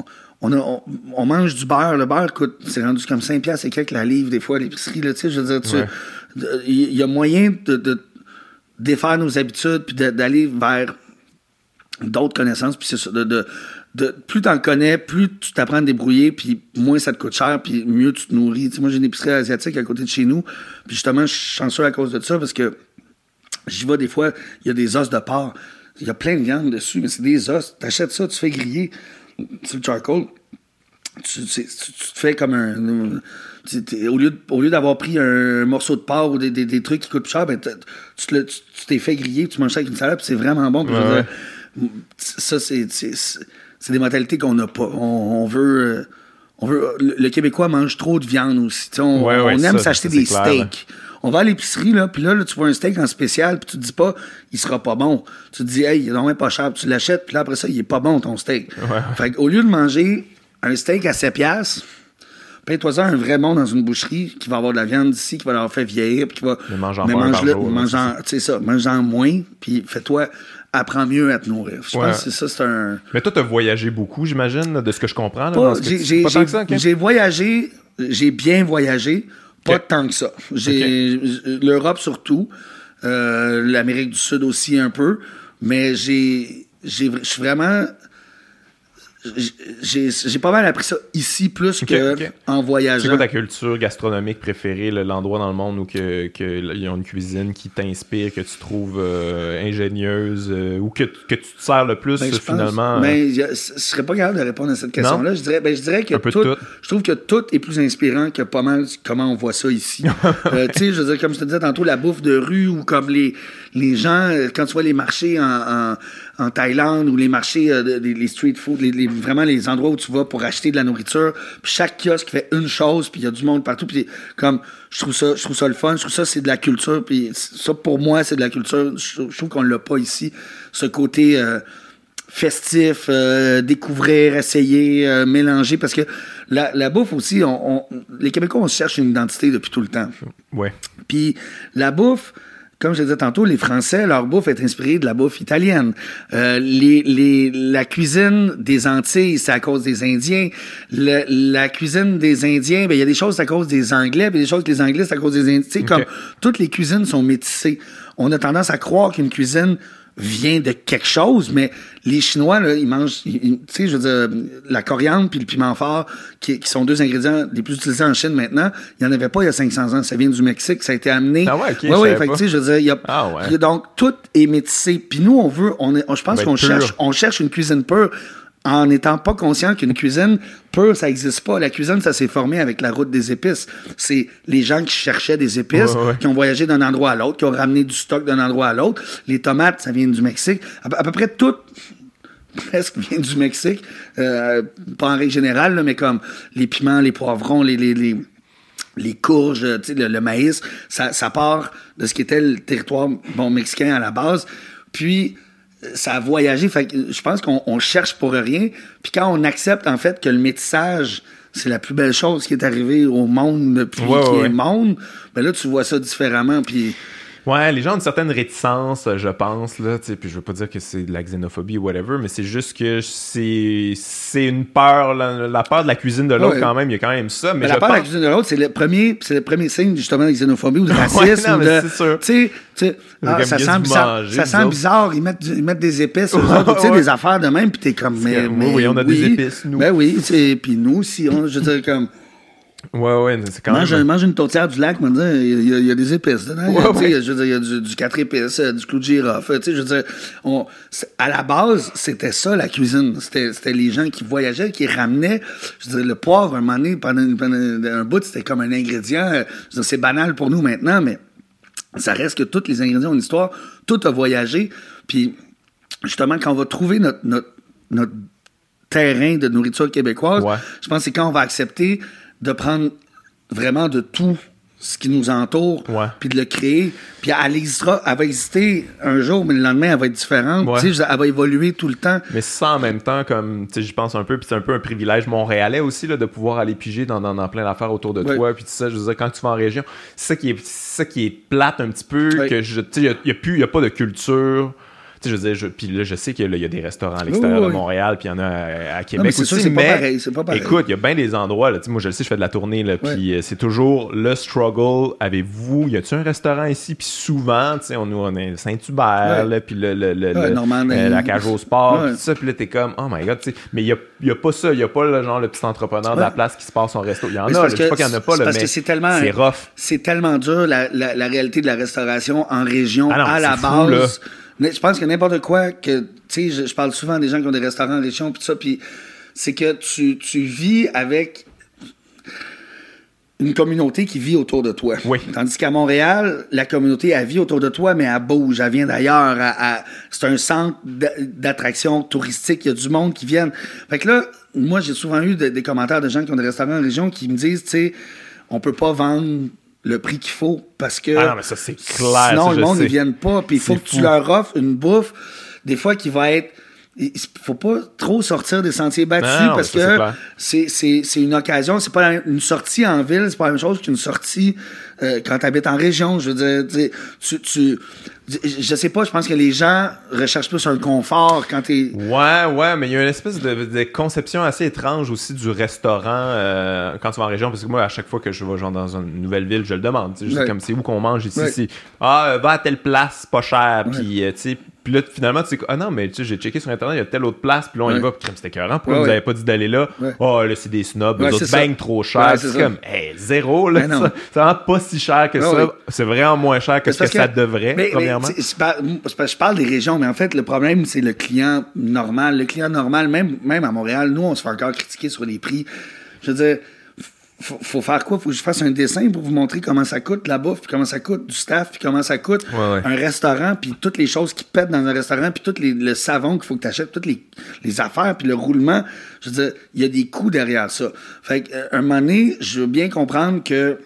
on mange du beurre. Le beurre coûte, c'est rendu comme 5$ et quelques la livre, des fois, à l'épicerie, là, tu sais, je veux dire, il y a moyen de défaire nos habitudes, puis d'aller vers d'autres connaissances, puis c'est ça, plus t'en connais, plus tu t'apprends à te débrouiller, puis moins ça te coûte cher, puis mieux tu te nourris. Tu sais, moi, j'ai une épicerie asiatique à côté de chez nous, puis justement, je suis chanceux à cause de ça, parce que j'y vais des fois, il y a des os de porc. Il y a plein de viande dessus, mais c'est des os. T'achètes ça, tu fais griller sur le charcoal. Tu te fais comme au lieu d'avoir pris un morceau de porc ou des trucs qui coûtent plus cher, ben tu t'es fait griller, tu manges ça avec une salade, puis c'est vraiment bon. Puis ça, c'est des mentalités qu'on n'a pas. On veut. Le Québécois mange trop de viande aussi. On aime s'acheter des steaks. On va à l'épicerie, là, puis là, tu vois un steak en spécial, puis tu te dis pas, il sera pas bon. Tu te dis, hey, il est vraiment pas cher, puis tu l'achètes, puis là, après ça, il est pas bon, ton steak. Fait qu'au lieu de manger un steak à 7$, paye-toi ça un vrai bon dans une boucherie qui va avoir de la viande d'ici, qui va l'avoir fait vieillir, puis qui va. Mais mange-en moins, puis fais-toi. Apprends mieux à te nourrir. Je pense que c'est ça, c'est un. Mais toi, t'as voyagé beaucoup, j'imagine, de ce que je comprends. Là, j'ai voyagé, j'ai bien voyagé. Pas tant que ça. L'Europe surtout, l'Amérique du Sud aussi un peu, mais je suis vraiment... J'ai pas mal appris ça ici plus qu'en voyageant. C'est quoi ta culture gastronomique préférée, l'endroit dans le monde où y a une cuisine qui t'inspire, que tu trouves ingénieuse, ou que tu te sers le plus finalement? Je serais pas capable de répondre à cette question-là. Je dirais que je trouve que tout est plus inspirant que pas mal comment on voit ça ici. Tu sais, je veux dire, comme je te disais tantôt, la bouffe de rue ou comme les gens, quand tu vois les marchés en Thaïlande ou les marchés, les street food, vraiment les endroits où tu vas pour acheter de la nourriture, puis chaque kiosque fait une chose, puis il y a du monde partout, puis comme je trouve ça le fun, je trouve ça c'est de la culture, puis ça pour moi c'est de la culture, je trouve qu'on l'a pas ici, ce côté festif, découvrir, essayer, mélanger, parce que la bouffe aussi, les Québécois on cherche une identité depuis tout le temps. Ouais. Puis la bouffe, comme je disais tantôt, les Français, leur bouffe est inspirée de la bouffe italienne. La cuisine des Antilles, c'est à cause des Indiens. La cuisine des Indiens, il y a des choses à cause des Anglais, puis des choses que les Anglais, c'est à cause des Indiens. Comme toutes les cuisines sont métissées. On a tendance à croire qu'une cuisine vient de quelque chose, mais les Chinois, là, ils mangent, tu sais, je veux dire, la coriandre puis le piment fort, qui sont deux ingrédients les plus utilisés en Chine maintenant, il n'y en avait pas il y a 500 ans. Ça vient du Mexique, ça a été amené. Ah ouais, ok. Ouais, fait que, tu sais, je veux dire, donc, tout est métissé. Puis nous, je pense qu'on cherche une cuisine pure, en n'étant pas conscient qu'une cuisine pure, ça n'existe pas. La cuisine, ça s'est formé avec la route des épices. C'est les gens qui cherchaient des épices, qui ont voyagé d'un endroit à l'autre, qui ont ramené du stock d'un endroit à l'autre. Les tomates, ça vient du Mexique. À peu près tout, presque, vient du Mexique. Pas en règle générale, là, mais comme les piments, les poivrons, les courges, tu sais, le maïs, ça part de ce qui était le territoire mexicain à la base. Puis, ça a voyagé. Fait que je pense qu'on cherche pour rien. Puis quand on accepte, en fait, que le métissage, c'est la plus belle chose qui est arrivée au monde depuis qu'il est monde, ben là, tu vois ça différemment. Puis... Ouais, les gens ont une certaine réticence, je pense, là, tu sais, puis je veux pas dire que c'est de la xénophobie ou whatever, mais c'est juste que c'est une peur, la peur de la cuisine de l'autre, quand même, il y a quand même ça. Mais la peur de la cuisine de l'autre, c'est le premier signe, justement, de xénophobie ou de racisme. Non, mais c'est sûr. Tu sais, ça sent bizarre. Ça sent bizarre, ils mettent des épices aux autres, tu sais, des affaires de même, puis t'es comme, oui, on a des épices, nous. Ben oui, puis nous aussi, je veux dire, comme... Ouais, c'est quand même... Mange une tourtière du lac, il y a des épices dedans. Je veux dire, il y a du 4 épices, du clou de girofle. Je veux dire, à la base, c'était ça, la cuisine. C'était les gens qui voyageaient, qui ramenaient. Je veux dire, le poivre, un moment donné, pendant un bout, c'était comme un ingrédient. Je veux dire, c'est banal pour nous maintenant, mais ça reste que tous les ingrédients ont une histoire. Tout a voyagé. Puis, justement, quand on va trouver notre terrain de nourriture québécoise, je pense que c'est quand on va accepter de prendre vraiment de tout ce qui nous entoure, puis de le créer, puis elle va exister un jour, mais le lendemain, elle va être différente, elle va évoluer tout le temps. Mais ça, en même temps, comme, tu sais, je pense un peu, puis c'est un peu un privilège montréalais aussi, là, de pouvoir aller piger dans plein d'affaires autour de toi, puis tout ça, je veux dire, quand tu vas en région, c'est ça qui est plate un petit peu, que, tu sais, il y a pas de culture... Je veux dire, puis là, je sais qu'il y a des restaurants à l'extérieur de Montréal, puis il y en a à Québec aussi. C'est pas pareil, c'est pas pareil. Écoute, il y a bien des endroits, là, moi je le sais, je fais de la tournée, là, puis c'est toujours le struggle. Avez-vous, y a-tu un restaurant ici? Puis souvent, tu sais, on est Saint-Hubert, là, puis la cage au sport, puis tout ça, puis là, t'es comme, oh my god, tu sais. Mais il y a pas ça, il y a pas le petit entrepreneur de la place qui se passe son resto. Il y en a, je sais pas qu'il y en a pas, là, mais c'est rough. C'est tellement dur, la réalité de la restauration en région, à la base. Je pense que n'importe quoi que, tu sais, je parle souvent des gens qui ont des restaurants en région, puis tout ça, puis c'est que tu vis avec une communauté qui vit autour de toi. Oui. Tandis qu'à Montréal, la communauté, elle vit autour de toi, mais elle bouge, elle vient d'ailleurs. C'est un centre d'attraction touristique, il y a du monde qui vient. Fait que là, moi, j'ai souvent eu des commentaires de gens qui ont des restaurants en région qui me disent, tu sais, on peut pas vendre le prix qu'il faut parce que non, mais ça, c'est clair, sinon ça, le monde ne vienne pas, puis il faut que tu leur offres une bouffe des fois qui va être, il faut pas trop sortir des sentiers battus parce que c'est une occasion, c'est pas une sortie en ville, c'est pas la même chose qu'une sortie quand tu habites en région. Je veux dire, je sais pas, je pense que les gens recherchent plus un confort quand t'es... Ouais, mais il y a une espèce de conception assez étrange aussi du restaurant quand tu vas en région, parce que moi, à chaque fois que je vais genre dans une nouvelle ville, je le demande. Je sais comme c'est où qu'on mange ici. Va à telle place, pas cher, puis tu sais... Puis là, finalement, tu sais, non, mais tu sais, j'ai checké sur Internet, il y a telle autre place, puis là, on y va, puis c'était écœurant. Pourquoi vous avez pas dit d'aller là? Là, c'est des snobs, eux autres, bang, trop cher. C'est comme, zéro, là. C'est vraiment pas si cher que ça. C'est vraiment moins cher que ce que ça devrait, premièrement. Je parle des régions, mais en fait, le problème, c'est le client normal. Le client normal, même à Montréal, nous, on se fait encore critiquer sur les prix. Je veux dire, faut faire quoi? Faut que je fasse un dessin pour vous montrer comment ça coûte la bouffe, puis comment ça coûte du staff, puis comment ça coûte un restaurant, puis toutes les choses qui pètent dans un restaurant, puis tout le savon qu'il faut que tu achètes, toutes les affaires, puis le roulement. Je veux dire, il y a des coûts derrière ça. Fait qu'à un moment donné, je veux bien comprendre que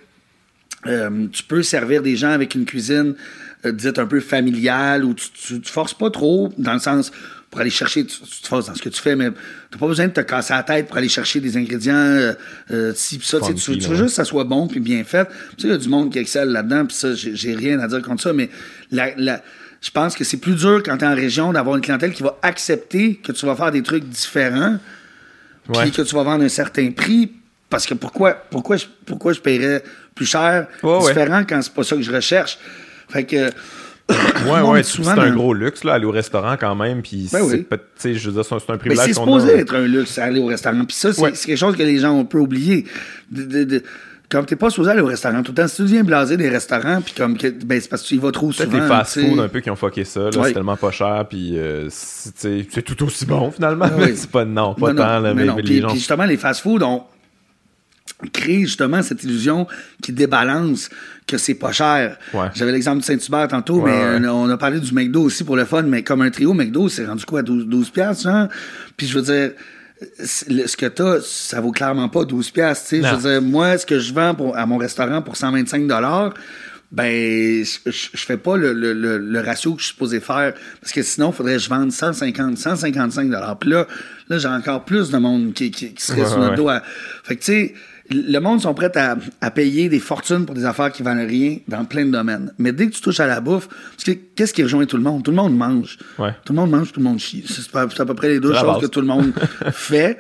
tu peux servir des gens avec une cuisine dite un peu familiale, où tu te forces pas trop, dans le sens... pour aller chercher, tu te forces dans ce que tu fais, mais t'as pas besoin de te casser la tête pour aller chercher des ingrédients, ci pis ça, tu veux juste que ça soit bon puis bien fait. Tu sais, il y a du monde qui excelle là-dedans, puis ça, j'ai rien à dire contre ça, mais je pense que c'est plus dur quand t'es en région d'avoir une clientèle qui va accepter que tu vas faire des trucs différents, puis que tu vas vendre un certain prix, parce que pourquoi je paierais plus cher, différent quand c'est pas ça que je recherche. Fait que... c'est un gros luxe, là, aller au restaurant quand même, puis je veux dire, c'est un privilège. Mais c'est supposé être un luxe, aller au restaurant, puis ça, c'est quelque chose que les gens ont peu oublié. Comme t'es pas supposé aller au restaurant tout le temps, si tu deviens blasé des restaurants, puis comme, c'est parce que tu y vas trop souvent. Peut-être les fast-food un peu qui ont fucké ça, là, c'est tellement pas cher, puis c'est tout aussi bon, finalement, mais c'est pas, tant, là, mais les gens... Puis justement, les fast-food ont créé justement cette illusion qui débalance que c'est pas cher. J'avais l'exemple de Saint-Hubert tantôt, mais on a parlé du McDo aussi pour le fun, mais comme un trio, McDo, c'est rendu quoi, 12$, genre? Puis je veux dire, ce que t'as, ça vaut clairement pas 12$. Tu sais, je veux dire, moi, ce que je vends à mon restaurant pour 125$, ben, je fais pas le ratio que je suis supposé faire. Parce que sinon, il faudrait que je vende 155$. Puis là, j'ai encore plus de monde qui serait sur notre dos. Fait que, tu sais, le monde sont prêts à payer des fortunes pour des affaires qui valent rien dans plein de domaines. Mais dès que tu touches à la bouffe, parce que qu'est-ce qui rejoint tout le monde? Tout le monde mange. Ouais. Tout le monde mange, tout le monde chie. C'est à peu près les deux choses que tout le monde fait.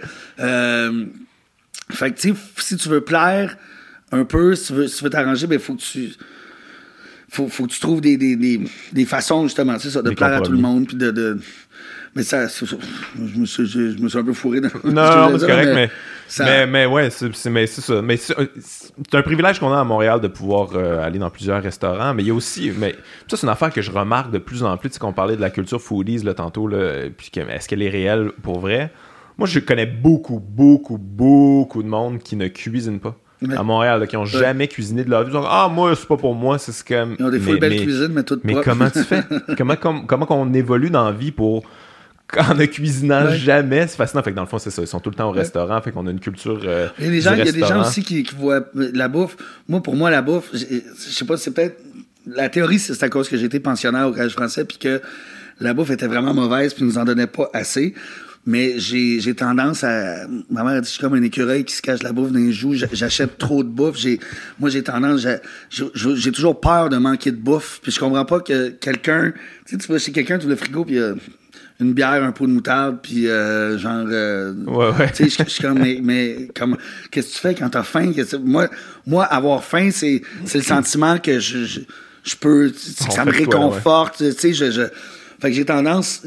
Fait que, tu sais, si tu veux plaire un peu, si tu veux t'arranger, ben, faut que tu trouves des façons, justement, c'est ça, de plaire à tout le monde, puis mais ça, je me suis un peu fourré dans non, c'est correct, mais ouais, c'est ça. Mais c'est un privilège qu'on a à Montréal de pouvoir aller dans plusieurs restaurants, mais il y a aussi, mais ça, c'est une affaire que je remarque de plus en plus, tu sais, qu'on parlait de la culture foodies, là, tantôt, là, puis est-ce qu'elle est réelle pour vrai? Moi, je connais beaucoup de monde qui ne cuisine pas. À Montréal, là, qui n'ont jamais cuisiné de leur vie. Ah, moi, c'est pas pour moi, c'est comme... Ils ont des full belles cuisines, mais toutes propres. Mais comment tu fais? comment qu'on évolue dans la vie pour... En ne cuisinant jamais, c'est fascinant. Fait que dans le fond, c'est ça. Ils sont tout le temps au restaurant. Fait qu'on a une culture il y a des gens aussi qui voient la bouffe. Pour moi, la bouffe, je sais pas, c'est peut-être... La théorie, c'est à cause que j'étais pensionnaire au Collège français puis que la bouffe était vraiment mauvaise puis nous en donnait pas assez. Mais j'ai tendance à... Ma mère a dit, je suis comme un écureuil qui se cache la bouffe dans les joues. J'achète trop de bouffe. Moi, j'ai tendance... J'ai toujours peur de manquer de bouffe. Puis je comprends pas que quelqu'un... Tu sais, tu vas chez quelqu'un, tu ouvres le frigo, puis une bière, un pot de moutarde, puis genre... Tu sais, je suis comme... Mais comme... Qu'est-ce que tu fais quand t'as faim? Moi, avoir faim, c'est le sentiment que je peux... Ça me réconforte. Tu sais, fait que j'ai tendance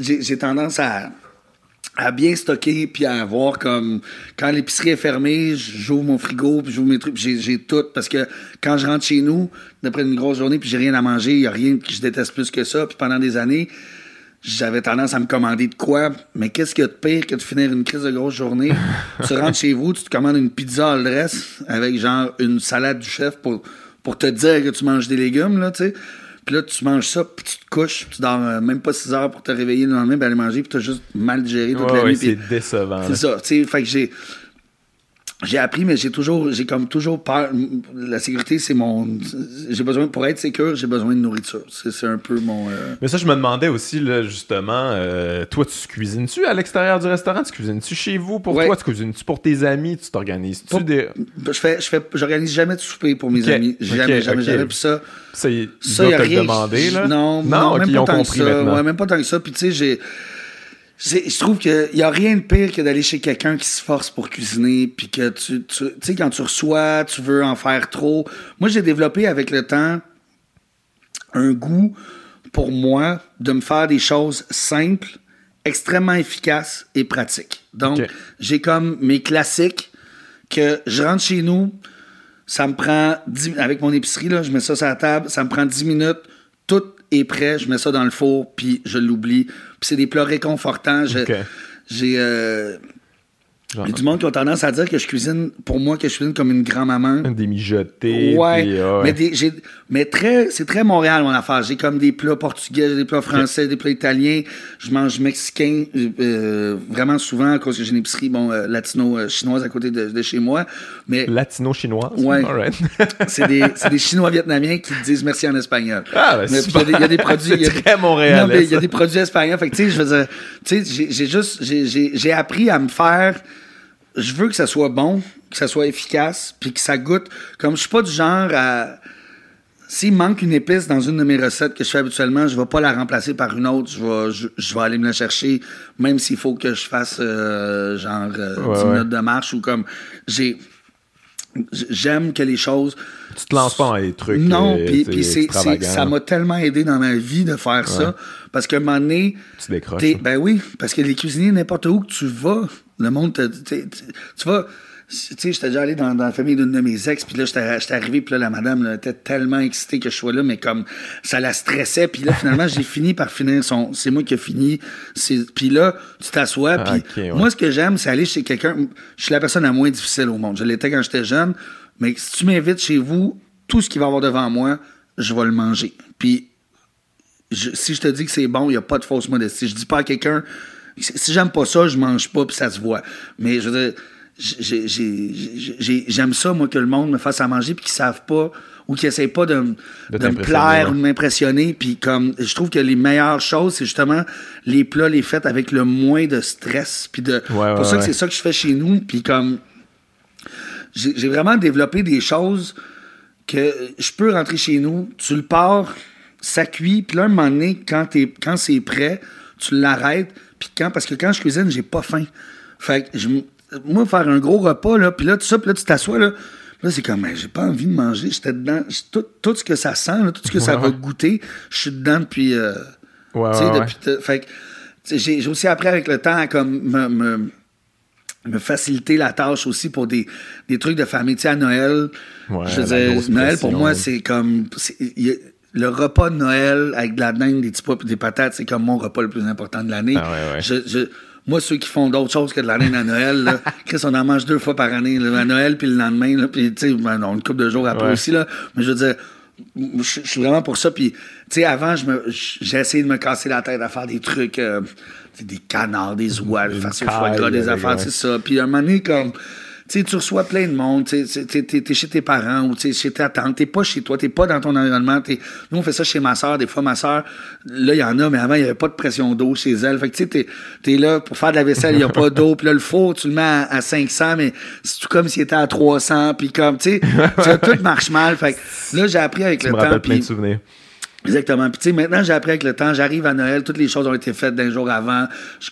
à bien stocker puis à avoir comme quand l'épicerie est fermée, j'ouvre mon frigo puis j'ouvre mes trucs puis j'ai tout parce que quand je rentre chez nous d'après une grosse journée puis j'ai rien à manger, il y a rien que je déteste plus que ça puis pendant des années j'avais tendance à me commander de quoi, mais qu'est-ce qu'il y a de pire que de finir une crise de grosse journée? Tu rentres chez vous, tu te commandes une pizza all dress avec genre une salade du chef pour te dire que tu manges des légumes là, tu sais. Puis là, tu manges ça, puis tu te couches, puis tu dors même pas 6 heures pour te réveiller le lendemain, puis aller manger, puis tu as juste mal digéré toute la nuit. C'est décevant. C'est ça, tu sais. Fait que j'ai appris, mais j'ai comme toujours peur. La sécurité, c'est j'ai besoin, pour être sécure, j'ai besoin de nourriture. C'est un peu mon... Mais ça, je me demandais aussi, là, justement, toi, tu cuisines-tu à l'extérieur du restaurant? Tu cuisines-tu chez vous pour toi? Tu cuisines-tu pour tes amis? Tu t'organises-tu des... J'organise jamais de souper pour mes amis. Jamais. Puis ça, il y a rien. Demandé, là? Non, même pas tant que ça. Ouais, même pas tant que ça. Puis tu sais, je trouve qu'il y a rien de pire que d'aller chez quelqu'un qui se force pour cuisiner, puis que tu sais, quand tu reçois, tu veux en faire trop. Moi, j'ai développé avec le temps un goût pour moi de me faire des choses simples, extrêmement efficaces et pratiques. Donc, j'ai comme mes classiques que je rentre chez nous, ça me prend avec mon épicerie, là, je mets ça sur la table, ça me prend 10 minutes, tout est prêt, je mets ça dans le four, puis je l'oublie. Puis c'est des plats réconfortants. J'ai du monde qui ont tendance à dire que je cuisine comme une grand-maman. Des mijotés. Ouais, puis, mais c'est très Montréal, mon affaire. J'ai comme des plats portugais, des plats français, des plats italiens. Je mange mexicain vraiment souvent à cause que j'ai une épicerie latino-chinoise à côté de chez moi. Mais latino-chinoise? Ouais. Right. c'est des Chinois-Vietnamiens qui disent merci en espagnol. Ah, ben il y a des produits... c'est très montréalais. Non, mais il y a des produits espagnols. Fait que, tu sais, je veux dire, tu sais, j'ai appris à me faire... Je veux que ça soit bon, que ça soit efficace, puis que ça goûte. Comme je suis pas du genre à... S'il manque une épice dans une de mes recettes que je fais habituellement, je vais pas la remplacer par une autre. Je vais aller me la chercher, même s'il faut que je fasse 10 minutes de marche ou comme... J'aime que les choses... Tu te lances pas dans les trucs. Non, puis ça m'a tellement aidé dans ma vie de faire ça. Parce qu'à un moment donné... Tu décroches. Ben oui, parce que les cuisiniers, n'importe où que tu vas, le monde, tu vas... Tu sais, j'étais déjà allé dans la famille d'une de mes ex, puis là, j'étais arrivé, puis là, la madame là, était tellement excitée que je sois là, mais comme ça la stressait, puis là, finalement, j'ai fini par finir c'est moi qui ai fini. Puis là, tu t'assois, puis moi, ce que j'aime, c'est aller chez quelqu'un. Je suis la personne la moins difficile au monde. Je l'étais quand j'étais jeune, mais si tu m'invites chez vous, tout ce qu'il va y avoir devant moi, je vais le manger. Puis si je te dis que c'est bon, il n'y a pas de fausse modestie. Je dis pas à quelqu'un si j'aime pas ça, je mange pas, puis ça se voit. Mais je veux dire, j'aime ça, moi, que le monde me fasse à manger, puis qu'ils savent pas, ou qu'ils essayent pas de me plaire ou de m'impressionner. Puis comme, je trouve que les meilleures choses, c'est justement les plats, les fêtes avec le moins de stress. Puis pour ça que c'est ça que je fais chez nous. Puis comme, j'ai vraiment développé des choses que je peux rentrer chez nous, tu le pars, ça cuit, puis là, un moment donné, quand c'est prêt, tu l'arrêtes, puis parce que quand je cuisine, j'ai pas faim. Fait que moi, faire un gros repas, là, puis là, tout ça, puis là, tu t'assois, là, c'est comme, j'ai pas envie de manger, j'étais dedans, tout ce que ça sent, là, tout ce que ça va goûter, je suis dedans depuis... fait que j'ai aussi appris avec le temps à comme me faciliter la tâche aussi pour des trucs de famille. Tu sais, à Noël, je veux dire, Noël, pour moi, c'est comme... le repas de Noël avec de la dinde, des petits pois et des patates, c'est comme mon repas le plus important de l'année. Moi, ceux qui font d'autres choses que de la dinde à Noël, là, Chris, on en mange 2 fois par année, là, à Noël puis le lendemain, là, puis tu sais, une couple de jours après aussi, là. Mais je veux dire, je suis vraiment pour ça. Puis, tu sais, avant, j'ai essayé de me casser la tête à faire des trucs, des canards, des oies, faire ses foie gras, des affaires, c'est ça. Puis, à un moment donné, comme... T'sais, tu reçois plein de monde, t'es chez tes parents ou chez ta tante, t'es pas chez toi, t'es pas dans ton environnement. Nous, on fait ça chez ma soeur. Des fois, ma soeur, là, il y en a, mais avant, il y avait pas de pression d'eau chez elle. Fait que tu sais, t'es là pour faire de la vaisselle, il y a pas d'eau. Puis là, le four, tu le mets à 500, mais c'est tout comme s'il était à 300. Puis comme, tu sais, tout marche mal. Fait que là, j'ai appris avec le temps. Tu me rappelles plein de souvenirs. Exactement. Puis tu sais, maintenant, j'ai appris avec le temps, j'arrive à Noël, toutes les choses ont été faites d'un jour avant.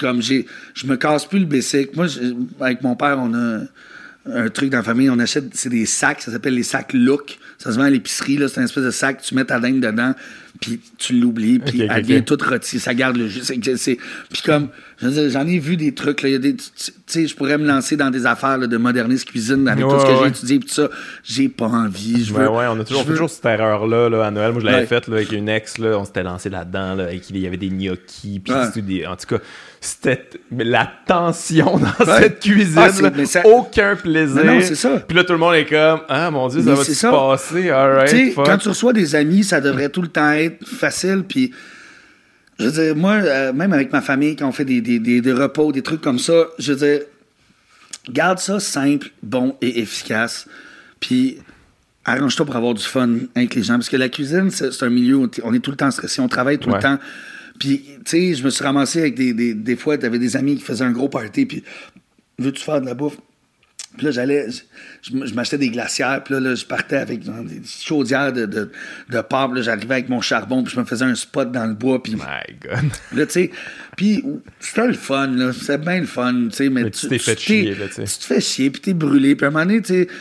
Je me casse plus le basic. Moi, avec mon père, on a un truc dans la famille, on achète, c'est des sacs, ça s'appelle les sacs Look. Ça se vend à l'épicerie, là, c'est un espèce de sac, tu mets ta dinde dedans, puis tu l'oublies, puis elle devient toute rôtie, ça garde le jus. Puis comme, j'en ai vu des trucs, là, tu sais, je pourrais me lancer dans des affaires là, de moderniste cuisine avec tout ce que j'ai étudié, puis ça, j'ai pas envie. On a toujours cette erreur-là, à Noël. Moi, je l'avais faite là, avec une ex, là, on s'était lancé là-dedans, là, et qu'il y avait des gnocchis, puis en tout cas, c'était la tension dans cette cuisine, aucun plaisir. Non, c'est ça. Puis là, tout le monde est comme, ah mon Dieu, ça va se passer, alright. Quand tu reçois des amis, ça devrait tout le temps être facile, puis je veux dire, moi, même avec ma famille, quand on fait des repas ou des trucs comme ça, je veux dire, garde ça simple, bon et efficace, puis arrange-toi pour avoir du fun avec les gens, parce que la cuisine, c'est un milieu où on est tout le temps stressé, on travaille tout le temps. Puis, tu sais, je me suis ramassé avec des fois, t'avais des amis qui faisaient un gros party, puis veux-tu faire de la bouffe? Puis là, je m'achetais des glacières, puis là, je partais avec des chaudières de porc, là, j'arrivais avec mon charbon, puis je me faisais un spot dans le bois, puis... My God! Là, tu sais, puis c'était le fun, là, c'était bien le fun, tu sais, mais tu t'es fait chier, là, tu sais. Tu te fais chier, puis t'es brûlé, puis à un moment donné, tu sais,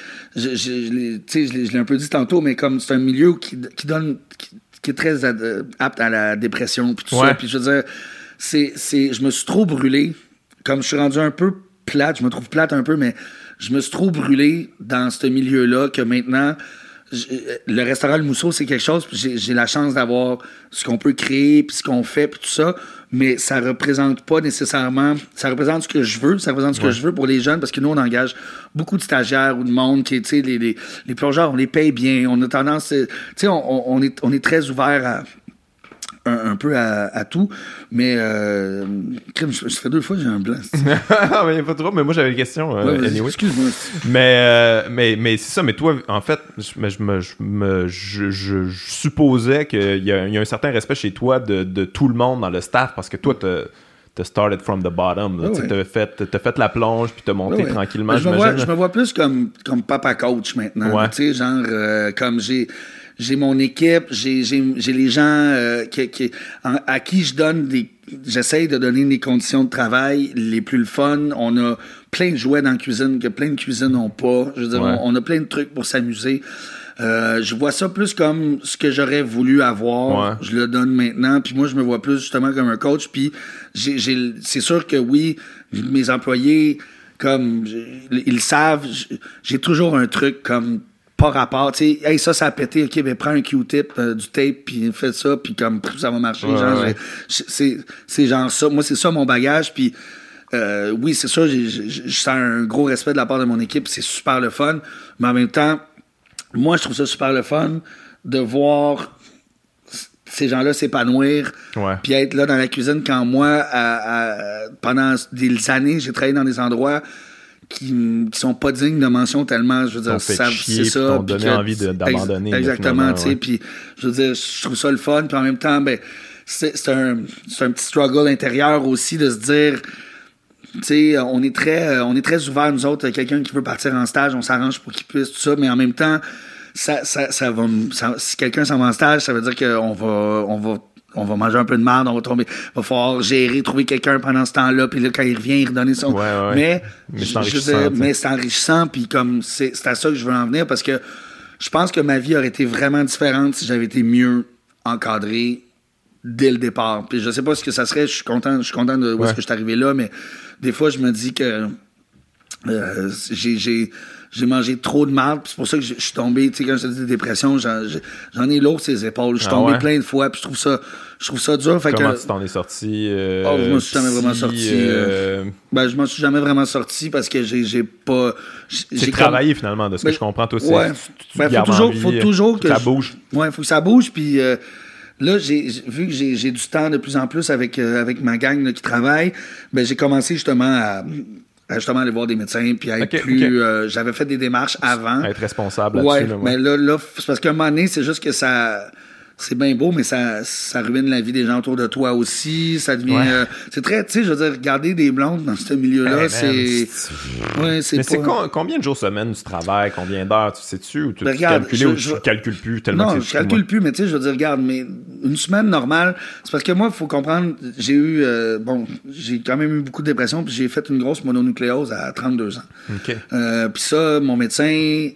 je l'ai un peu dit tantôt, mais comme c'est un milieu qui donne... qui est très apte à la dépression, puis tout ça, puis je veux dire, je me suis trop brûlé, comme je suis rendu un peu plate, je me trouve plate un peu, mais je me suis trop brûlé dans ce milieu-là que maintenant, le restaurant Le Mousseau, c'est quelque chose, puis j'ai la chance d'avoir ce qu'on peut créer, puis ce qu'on fait, puis tout ça, mais ça représente pas nécessairement, ça représente ce que je veux, pour les jeunes, parce que nous, on engage beaucoup de stagiaires ou de monde qui, tu sais, les plongeurs, on les paye bien, on a tendance, tu sais, on est très ouvert à un peu à tout, mais ça fait 2 fois que j'ai un blanc. Mais il a pas trop, mais moi j'avais une question. Anyway. Excuse-moi. Mais c'est ça, mais toi, en fait, je supposais qu'il y a un certain respect chez toi de tout le monde dans le staff, parce que toi, t'as started from the bottom. T'as fait la plonge, puis t'as monté tranquillement. Je me vois plus comme papa coach maintenant. Tu sais, genre, comme j'ai mon équipe, j'ai les gens à qui j'essaye de donner des conditions de travail les plus le fun. On a plein de jouets dans la cuisine que plein de cuisines n'ont pas. Je veux dire, on a plein de trucs pour s'amuser. Je vois ça plus comme ce que j'aurais voulu avoir. Je le donne maintenant. Puis moi, je me vois plus justement comme un coach. Puis c'est sûr que oui, mes employés, comme ils savent, j'ai toujours un truc comme pas rapport, tu sais, hey, ça a pété, ok, ben prends un Q-tip, du tape, puis fais ça, puis comme ça va marcher. C'est genre ça. Moi, c'est ça mon bagage, puis oui, c'est ça, je sens un gros respect de la part de mon équipe, c'est super le fun, mais en même temps, moi, je trouve ça super le fun de voir ces gens-là s'épanouir, puis être là dans la cuisine quand moi, pendant des années, j'ai travaillé dans des endroits qui sont pas dignes de mention tellement, je veux dire, c'est ça. T'ont donné envie d'abandonner. Exactement, tu sais, puis je veux dire, je trouve ça le fun, puis en même temps, ben, c'est un petit struggle intérieur aussi de se dire, tu sais, on est très ouvert, nous autres, quelqu'un qui veut partir en stage, on s'arrange pour qu'il puisse, tout ça, mais en même temps, si quelqu'un s'en va en stage, ça veut dire qu'on va manger un peu de merde, on va tomber, va falloir trouver quelqu'un pendant ce temps-là, puis là, quand il revient, il redonne son... Mais c'est enrichissant, puis comme c'est à ça que je veux en venir, parce que je pense que ma vie aurait été vraiment différente si j'avais été mieux encadré dès le départ. Puis je sais pas ce que ça serait, je suis content de où est-ce que je suis arrivé là, mais des fois, je me dis que j'ai mangé trop de mal, puis c'est pour ça que je suis tombé, tu sais, quand je te dis dépression, j'en ai lourd ses épaules. Je suis tombé plein de fois, puis je trouve ça dur. Comment tu t'en es sorti? Je m'en suis jamais vraiment sorti. Je m'en suis jamais vraiment sorti parce que j'ai pas... J'ai travaillé finalement, de ce que je comprends, toi aussi. Ouais, faut toujours que ça bouge. Ouais, faut que ça bouge, puis... Là, vu que j'ai du temps de plus en plus avec ma gang là, qui travaille, ben j'ai commencé justement à aller voir des médecins, puis à être plus... j'avais fait des démarches avant. À être responsable là-dessus. Mais là, c'est parce qu'à un moment donné, c'est juste que ça... C'est bien beau, mais ça ruine la vie des gens autour de toi aussi. Ça devient... c'est très... Tu sais, je veux dire, regarder des blondes dans ce milieu-là, c'est... Mais c'est combien de jours semaine tu travailles? Combien d'heures? Tu sais-tu? Ou tu calcules plus tellement non, je calcule plus, mais tu sais, je veux dire, regarde, mais une semaine normale, c'est parce que moi, il faut comprendre, j'ai eu... j'ai quand même eu beaucoup de dépression, puis j'ai fait une grosse mononucléose à 32 ans. OK. Puis ça, mon médecin...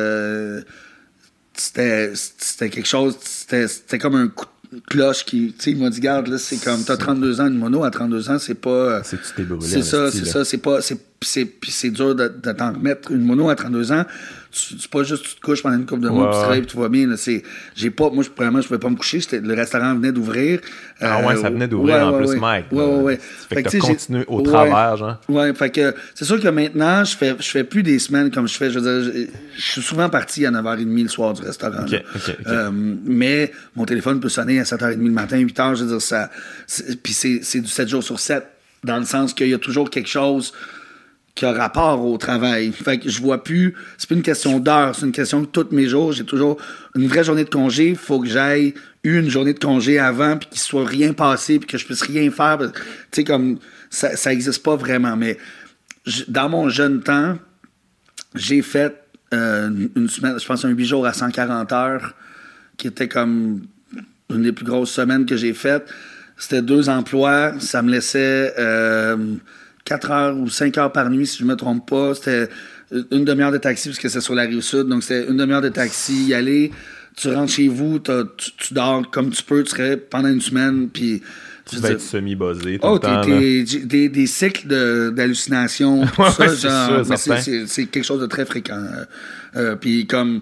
c'était quelque chose, c'était comme un coup de cloche qui, tu sais, il m'a dit, garde, là, c'est comme, t'as 32 ans, une mono à 32 ans, c'est pas... C'est que tu t'es brûlé. C'est ça, c'est pas... c'est dur de t'en remettre. Une mono à 32 ans, c'est pas juste tu te couches pendant une couple de mois, puis tu travailles, puis tout va bien, là, moi, premièrement, je pouvais pas me coucher, le restaurant venait d'ouvrir. Ça venait d'ouvrir en plus, Mike. Ouais. Fait que t'as continué au travers, genre. Ouais, fait que c'est sûr que maintenant, je fais plus des semaines comme je fais, je veux dire, je suis souvent parti à 9h30 le soir du restaurant. OK. Mais mon téléphone peut sonner à 7h30 le matin, 8h, je veux dire, ça... Puis c'est du 7 jours sur 7, dans le sens qu'il y a toujours quelque chose qui a rapport au travail. Fait que je vois plus... C'est pas une question d'heures, c'est une question de tous mes jours. J'ai toujours une vraie journée de congé. Il faut que j'aille une journée de congé avant, puis qu'il soit rien passé, puis que je puisse rien faire. Tu sais, comme... Ça existe pas vraiment. Mais dans mon jeune temps, j'ai fait une semaine, je pense un 8 jours à 140 heures, qui était comme une des plus grosses semaines que j'ai faites. C'était 2 emplois. Ça me laissait... 4 heures ou 5 heures par nuit, si je me trompe pas. C'était une demi-heure de taxi, parce que c'est sur la Rive-Sud. Donc, c'était une demi-heure de taxi, y aller. Tu rentres chez vous, tu dors comme tu peux. Tu serais pendant une semaine, puis... Tu vas être semi-buzzé tout le temps. Des cycles d'hallucinations, tout ça, genre, c'est quelque chose de très fréquent. Puis comme...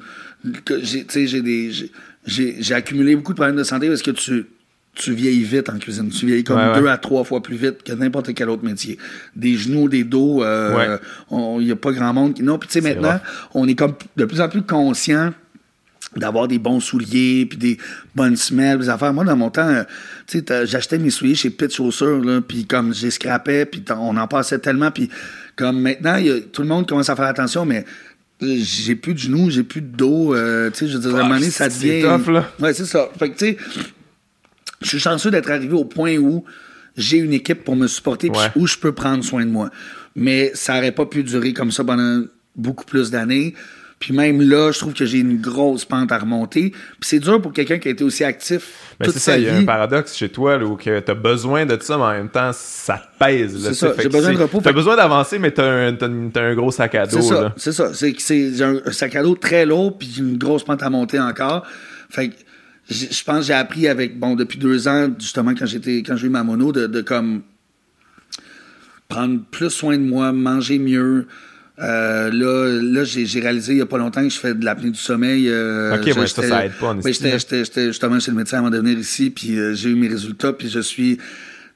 J'ai accumulé beaucoup de problèmes de santé parce que tu vieillis vite en cuisine. Tu vieillis comme 2 à 3 fois plus vite que n'importe quel autre métier. Des genoux, des dos, il n'y a pas grand monde qui... Non, puis tu sais, maintenant, on est comme de plus en plus conscient d'avoir des bons souliers, puis des bonnes semelles, des affaires. Moi, dans mon temps, tu sais, j'achetais mes souliers chez Pit Chaussures, là, puis comme j'ai scrappé, puis on en passait tellement, puis comme maintenant, tout le monde commence à faire attention, mais j'ai plus de genoux, j'ai plus de dos, tu sais, je veux dire, à un moment donné, ça devient... C'est tough, là. Ouais, c'est ça. Fait que, tu sais... Je suis chanceux d'être arrivé au point où j'ai une équipe pour me supporter, puis où je peux prendre soin de moi. Mais ça n'aurait pas pu durer comme ça pendant beaucoup plus d'années. Puis même là, je trouve que j'ai une grosse pente à remonter. Puis c'est dur pour quelqu'un qui a été aussi actif toute sa vie. Il y a un paradoxe chez toi là, où tu as besoin de tout ça, mais en même temps, ça te pèse. Là, c'est ça, j'ai besoin de repos. Tu as besoin d'avancer, mais tu as un gros sac à dos. C'est ça. J'ai un sac à dos très lourd, puis une grosse pente à monter encore. Fait que je pense que j'ai appris depuis 2 ans, justement, quand j'ai eu ma mono, de comme prendre plus soin de moi, manger mieux. Là, j'ai réalisé il n'y a pas longtemps que je fais de l'apnée du sommeil. Ça aide pas, j'étais justement chez le médecin avant de venir ici, puis j'ai eu mes résultats, puis je suis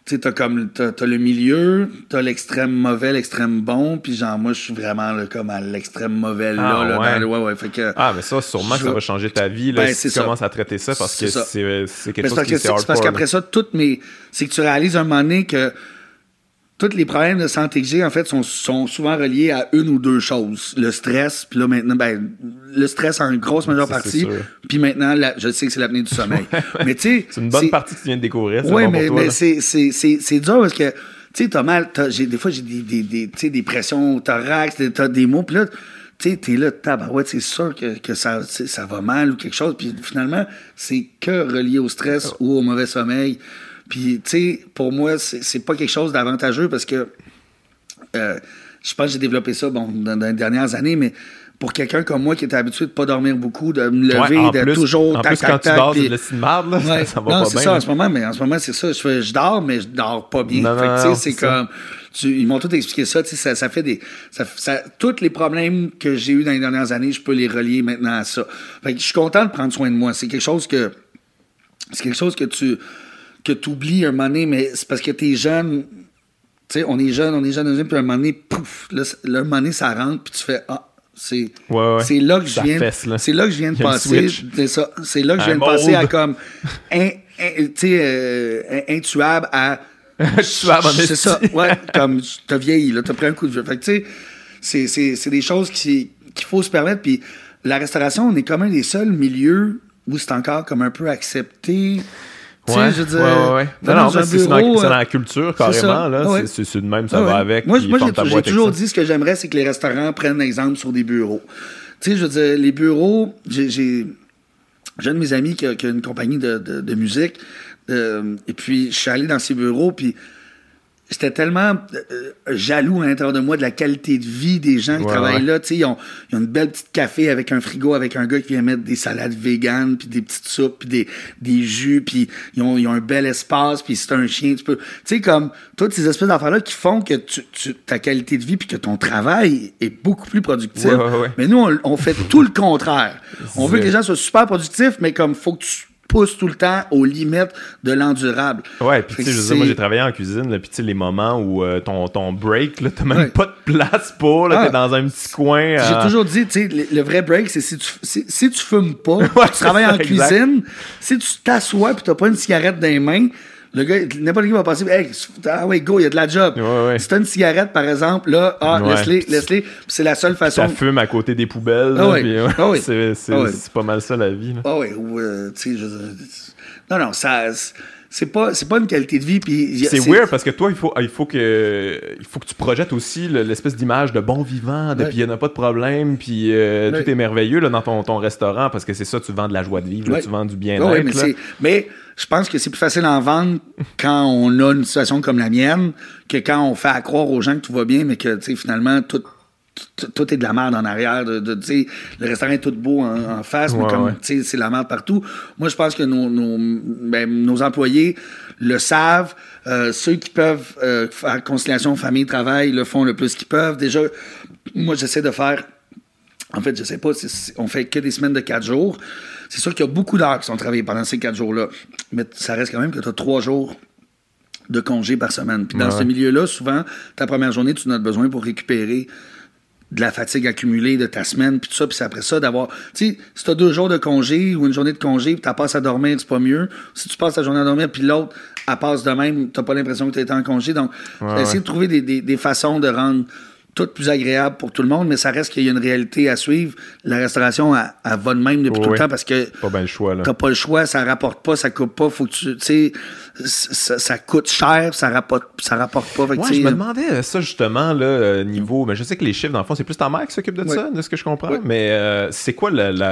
Tu sais, t'as le milieu, t'as l'extrême mauvais, l'extrême bon, puis genre, moi, je suis vraiment là, comme à l'extrême mauvais, ouais. Fait que, mais ça, sûrement que ça va changer ta vie, là, si tu commences à traiter ça, parce que c'est quelque chose qui est hardcore. C'est parce qu'après ça, c'est que tu réalises un moment donné que tous les problèmes de santé que j'ai, en fait, sont souvent reliés à une ou deux choses. Le stress, puis là, maintenant, le stress en une grosse majeure partie. Puis maintenant, je sais que c'est l'apnée du sommeil. Mais tu sais... C'est une bonne partie que tu viens de découvrir. Oui, mais c'est dur parce que, tu sais, t'as mal... des fois, j'ai des pressions au thorax, t'as des mots, puis là, tu sais, t'es là, tabarouette, c'est sûr que ça va mal ou quelque chose. Puis finalement, c'est que relié au stress ou au mauvais sommeil. Puis, tu sais, pour moi, c'est pas quelque chose d'avantageux parce que je pense que j'ai développé ça, dans les dernières années, mais pour quelqu'un comme moi qui était habitué de pas dormir beaucoup, de me lever, toujours tac, tac, tac. En plus, quand tu dors, c'est de l'estime marde, là, ça va pas bien. Non, c'est ça, en ce moment, c'est ça. Je dors, mais je dors pas bien. C'est comme... Ils m'ont tout expliqué ça, tu sais, ça fait tous les problèmes que j'ai eu dans les dernières années, je peux les relier maintenant à ça. Fait que je suis content de prendre soin de moi. C'est quelque chose que tu oublies un moment donné, mais c'est parce que t'es jeune. Tu sais, on est jeune, puis à un moment donné, pouf, là, un moment donné, ça rentre, puis tu fais c'est là que je viens. C'est là que je viens de passer. C'est ça. C'est là que je viens de passer à comme intuable à. C'est ça. Ouais, comme t'as vieilli, là, t'as pris un coup de vieux. Fait que tu sais, c'est des choses qu'il faut se permettre. Puis la restauration, on est comme un des seuls milieux où c'est encore comme un peu accepté. Ouais, je veux dire, non, c'est dans la culture, carrément. Là, c'est de même, ça va avec. Moi j'ai toujours dit ce que j'aimerais, c'est que les restaurants prennent exemple sur des bureaux. Tu sais, je veux dire, les bureaux, j'ai un de mes amis qui a une compagnie de musique, et puis je suis allé dans ses bureaux, puis j'étais tellement jaloux à l'intérieur de moi de la qualité de vie des gens qui travaillent là. Tu sais, ils ont une belle petite café avec un frigo, avec un gars qui vient mettre des salades véganes, puis des petites soupes, puis des jus, puis ils ont un bel espace, puis c'est un chien, tu peux... Tu sais, comme toutes ces espèces d'affaires-là qui font que ta qualité de vie puis que ton travail est beaucoup plus productif. Mais nous, on fait tout le contraire. On veut que les gens soient super productifs, mais comme faut que tu pousse tout le temps aux limites de l'endurable. Ouais, puis tu sais, je veux dire, moi j'ai travaillé en cuisine, puis tu sais, les moments où ton break, là, t'as même pas de place pour, là, t'es dans un petit coin. J'ai toujours dit, tu sais, le vrai break, c'est si tu fumes pas, tu travailles en cuisine, si tu t'assois puis t'as pas une cigarette dans les mains, le gars, n'importe qui va passer, hey, go, il y a de la job. Si t'as une cigarette, par exemple, là, laisse-les, puis c'est la seule façon. Ça fume à côté des poubelles, c'est pas mal ça, la vie. Tu sais, non, ça... C'est pas une qualité de vie. Puis c'est weird parce que toi, il faut que tu projettes aussi l'espèce d'image de bon vivant, puis il n'y en a pas de problème, puis tout est merveilleux là, dans ton restaurant parce que c'est ça, tu vends de la joie de vivre, là, tu vends du bien-être. Mais je pense que c'est plus facile d'en vendre quand on a une situation comme la mienne que quand on fait à croire aux gens que tout va bien, mais que finalement, tout est de la merde en arrière. Le restaurant est tout beau en face, mais comme c'est la merde partout. Moi, je pense que nos employés le savent. Ceux qui peuvent faire conciliation famille-travail le font le plus qu'ils peuvent. Déjà, moi, j'essaie de faire... En fait, je sais pas, on fait que des semaines de 4 jours. C'est sûr qu'il y a beaucoup d'heures qui sont travaillées pendant ces 4 jours-là. Mais ça reste quand même que tu as 3 jours de congé par semaine. Puis dans ce milieu-là, souvent, ta première journée, tu en as besoin pour récupérer de la fatigue accumulée de ta semaine, puis tout ça, puis c'est après ça d'avoir... Tu sais, si t'as 2 jours de congé ou une journée de congé, puis t'as passes à dormir, c'est pas mieux. Si tu passes ta journée à dormir, puis l'autre, elle passe de même, t'as pas l'impression que t'as été en congé. Donc, essayer de trouver des façons de rendre tout plus agréable pour tout le monde, mais ça reste qu'il y a une réalité à suivre. La restauration, elle va de même depuis tout le temps parce que pas bien le choix, là. T'as pas le choix, ça rapporte pas, ça coupe pas, faut que tu sais, ça coûte cher, ça rapporte pas. Fait que je me demandais ça justement, là, niveau, mais je sais que les chiffres, dans le fond, c'est plus ta mère qui s'occupe de ça, de ce que je comprends, mais c'est quoi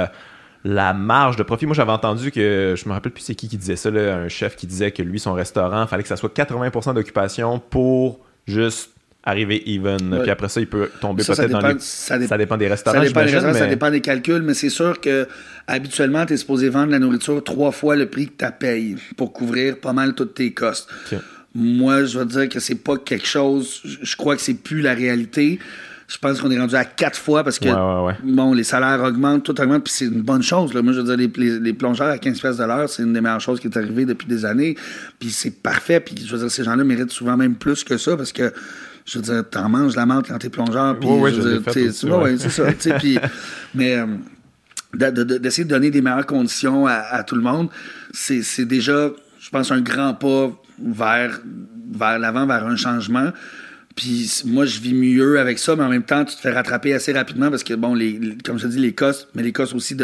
la marge de profit? Moi, j'avais entendu que, je me rappelle plus c'est qui disait ça, là, un chef qui disait que lui, son restaurant, fallait que ça soit 80% d'occupation pour juste arriver even. Puis après ça, il peut tomber peut-être dans les... Ça dépend des restaurants, ça dépend des calculs, mais c'est sûr que habituellement, tu es supposé vendre la nourriture 3 fois le prix que tu payes pour couvrir pas mal toutes tes costes. Okay. Moi, je veux dire que c'est pas quelque chose... Je crois que c'est plus la réalité. Je pense qu'on est rendu à 4 fois parce que, bon, les salaires augmentent, tout augmente, puis c'est une bonne chose. Là. Moi, je veux dire, les plongeurs à 15 piastres de l'heure, c'est une des meilleures choses qui est arrivée depuis des années. Puis c'est parfait. Puis je veux dire, ces gens-là méritent souvent même plus que ça parce que, je veux dire, t'en manges la menthe quand t'es plongeur. Puis, c'est ça. Puis, mais d'essayer de donner des meilleures conditions à tout le monde, c'est déjà, je pense, un grand pas vers l'avant, vers un changement. Puis moi, je vis mieux avec ça, mais en même temps, tu te fais rattraper assez rapidement parce que, bon, comme je te dis, les costs, mais les costs aussi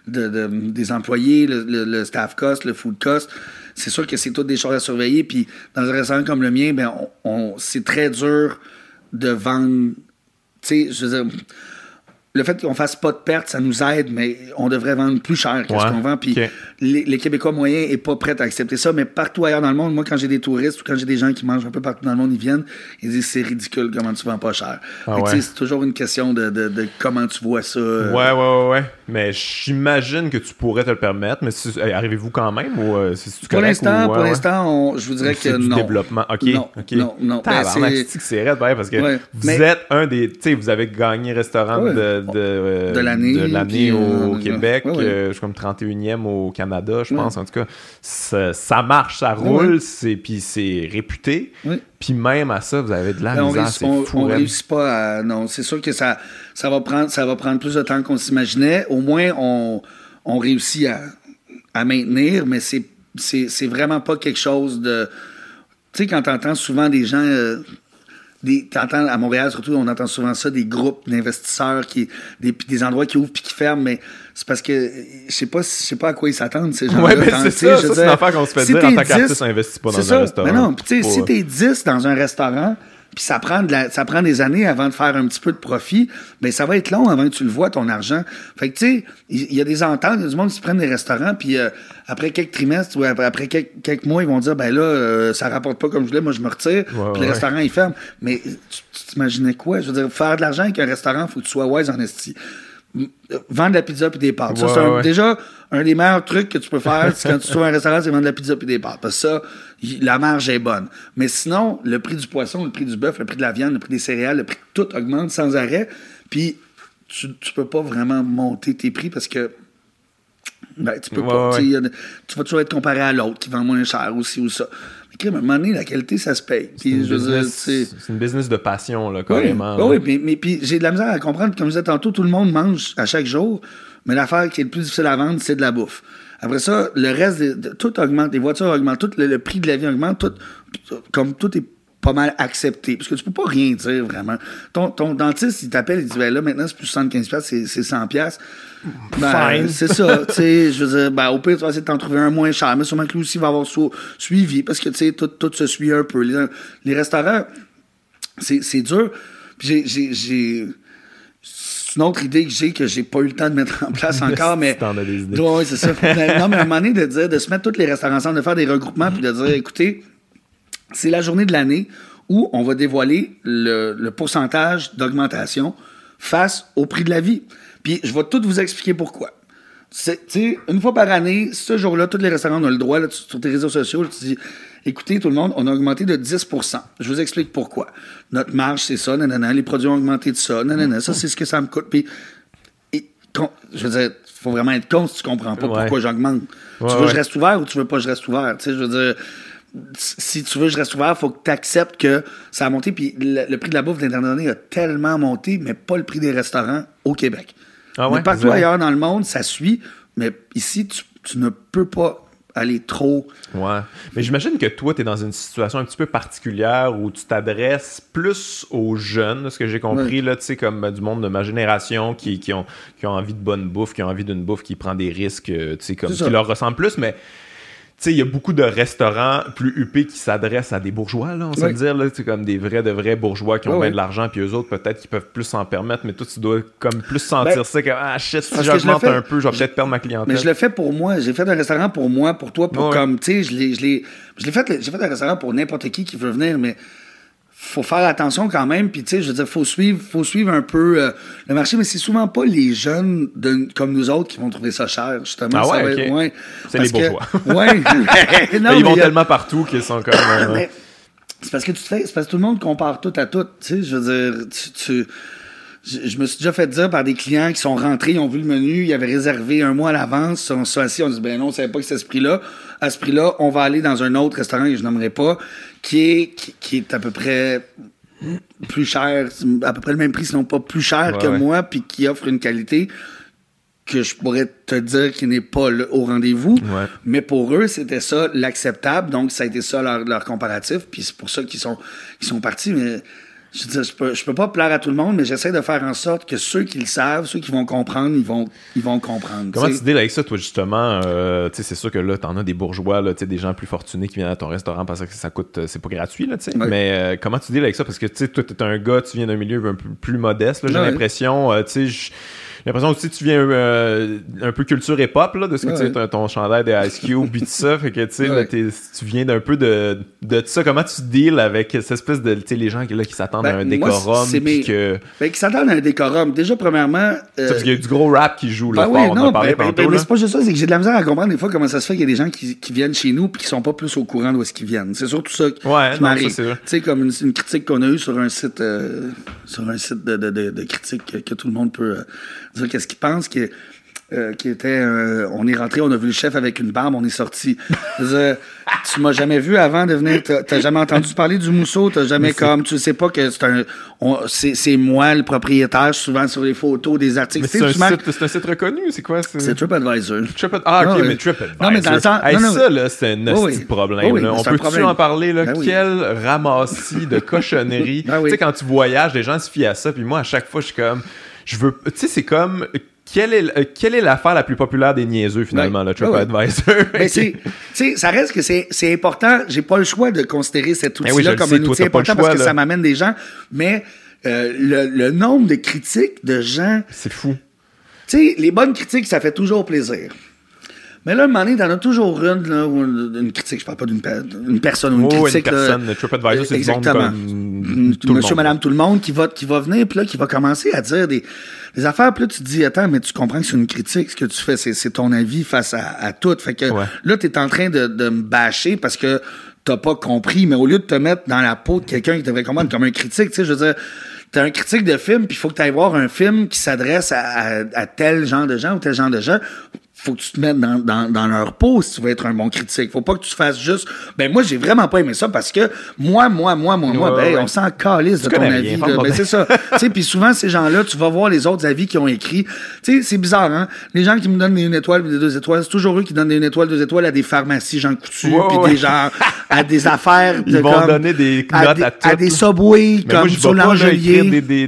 des employés, le staff cost, le food cost, c'est sûr que c'est toutes des choses à surveiller. Puis dans un restaurant comme le mien, ben c'est très dur de vendre. Tu sais, je veux dire, le fait qu'on fasse pas de pertes, ça nous aide, mais on devrait vendre plus cher que ce qu'on vend. Puis les Québécois moyens sont pas prêts à accepter ça. Mais partout ailleurs dans le monde, moi, quand j'ai des touristes ou quand j'ai des gens qui mangent un peu partout dans le monde, ils viennent, ils disent c'est ridicule comment tu vends pas cher. C'est toujours une question de comment tu vois ça. Ouais. Mais j'imagine que tu pourrais te le permettre. Mais arrivez-vous quand même ou c'est pour l'instant, je vous dirais que non. Du développement. Non. C'est raide, parce que vous êtes un des. Tu sais, vous avez gagné restaurant de l'année au Québec. Je suis comme 31e au Canada, je pense. En tout cas, ça marche, ça roule, puis c'est réputé. Puis même à ça, vous avez de la misère, c'est fou. On réussit pas à... Non, c'est sûr que ça va prendre plus de temps qu'on s'imaginait. Au moins, on réussit à maintenir, mais c'est vraiment pas quelque chose de... Tu sais, quand t'entends souvent des gens... T'entends à Montréal, surtout, on entend souvent ça, des groupes d'investisseurs, des endroits qui ouvrent puis qui ferment, mais c'est parce que je sais pas à quoi ils s'attendent, ces gens-là. Ouais, mais c'est ça, c'est une affaire qu'on se fait dire en tant qu'artiste, on n'investit pas dans un restaurant. Mais non, puis tu sais, si t'es 10 dans un restaurant, puis ça prend des années avant de faire un petit peu de profit, ben ça va être long avant que tu le vois, ton argent. Fait que tu sais, il y a des ententes, il y a du monde qui se prennent des restaurants, puis après quelques trimestres ou après quelques mois, ils vont dire, ben là, ça rapporte pas comme je voulais, moi je me retire, puis le restaurant, il ferme. Mais tu t'imaginais quoi? Je veux dire, faire de l'argent avec un restaurant, il faut que tu sois wise en esti. Vendre de la pizza puis des pâtes. Ça, c'est déjà un des meilleurs trucs que tu peux faire quand tu trouves un restaurant, c'est vendre de la pizza puis des pâtes. Parce que ça, la marge est bonne. Mais sinon, le prix du poisson, le prix du bœuf, le prix de la viande, le prix des céréales, le prix de tout augmente sans arrêt. Puis tu peux pas vraiment monter tes prix parce que tu peux pas. Tu vas toujours être comparé à l'autre qui vend moins cher aussi ou ça. À un moment donné, la qualité, ça se paye. C'est une business de passion, là, carrément. Oui, mais puis j'ai de la misère à comprendre. Comme je disais tantôt, tout le monde mange à chaque jour, mais l'affaire qui est le plus difficile à vendre, c'est de la bouffe. Après ça, le reste, tout augmente. Les voitures augmentent, tout le prix de la vie augmente, tout est pas mal accepté. Parce que tu peux pas rien dire, vraiment. Ton dentiste, il t'appelle, il dit, ben là, maintenant, c'est plus 75$, c'est 100$. Ben, c'est ça, tu sais, je veux dire, au pire, tu vas essayer de t'en trouver un moins cher, mais sûrement que lui aussi va avoir suivi, parce que, tu sais, tout se suit un peu. Les restaurants, c'est dur. Puis j'ai une autre idée que j'ai pas eu le temps de mettre en place encore, mais... T'en as des idées. Oui, c'est ça. Non, mais à un moment donné, de se mettre tous les restaurants ensemble, de faire des regroupements, puis de dire, écoutez, c'est la journée de l'année où on va dévoiler le pourcentage d'augmentation face au prix de la vie. Puis je vais tout vous expliquer pourquoi. Une fois par année, ce jour-là, tous les restaurants ont le droit, là, sur tes réseaux sociaux, là, tu dis, écoutez tout le monde, on a augmenté de 10%. Je vous explique pourquoi. Notre marge, c'est ça, nanana, les produits ont augmenté de ça, nanana, ça, c'est ce que ça me coûte. Puis, je veux dire, il faut vraiment être con si tu comprends pas pourquoi j'augmente. Tu veux que je reste ouvert ou tu veux pas que je reste ouvert? Tu sais, je veux dire... Si tu veux que je reste ouvert, il faut que tu acceptes que ça a monté. Puis le prix de la bouffe des dernières années a tellement monté, mais pas le prix des restaurants au Québec. Mais partout ailleurs dans le monde, ça suit. Mais ici, tu ne peux pas aller trop. Ouais. Mais j'imagine que toi, tu es dans une situation un petit peu particulière où tu t'adresses plus aux jeunes, ce que j'ai compris, là, tu sais, comme du monde de ma génération qui ont envie de bonne bouffe, qui ont envie d'une bouffe qui prend des risques, tu sais, comme qui leur ressemble plus, mais. Tu sais, il y a beaucoup de restaurants plus huppés qui s'adressent à des bourgeois, là, on sait dire, là, comme des de vrais bourgeois qui ont bien de l'argent, puis eux autres, peut-être qu'ils peuvent plus s'en permettre, mais toi, tu dois comme plus sentir ça que, shit, si j'augmente un peu, je vais peut-être perdre ma clientèle. Mais je le fais pour moi. J'ai fait un restaurant pour moi, pour toi, pour comme, tu sais, j'ai fait un restaurant pour n'importe qui veut venir, mais faut faire attention quand même, puis tu sais, je veux dire, faut suivre un peu le marché, mais c'est souvent pas les jeunes comme nous autres qui vont trouver ça cher, justement. C'est les bourgeois. Ils vont tellement partout qu'ils sont comme... C'est parce que c'est parce que tout le monde compare tout à tout, tu sais, je veux dire, je me suis déjà fait dire par des clients qui sont rentrés, ils ont vu le menu, ils avaient réservé un mois à l'avance, ils sont assis, on dit, ben non, on savait pas que c'était ce prix-là. À ce prix-là, on va aller dans un autre restaurant que je nommerai pas, qui est à peu près plus cher, à peu près le même prix, sinon pas plus cher que moi, puis qui offre une qualité que je pourrais te dire qui n'est pas au rendez-vous. Ouais. Mais pour eux, c'était ça l'acceptable. Donc, ça a été ça leur comparatif. Puis c'est pour ça qu'ils sont partis. Mais je veux dire, je peux pas plaire à tout le monde, mais j'essaie de faire en sorte que ceux qui le savent, ceux qui vont comprendre, ils vont comprendre. Comment tu deals avec ça, toi, justement? C'est sûr que là, t'en as des bourgeois, là, des gens plus fortunés qui viennent à ton restaurant parce que ça coûte, c'est pas gratuit, là, tu sais. Ouais. Mais comment tu deals avec ça? Parce que, tu sais, toi, t'es un gars, tu viens d'un milieu un peu plus modeste, là, j'ai l'impression, tu sais, j'ai l'impression aussi que tu viens un peu culture hip-hop, là, de ce que tu sais, ton chandail de Ice Cube et tout ça. Fait que, tu sais, là, tu viens d'un peu de ça. Comment tu deals avec cette espèce de, tu sais, les gens qui s'attendent à un décorum? Qui s'attendent à un décorum. Déjà, premièrement. Parce qu'il y a du gros rap qui joue, là, fort. On en parlait tantôt. Mais c'est pas juste ça, c'est que j'ai de la misère à comprendre des fois comment ça se fait qu'il y a des gens qui viennent chez nous puis qui sont pas plus au courant d'où est-ce qu'ils viennent. C'est surtout ça qui m'arrive. Tu sais, comme une critique qu'on a eue sur un site de critique que tout le monde peut dire qu'est-ce qu'il pense qui était on est rentré, on a vu le chef avec une barbe, on est sorti. Tu m'as jamais vu avant de venir, t'as jamais entendu parler du Mousseau, t'as jamais tu sais pas que c'est moi le propriétaire souvent sur les photos des articles. Mais c'est un site reconnu, c'est quoi? C'est TripAdvisor. Mais TripAdvisor. Non, mais dans le sens, ça là, c'est un hostie de problème. Là. On peut-tu en parler là? Quel ramassis de cochonneries. Tu sais, quand tu voyages, les gens se fient à ça, puis moi à chaque fois je suis comme tu sais, c'est comme quelle est l'affaire la plus populaire des niaiseux finalement, le TripAdvisor? Tu sais, ça reste que c'est important. J'ai pas le choix de considérer cet outil-là comme un outil important parce que ça m'amène des gens. Mais le nombre de critiques de gens, c'est fou. Tu sais, les bonnes critiques, ça fait toujours plaisir. Mais là, à un moment donné, t'en as toujours une critique. Je parle pas d'une personne ou une critique. Une personne. Le TripAdvisor, c'est exactement. Monsieur, madame, tout le monde qui va venir, puis là, qui va commencer à dire des affaires. Puis là, tu te dis, attends, mais tu comprends que c'est une critique. Ce que tu fais, c'est ton avis face à tout. Fait que là, t'es en train de me bâcher parce que t'as pas compris. Mais au lieu de te mettre dans la peau de quelqu'un qui devrait comprendre comme un critique, tu sais, je veux dire, t'es un critique de film, puis il faut que t'ailles voir un film qui s'adresse à tel genre de gens ou tel genre de gens. Faut que tu te mettes dans leur peau si tu veux être un bon critique. Faut pas que tu fasses juste moi j'ai vraiment pas aimé ça parce que moi on s'en calisse de ton avis. C'est ça. Tu sais, puis souvent ces gens-là, tu vas voir les autres avis qui ont écrit. Tu sais, c'est bizarre, hein. Les gens qui me donnent des 1 étoile et des 2 étoiles, c'est toujours eux qui donnent des 1 étoile, 2 étoiles à des pharmacies Jean Coutu puis des gens à des affaires ils vont donner des notes à des Subway comme sur l'Angelier.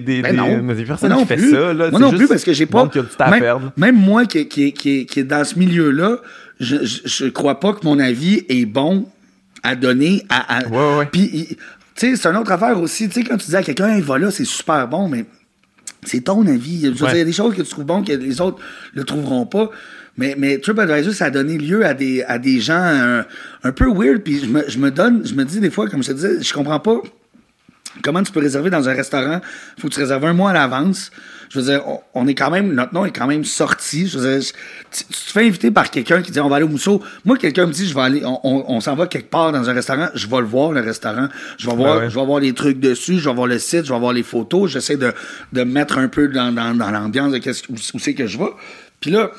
Des personnes qui font ça là. Moi non plus parce que j'ai pas même moi qui est dans ce milieu-là, je crois pas que mon avis est bon à donner à... Puis, tu sais, c'est une autre affaire aussi. Tu sais, quand tu dis à quelqu'un, hey, va là, c'est super bon, mais c'est ton avis. Je veux dire, il y a des choses que tu trouves bon que les autres ne trouveront pas. Mais TripAdvisor, ça a donné lieu à des gens un peu weird. Puis je me dis des fois, comme je te disais, je comprends pas comment tu peux réserver dans un restaurant. Faut que tu réserves 1 mois à l'avance. Je veux dire, on est quand même, notre nom est quand même sorti. Je veux dire, tu te fais inviter par quelqu'un qui dit on va aller au Mousseau. Moi, quelqu'un me dit je vais aller, on s'en va quelque part dans un restaurant. Je vais le voir, le restaurant. Je vais voir les trucs dessus. Je vais voir le site. Je vais voir les photos. J'essaie de me mettre un peu dans l'ambiance de où c'est que je vais. Puis là,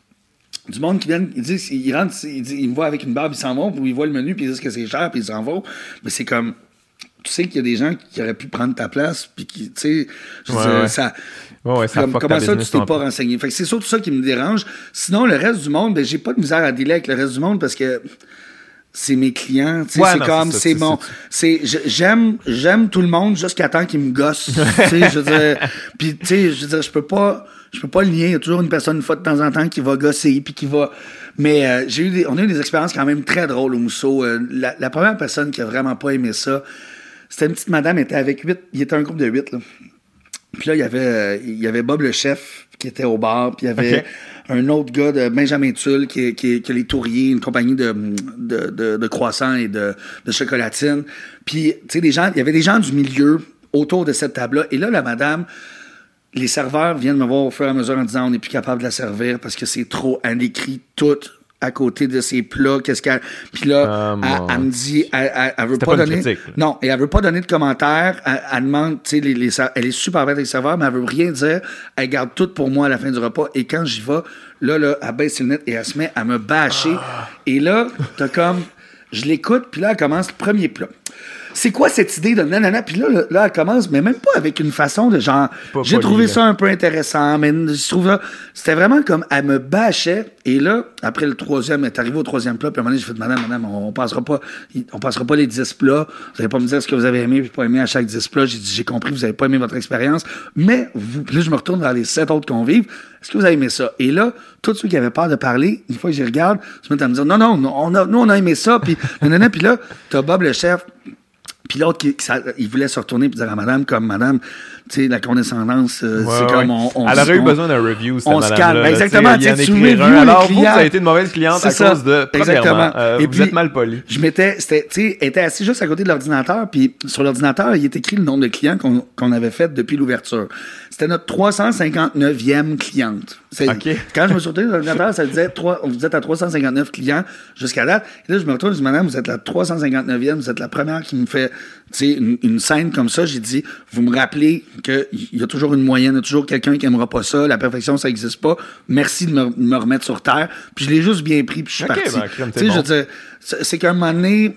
du monde qui vient, il rentre, il me voit avec une barbe, il s'en va, puis il voit le menu, puis ils disent que c'est cher, puis ils s'en vont. Mais c'est comme, tu sais qu'il y a des gens qui auraient pu prendre ta place, puis qui, tu sais, ça... comment ça, tu t'es pas renseigné? Fait que c'est surtout ça qui me dérange. Sinon, le reste du monde, j'ai pas de misère à dealer avec le reste du monde parce que c'est mes clients. J'aime tout le monde jusqu'à temps qu'ils me gossent. Je veux dire, puis tu sais, je veux dire, je peux pas le nier. Il y a toujours une personne, une fois de temps en temps, qui va gosser, puis qui va... Mais on a eu des expériences quand même très drôles au Mousseau. La première personne qui a vraiment pas aimé ça, c'était une petite madame, elle était avec 8, il était un groupe de 8, là. Puis là, il y avait Bob le chef qui était au bar, puis il y avait un autre gars de Benjamin Tulle qui est les Touriers, une compagnie de croissants et de chocolatines. Puis, tu sais, il y avait des gens du milieu autour de cette table-là. Et là, la madame, les serveurs viennent me voir au fur et à mesure en disant on n'est plus capable de la servir parce que c'est trop, elle écrit tout à côté de ses plats, qu'est-ce qu'elle... Puis là, elle me dit, elle veut pas donner... Non, et elle veut pas donner de commentaires. Elle demande, tu sais, elle est super bête avec les serveurs, mais elle veut rien dire. Elle garde tout pour moi à la fin du repas. Et quand j'y vais, là, elle baisse ses lunettes et elle se met à me bâcher. Et là, t'as comme... Je l'écoute, puis là, elle commence le premier plat. C'est quoi cette idée de nanana? Puis là, elle commence, mais même pas avec une façon de genre, j'ai trouvé ça un peu intéressant, mais je trouve c'était vraiment comme, elle me bâchait, et là, après le troisième, elle est arrivée au troisième plat, puis à un moment donné, j'ai fait, madame, on passera pas les 10 plats, vous allez pas me dire ce que vous avez aimé, puis pas aimé à chaque 10 plats, j'ai dit, j'ai compris, vous avez pas aimé votre expérience, mais puis là, je me retourne vers les 7 autres convives, est-ce que vous avez aimé ça? Et là, tous ceux qui avaient peur de parler, une fois que j'y regarde, se mettent à me dire, non, nous, on a aimé ça, puis nanana, puis là, t'as Bob le chef, puis l'autre, il voulait se retourner et dire à madame, comme madame, tu sais, la condescendance, c'est comme elle aurait eu besoin d'un review, cette madame-là. On se calme, exactement. Tu sais, alors, vous avez été une mauvaise cliente à cause de, premièrement, et vous êtes mal poli. Tu sais, elle était assise juste à côté de l'ordinateur, puis sur l'ordinateur, il est écrit le nombre de clients qu'on avait fait depuis l'ouverture. C'était notre 359e cliente. Okay. Quand je me suis retourné sur l'ordinateur, ça disait, vous êtes à 359 clients jusqu'à date. Et là, je me retourne, je dis, madame, vous êtes la 359e, vous êtes la première qui me fait, tu sais, une scène comme ça. J'ai dit, vous me rappelez qu'il y a toujours une moyenne, il y a toujours quelqu'un qui aimera pas ça, la perfection, ça existe pas. Merci de me remettre sur terre. Puis je l'ai juste bien pris, puis je suis parti. Tu sais, je veux dire, c'est qu'à un moment donné,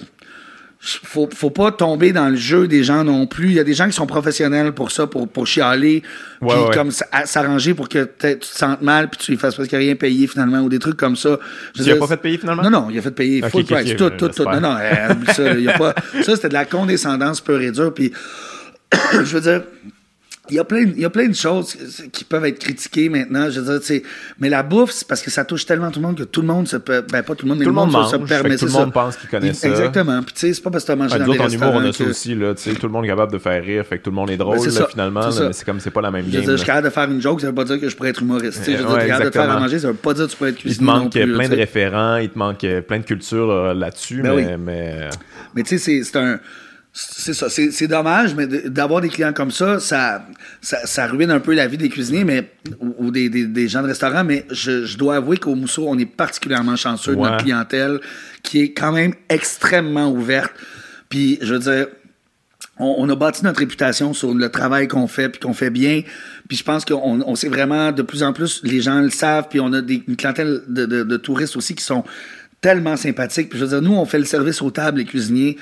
faut pas tomber dans le jeu des gens non plus. Il y a des gens qui sont professionnels pour ça, pour chialer, puis comme s'arranger pour que tu te sentes mal, puis tu lui fasses presque rien payer finalement, ou des trucs comme ça. Tu l'as pas fait payer finalement? Non, il a fait payer full price, tout. Non, ça, y a pas... Ça, c'était de la condescendance pure et dure, puis je veux dire... Il y a plein de choses qui peuvent être critiquées maintenant. Je veux dire, mais la bouffe, c'est parce que ça touche tellement tout le monde que tout le monde se peut. Ben, pas tout le monde, mais tout le monde se permet ça. Tout le monde pense qu'il connaît ça. Exactement. Puis, tu sais, c'est pas parce que tu as mangé dans des restaurants. Nous autres, en humour, on a ça aussi, là. Tu sais, tout le monde est capable de faire rire. Fait que tout le monde est drôle, là, finalement. Là, mais c'est comme, c'est pas la même game. Je suis capable de faire une joke, ça veut pas dire que je pourrais être humoriste. Je veux dire, capable de te faire à manger, ça veut pas dire que tu pourrais être cuisinier. Il te manque plein de référents, il te manque plein de culture là-dessus. Mais tu sais, c'est un. C'est ça, c'est dommage, mais d'avoir des clients comme ça ruine un peu la vie des cuisiniers ou des gens de restaurant, mais je dois avouer qu'au Mousseau, on est particulièrement chanceux de notre clientèle qui est quand même extrêmement ouverte. Puis, je veux dire, on a bâti notre réputation sur le travail qu'on fait, puis qu'on fait bien. Puis je pense qu'on sait vraiment, de plus en plus, les gens le savent, puis on a une clientèle de touristes aussi qui sont tellement sympathique. Puis je veux dire, nous, on fait le service aux tables, les cuisiniers,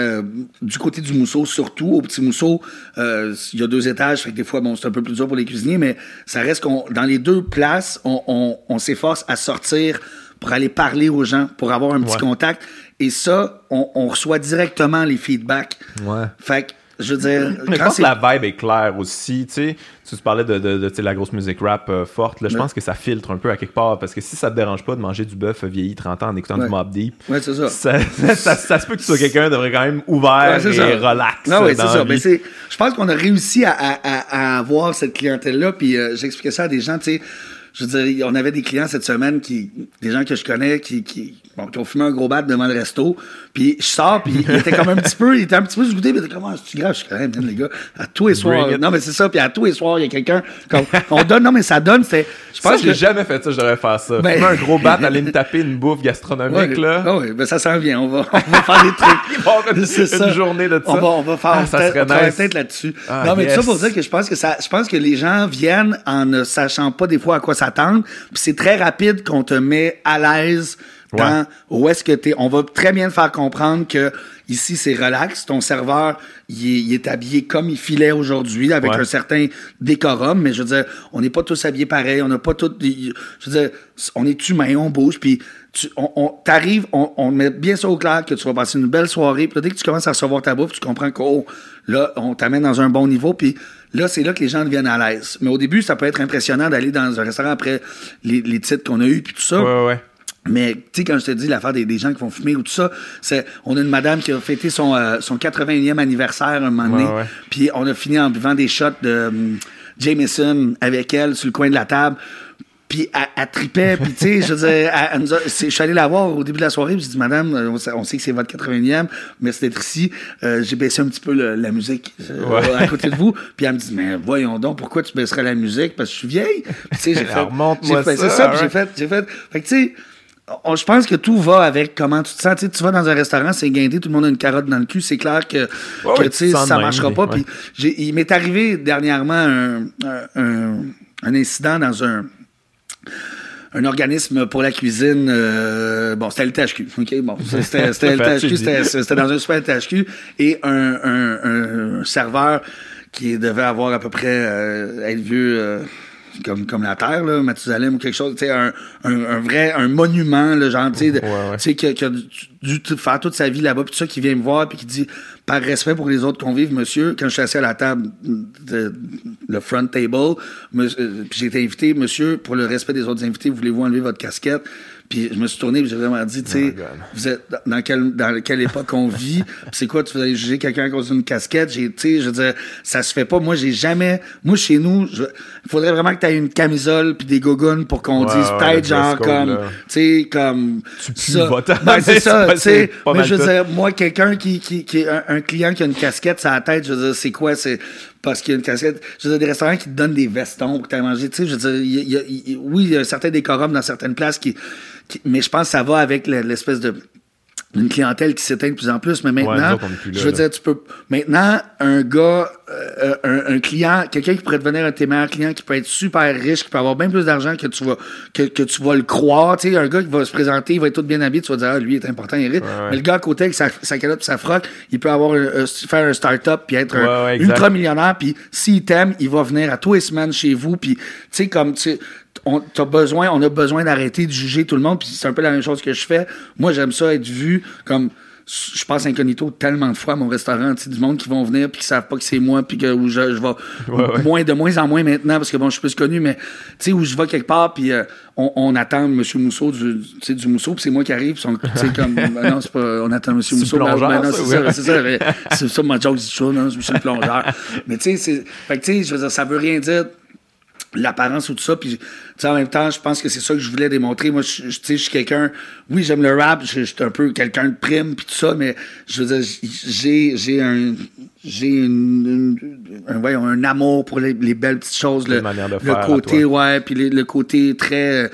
du côté du Mousseau, surtout. Au Petit Mousseau, il y a 2 étages, fait que des fois, bon, c'est un peu plus dur pour les cuisiniers, mais ça reste dans les 2 places, on s'efforce à sortir pour aller parler aux gens, pour avoir un petit contact. Et ça, on reçoit directement les feedbacks. Ouais. Fait que, je veux dire... Mais je pense que la vibe est claire aussi, tu sais. Tu parlais de la grosse musique rap forte, là, je pense que ça filtre un peu à quelque part, parce que si ça te dérange pas de manger du bœuf vieilli 30 ans en écoutant du Mobb Deep, c'est ça. Ça se peut que tu sois quelqu'un de quand même ouvert et relax. Non, c'est ça. Mais je pense qu'on a réussi à avoir cette clientèle-là, puis j'expliquais ça à des gens, tu sais. Je veux dire, on avait des clients cette semaine, des gens que je connais, qui ont fumé un gros bat devant le resto. Puis je sors, puis il était comme un petit peu goûté, mais il était comme, c'est grave, je suis quand même, les gars, à tous les soirs. Non, mais c'est ça, puis à tous les soirs, il y a quelqu'un, on donne, non, mais ça donne, je pense que j'ai jamais fait ça, je devrais faire ça. Fumer un gros bat, aller me taper une bouffe gastronomique, là. Oui, ben ça s'en vient, on va faire des trucs. C'est une journée de ça. On va faire peut-être là-dessus. Non, mais tout ça pour dire que je pense que les gens viennent en ne sachant pas des fois à quoi s'attendre, puis c'est très rapide qu'on te met à l'aise dans où est-ce que t'es. On va très bien te faire comprendre que ici c'est relax. Ton serveur, il est habillé comme il filait aujourd'hui, avec un certain décorum, mais je veux dire, on n'est pas tous habillés pareil, on n'a pas tous. Je veux dire, on est humain, on bouge, puis t'arrives, on met bien ça au clair que tu vas passer une belle soirée, puis dès que tu commences à recevoir ta bouffe, tu comprends que là, on t'amène dans un bon niveau, puis là, c'est là que les gens deviennent à l'aise. Mais au début, ça peut être impressionnant d'aller dans un restaurant après les titres qu'on a eus, puis tout ça. Ouais. Mais, tu sais, quand je te dis l'affaire des gens qui vont fumer ou tout ça, on a une madame qui a fêté son 81e anniversaire un moment donné, puis on a fini en buvant des shots de Jameson avec elle sur le coin de la table. Puis elle tripait, puis tu sais, je veux dire, je suis allé la voir au début de la soirée, puis j'ai dit, madame, on sait que c'est votre 80e, merci d'être ici. J'ai baissé un petit peu la musique à côté de vous. Puis elle me dit, mais voyons donc, pourquoi tu baisserais la musique? Parce que je suis vieille. Puis tu sais, j'ai fait... Remonte-moi ça. C'est ça, puis j'ai fait... Fait que tu sais, je pense que tout va avec comment tu te sens. Tu vas dans un restaurant, c'est guindé, tout le monde a une carotte dans le cul. C'est clair que ça marchera pas. Puis il m'est arrivé dernièrement un incident dans un organisme pour la cuisine. C'était le THQ. OK, bon, c'était le THQ, c'était dans un super THQ. Et un serveur qui devait avoir à peu près être vieux... comme la Terre, là, Mathusalem ou quelque chose, tu sais, un monument, là, genre, tu sais, qui a dû faire toute sa vie là-bas, puis tout ça, qui vient me voir, puis qui dit, par respect pour les autres convives, monsieur, quand je suis assis à la table, le front table, puis j'ai été invité, monsieur, pour le respect des autres invités, voulez-vous enlever votre casquette? Puis je me suis tourné et j'ai vraiment dit, tu sais, vous êtes dans quelle époque on vit? C'est quoi, tu faisais juger quelqu'un à cause d'une casquette? Tu sais, je veux dire, ça se fait pas. Moi, chez nous, il faudrait vraiment que tu aies une camisole puis des gogoons pour qu'on dise peut-être genre comme, tu sais, comme tu ça. C'est ça, tu sais. Mais je veux dire, moi, quelqu'un qui un client qui a une casquette sur la tête, je veux dire, c'est quoi? C'est parce qu'il y a une casquette. Je veux dire, des restaurants qui te donnent des vestons pour que tu aies mangé. Tu sais, je veux dire, il y a un certain décorum dans certaines places mais je pense que ça va avec l'espèce d'une clientèle qui s'éteint de plus en plus. Mais maintenant, je veux dire, tu peux... Maintenant, un gars, un client, quelqu'un qui pourrait devenir un de tes meilleurs clients, qui peut être super riche, qui peut avoir bien plus d'argent que tu vas le croire. Tu sais, un gars qui va se présenter, il va être tout bien habillé, tu vas dire, lui, il est important, il est riche. Mais le gars à côté, avec sa calotte et sa froc, il peut avoir faire un start-up, puis être ultra-millionnaire, puis s'il t'aime, il va venir à tous les semaines chez vous, puis tu sais, comme... on a besoin d'arrêter de juger tout le monde, puis c'est un peu la même chose que je fais. Moi, j'aime ça être vu comme... Je passe incognito tellement de fois à mon restaurant, tu sais, du monde qui vont venir puis qui savent pas que c'est moi, puis que où je vais de moins en moins maintenant, parce que bon, je suis plus connu, mais tu sais, où je vais quelque part, puis on attend M. Mousseau du Mousseau, puis c'est moi qui arrive, tu sais, comme... non, c'est pas... On attend M. Mousseau. C'est ça, ma joke du show, non, je suis le plongeur. Mais tu sais, fait que tu sais, je veux dire, ça veut rien dire... l'apparence ou tout ça, puis en même temps, je pense que c'est ça que je voulais démontrer. Moi, je suis quelqu'un, oui, j'aime le rap, je suis un peu quelqu'un de prime puis tout ça, mais je veux dire, j'ai un amour pour les belles petites choses, le côté, puis le côté très...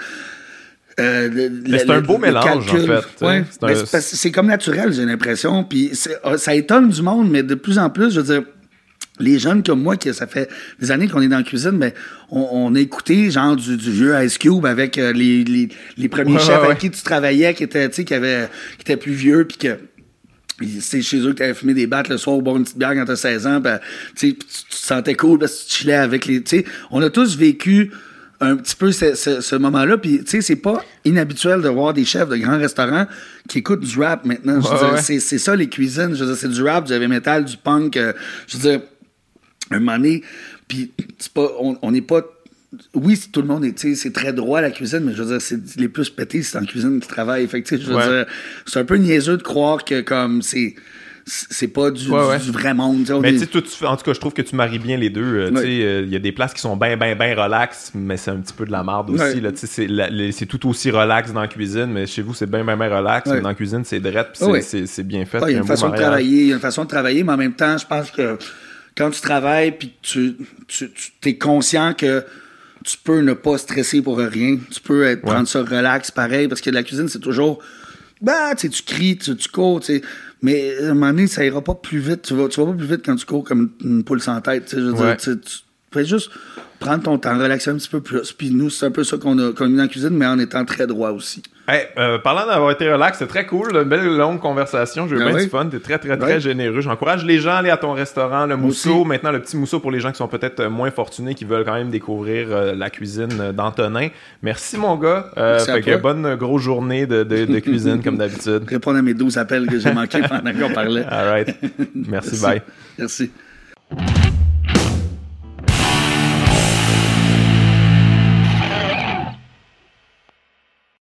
c'est un beau mélange, calcul, en fait. Ouais, c'est comme naturel, j'ai l'impression, puis ça étonne du monde, mais de plus en plus, je veux dire, les jeunes comme moi, que ça fait des années qu'on est dans la cuisine, mais on a écouté genre du vieux Ice Cube avec les premiers chefs avec qui tu travaillais, qui étaient plus vieux, puis que c'est chez eux que tu avais fumé des battes le soir, boire une petite bière quand tu as 16 ans, ben, tu te sentais cool parce que tu chillais avec les... On a tous vécu un petit peu ce moment-là, puis tu sais, c'est pas inhabituel de voir des chefs de grands restaurants qui écoutent du rap maintenant. Je veux dire, c'est ça les cuisines, je veux dire, c'est du rap, du heavy metal, du punk, je veux dire, un moment donné, puis c'est pas, on n'est pas... Oui, tout le monde est, c'est très droit la cuisine, mais je veux dire, c'est les plus pétés, c'est en cuisine qui travaillent. Fait que, je veux dire, c'est un peu niaiseux de croire que comme c'est pas du vrai monde. Mais tu sais, en tout cas, je trouve que tu maries bien les deux. Il y a des places qui sont bien relax, mais c'est un petit peu de la merde aussi. Là, c'est tout aussi relax dans la cuisine, mais chez vous, c'est bien relax. Mais dans la cuisine, c'est drette, puis c'est bien fait. Il y a une façon de travailler. Il y a une façon de travailler, mais en même temps, je pense que quand tu travailles, puis tu es conscient que tu peux ne pas stresser pour rien. Tu peux prendre ça relax, pareil, parce que la cuisine, c'est toujours... tu cries, tu cours, mais à un moment donné, ça ira pas plus vite. Tu vas pas plus vite quand tu cours comme une poule sans tête. Je veux dire, tu fais juste prendre ton temps, relaxer un petit peu plus. Puis nous, c'est un peu ça qu'on a mis dans la cuisine, mais en étant très droit aussi. Hey, parlant d'avoir été relax, c'est très cool, une belle longue conversation, j'ai eu bien du fun, t'es très généreux. J'encourage les gens à aller à ton restaurant, le Mousseau, maintenant le petit Mousseau pour les gens qui sont peut-être moins fortunés, qui veulent quand même découvrir la cuisine d'Antonin. Merci mon gars, fait que bonne grosse journée de cuisine comme d'habitude. Répondre à mes 12 appels que j'ai manqués pendant qu'on parlait. All right, merci. Bye. Merci.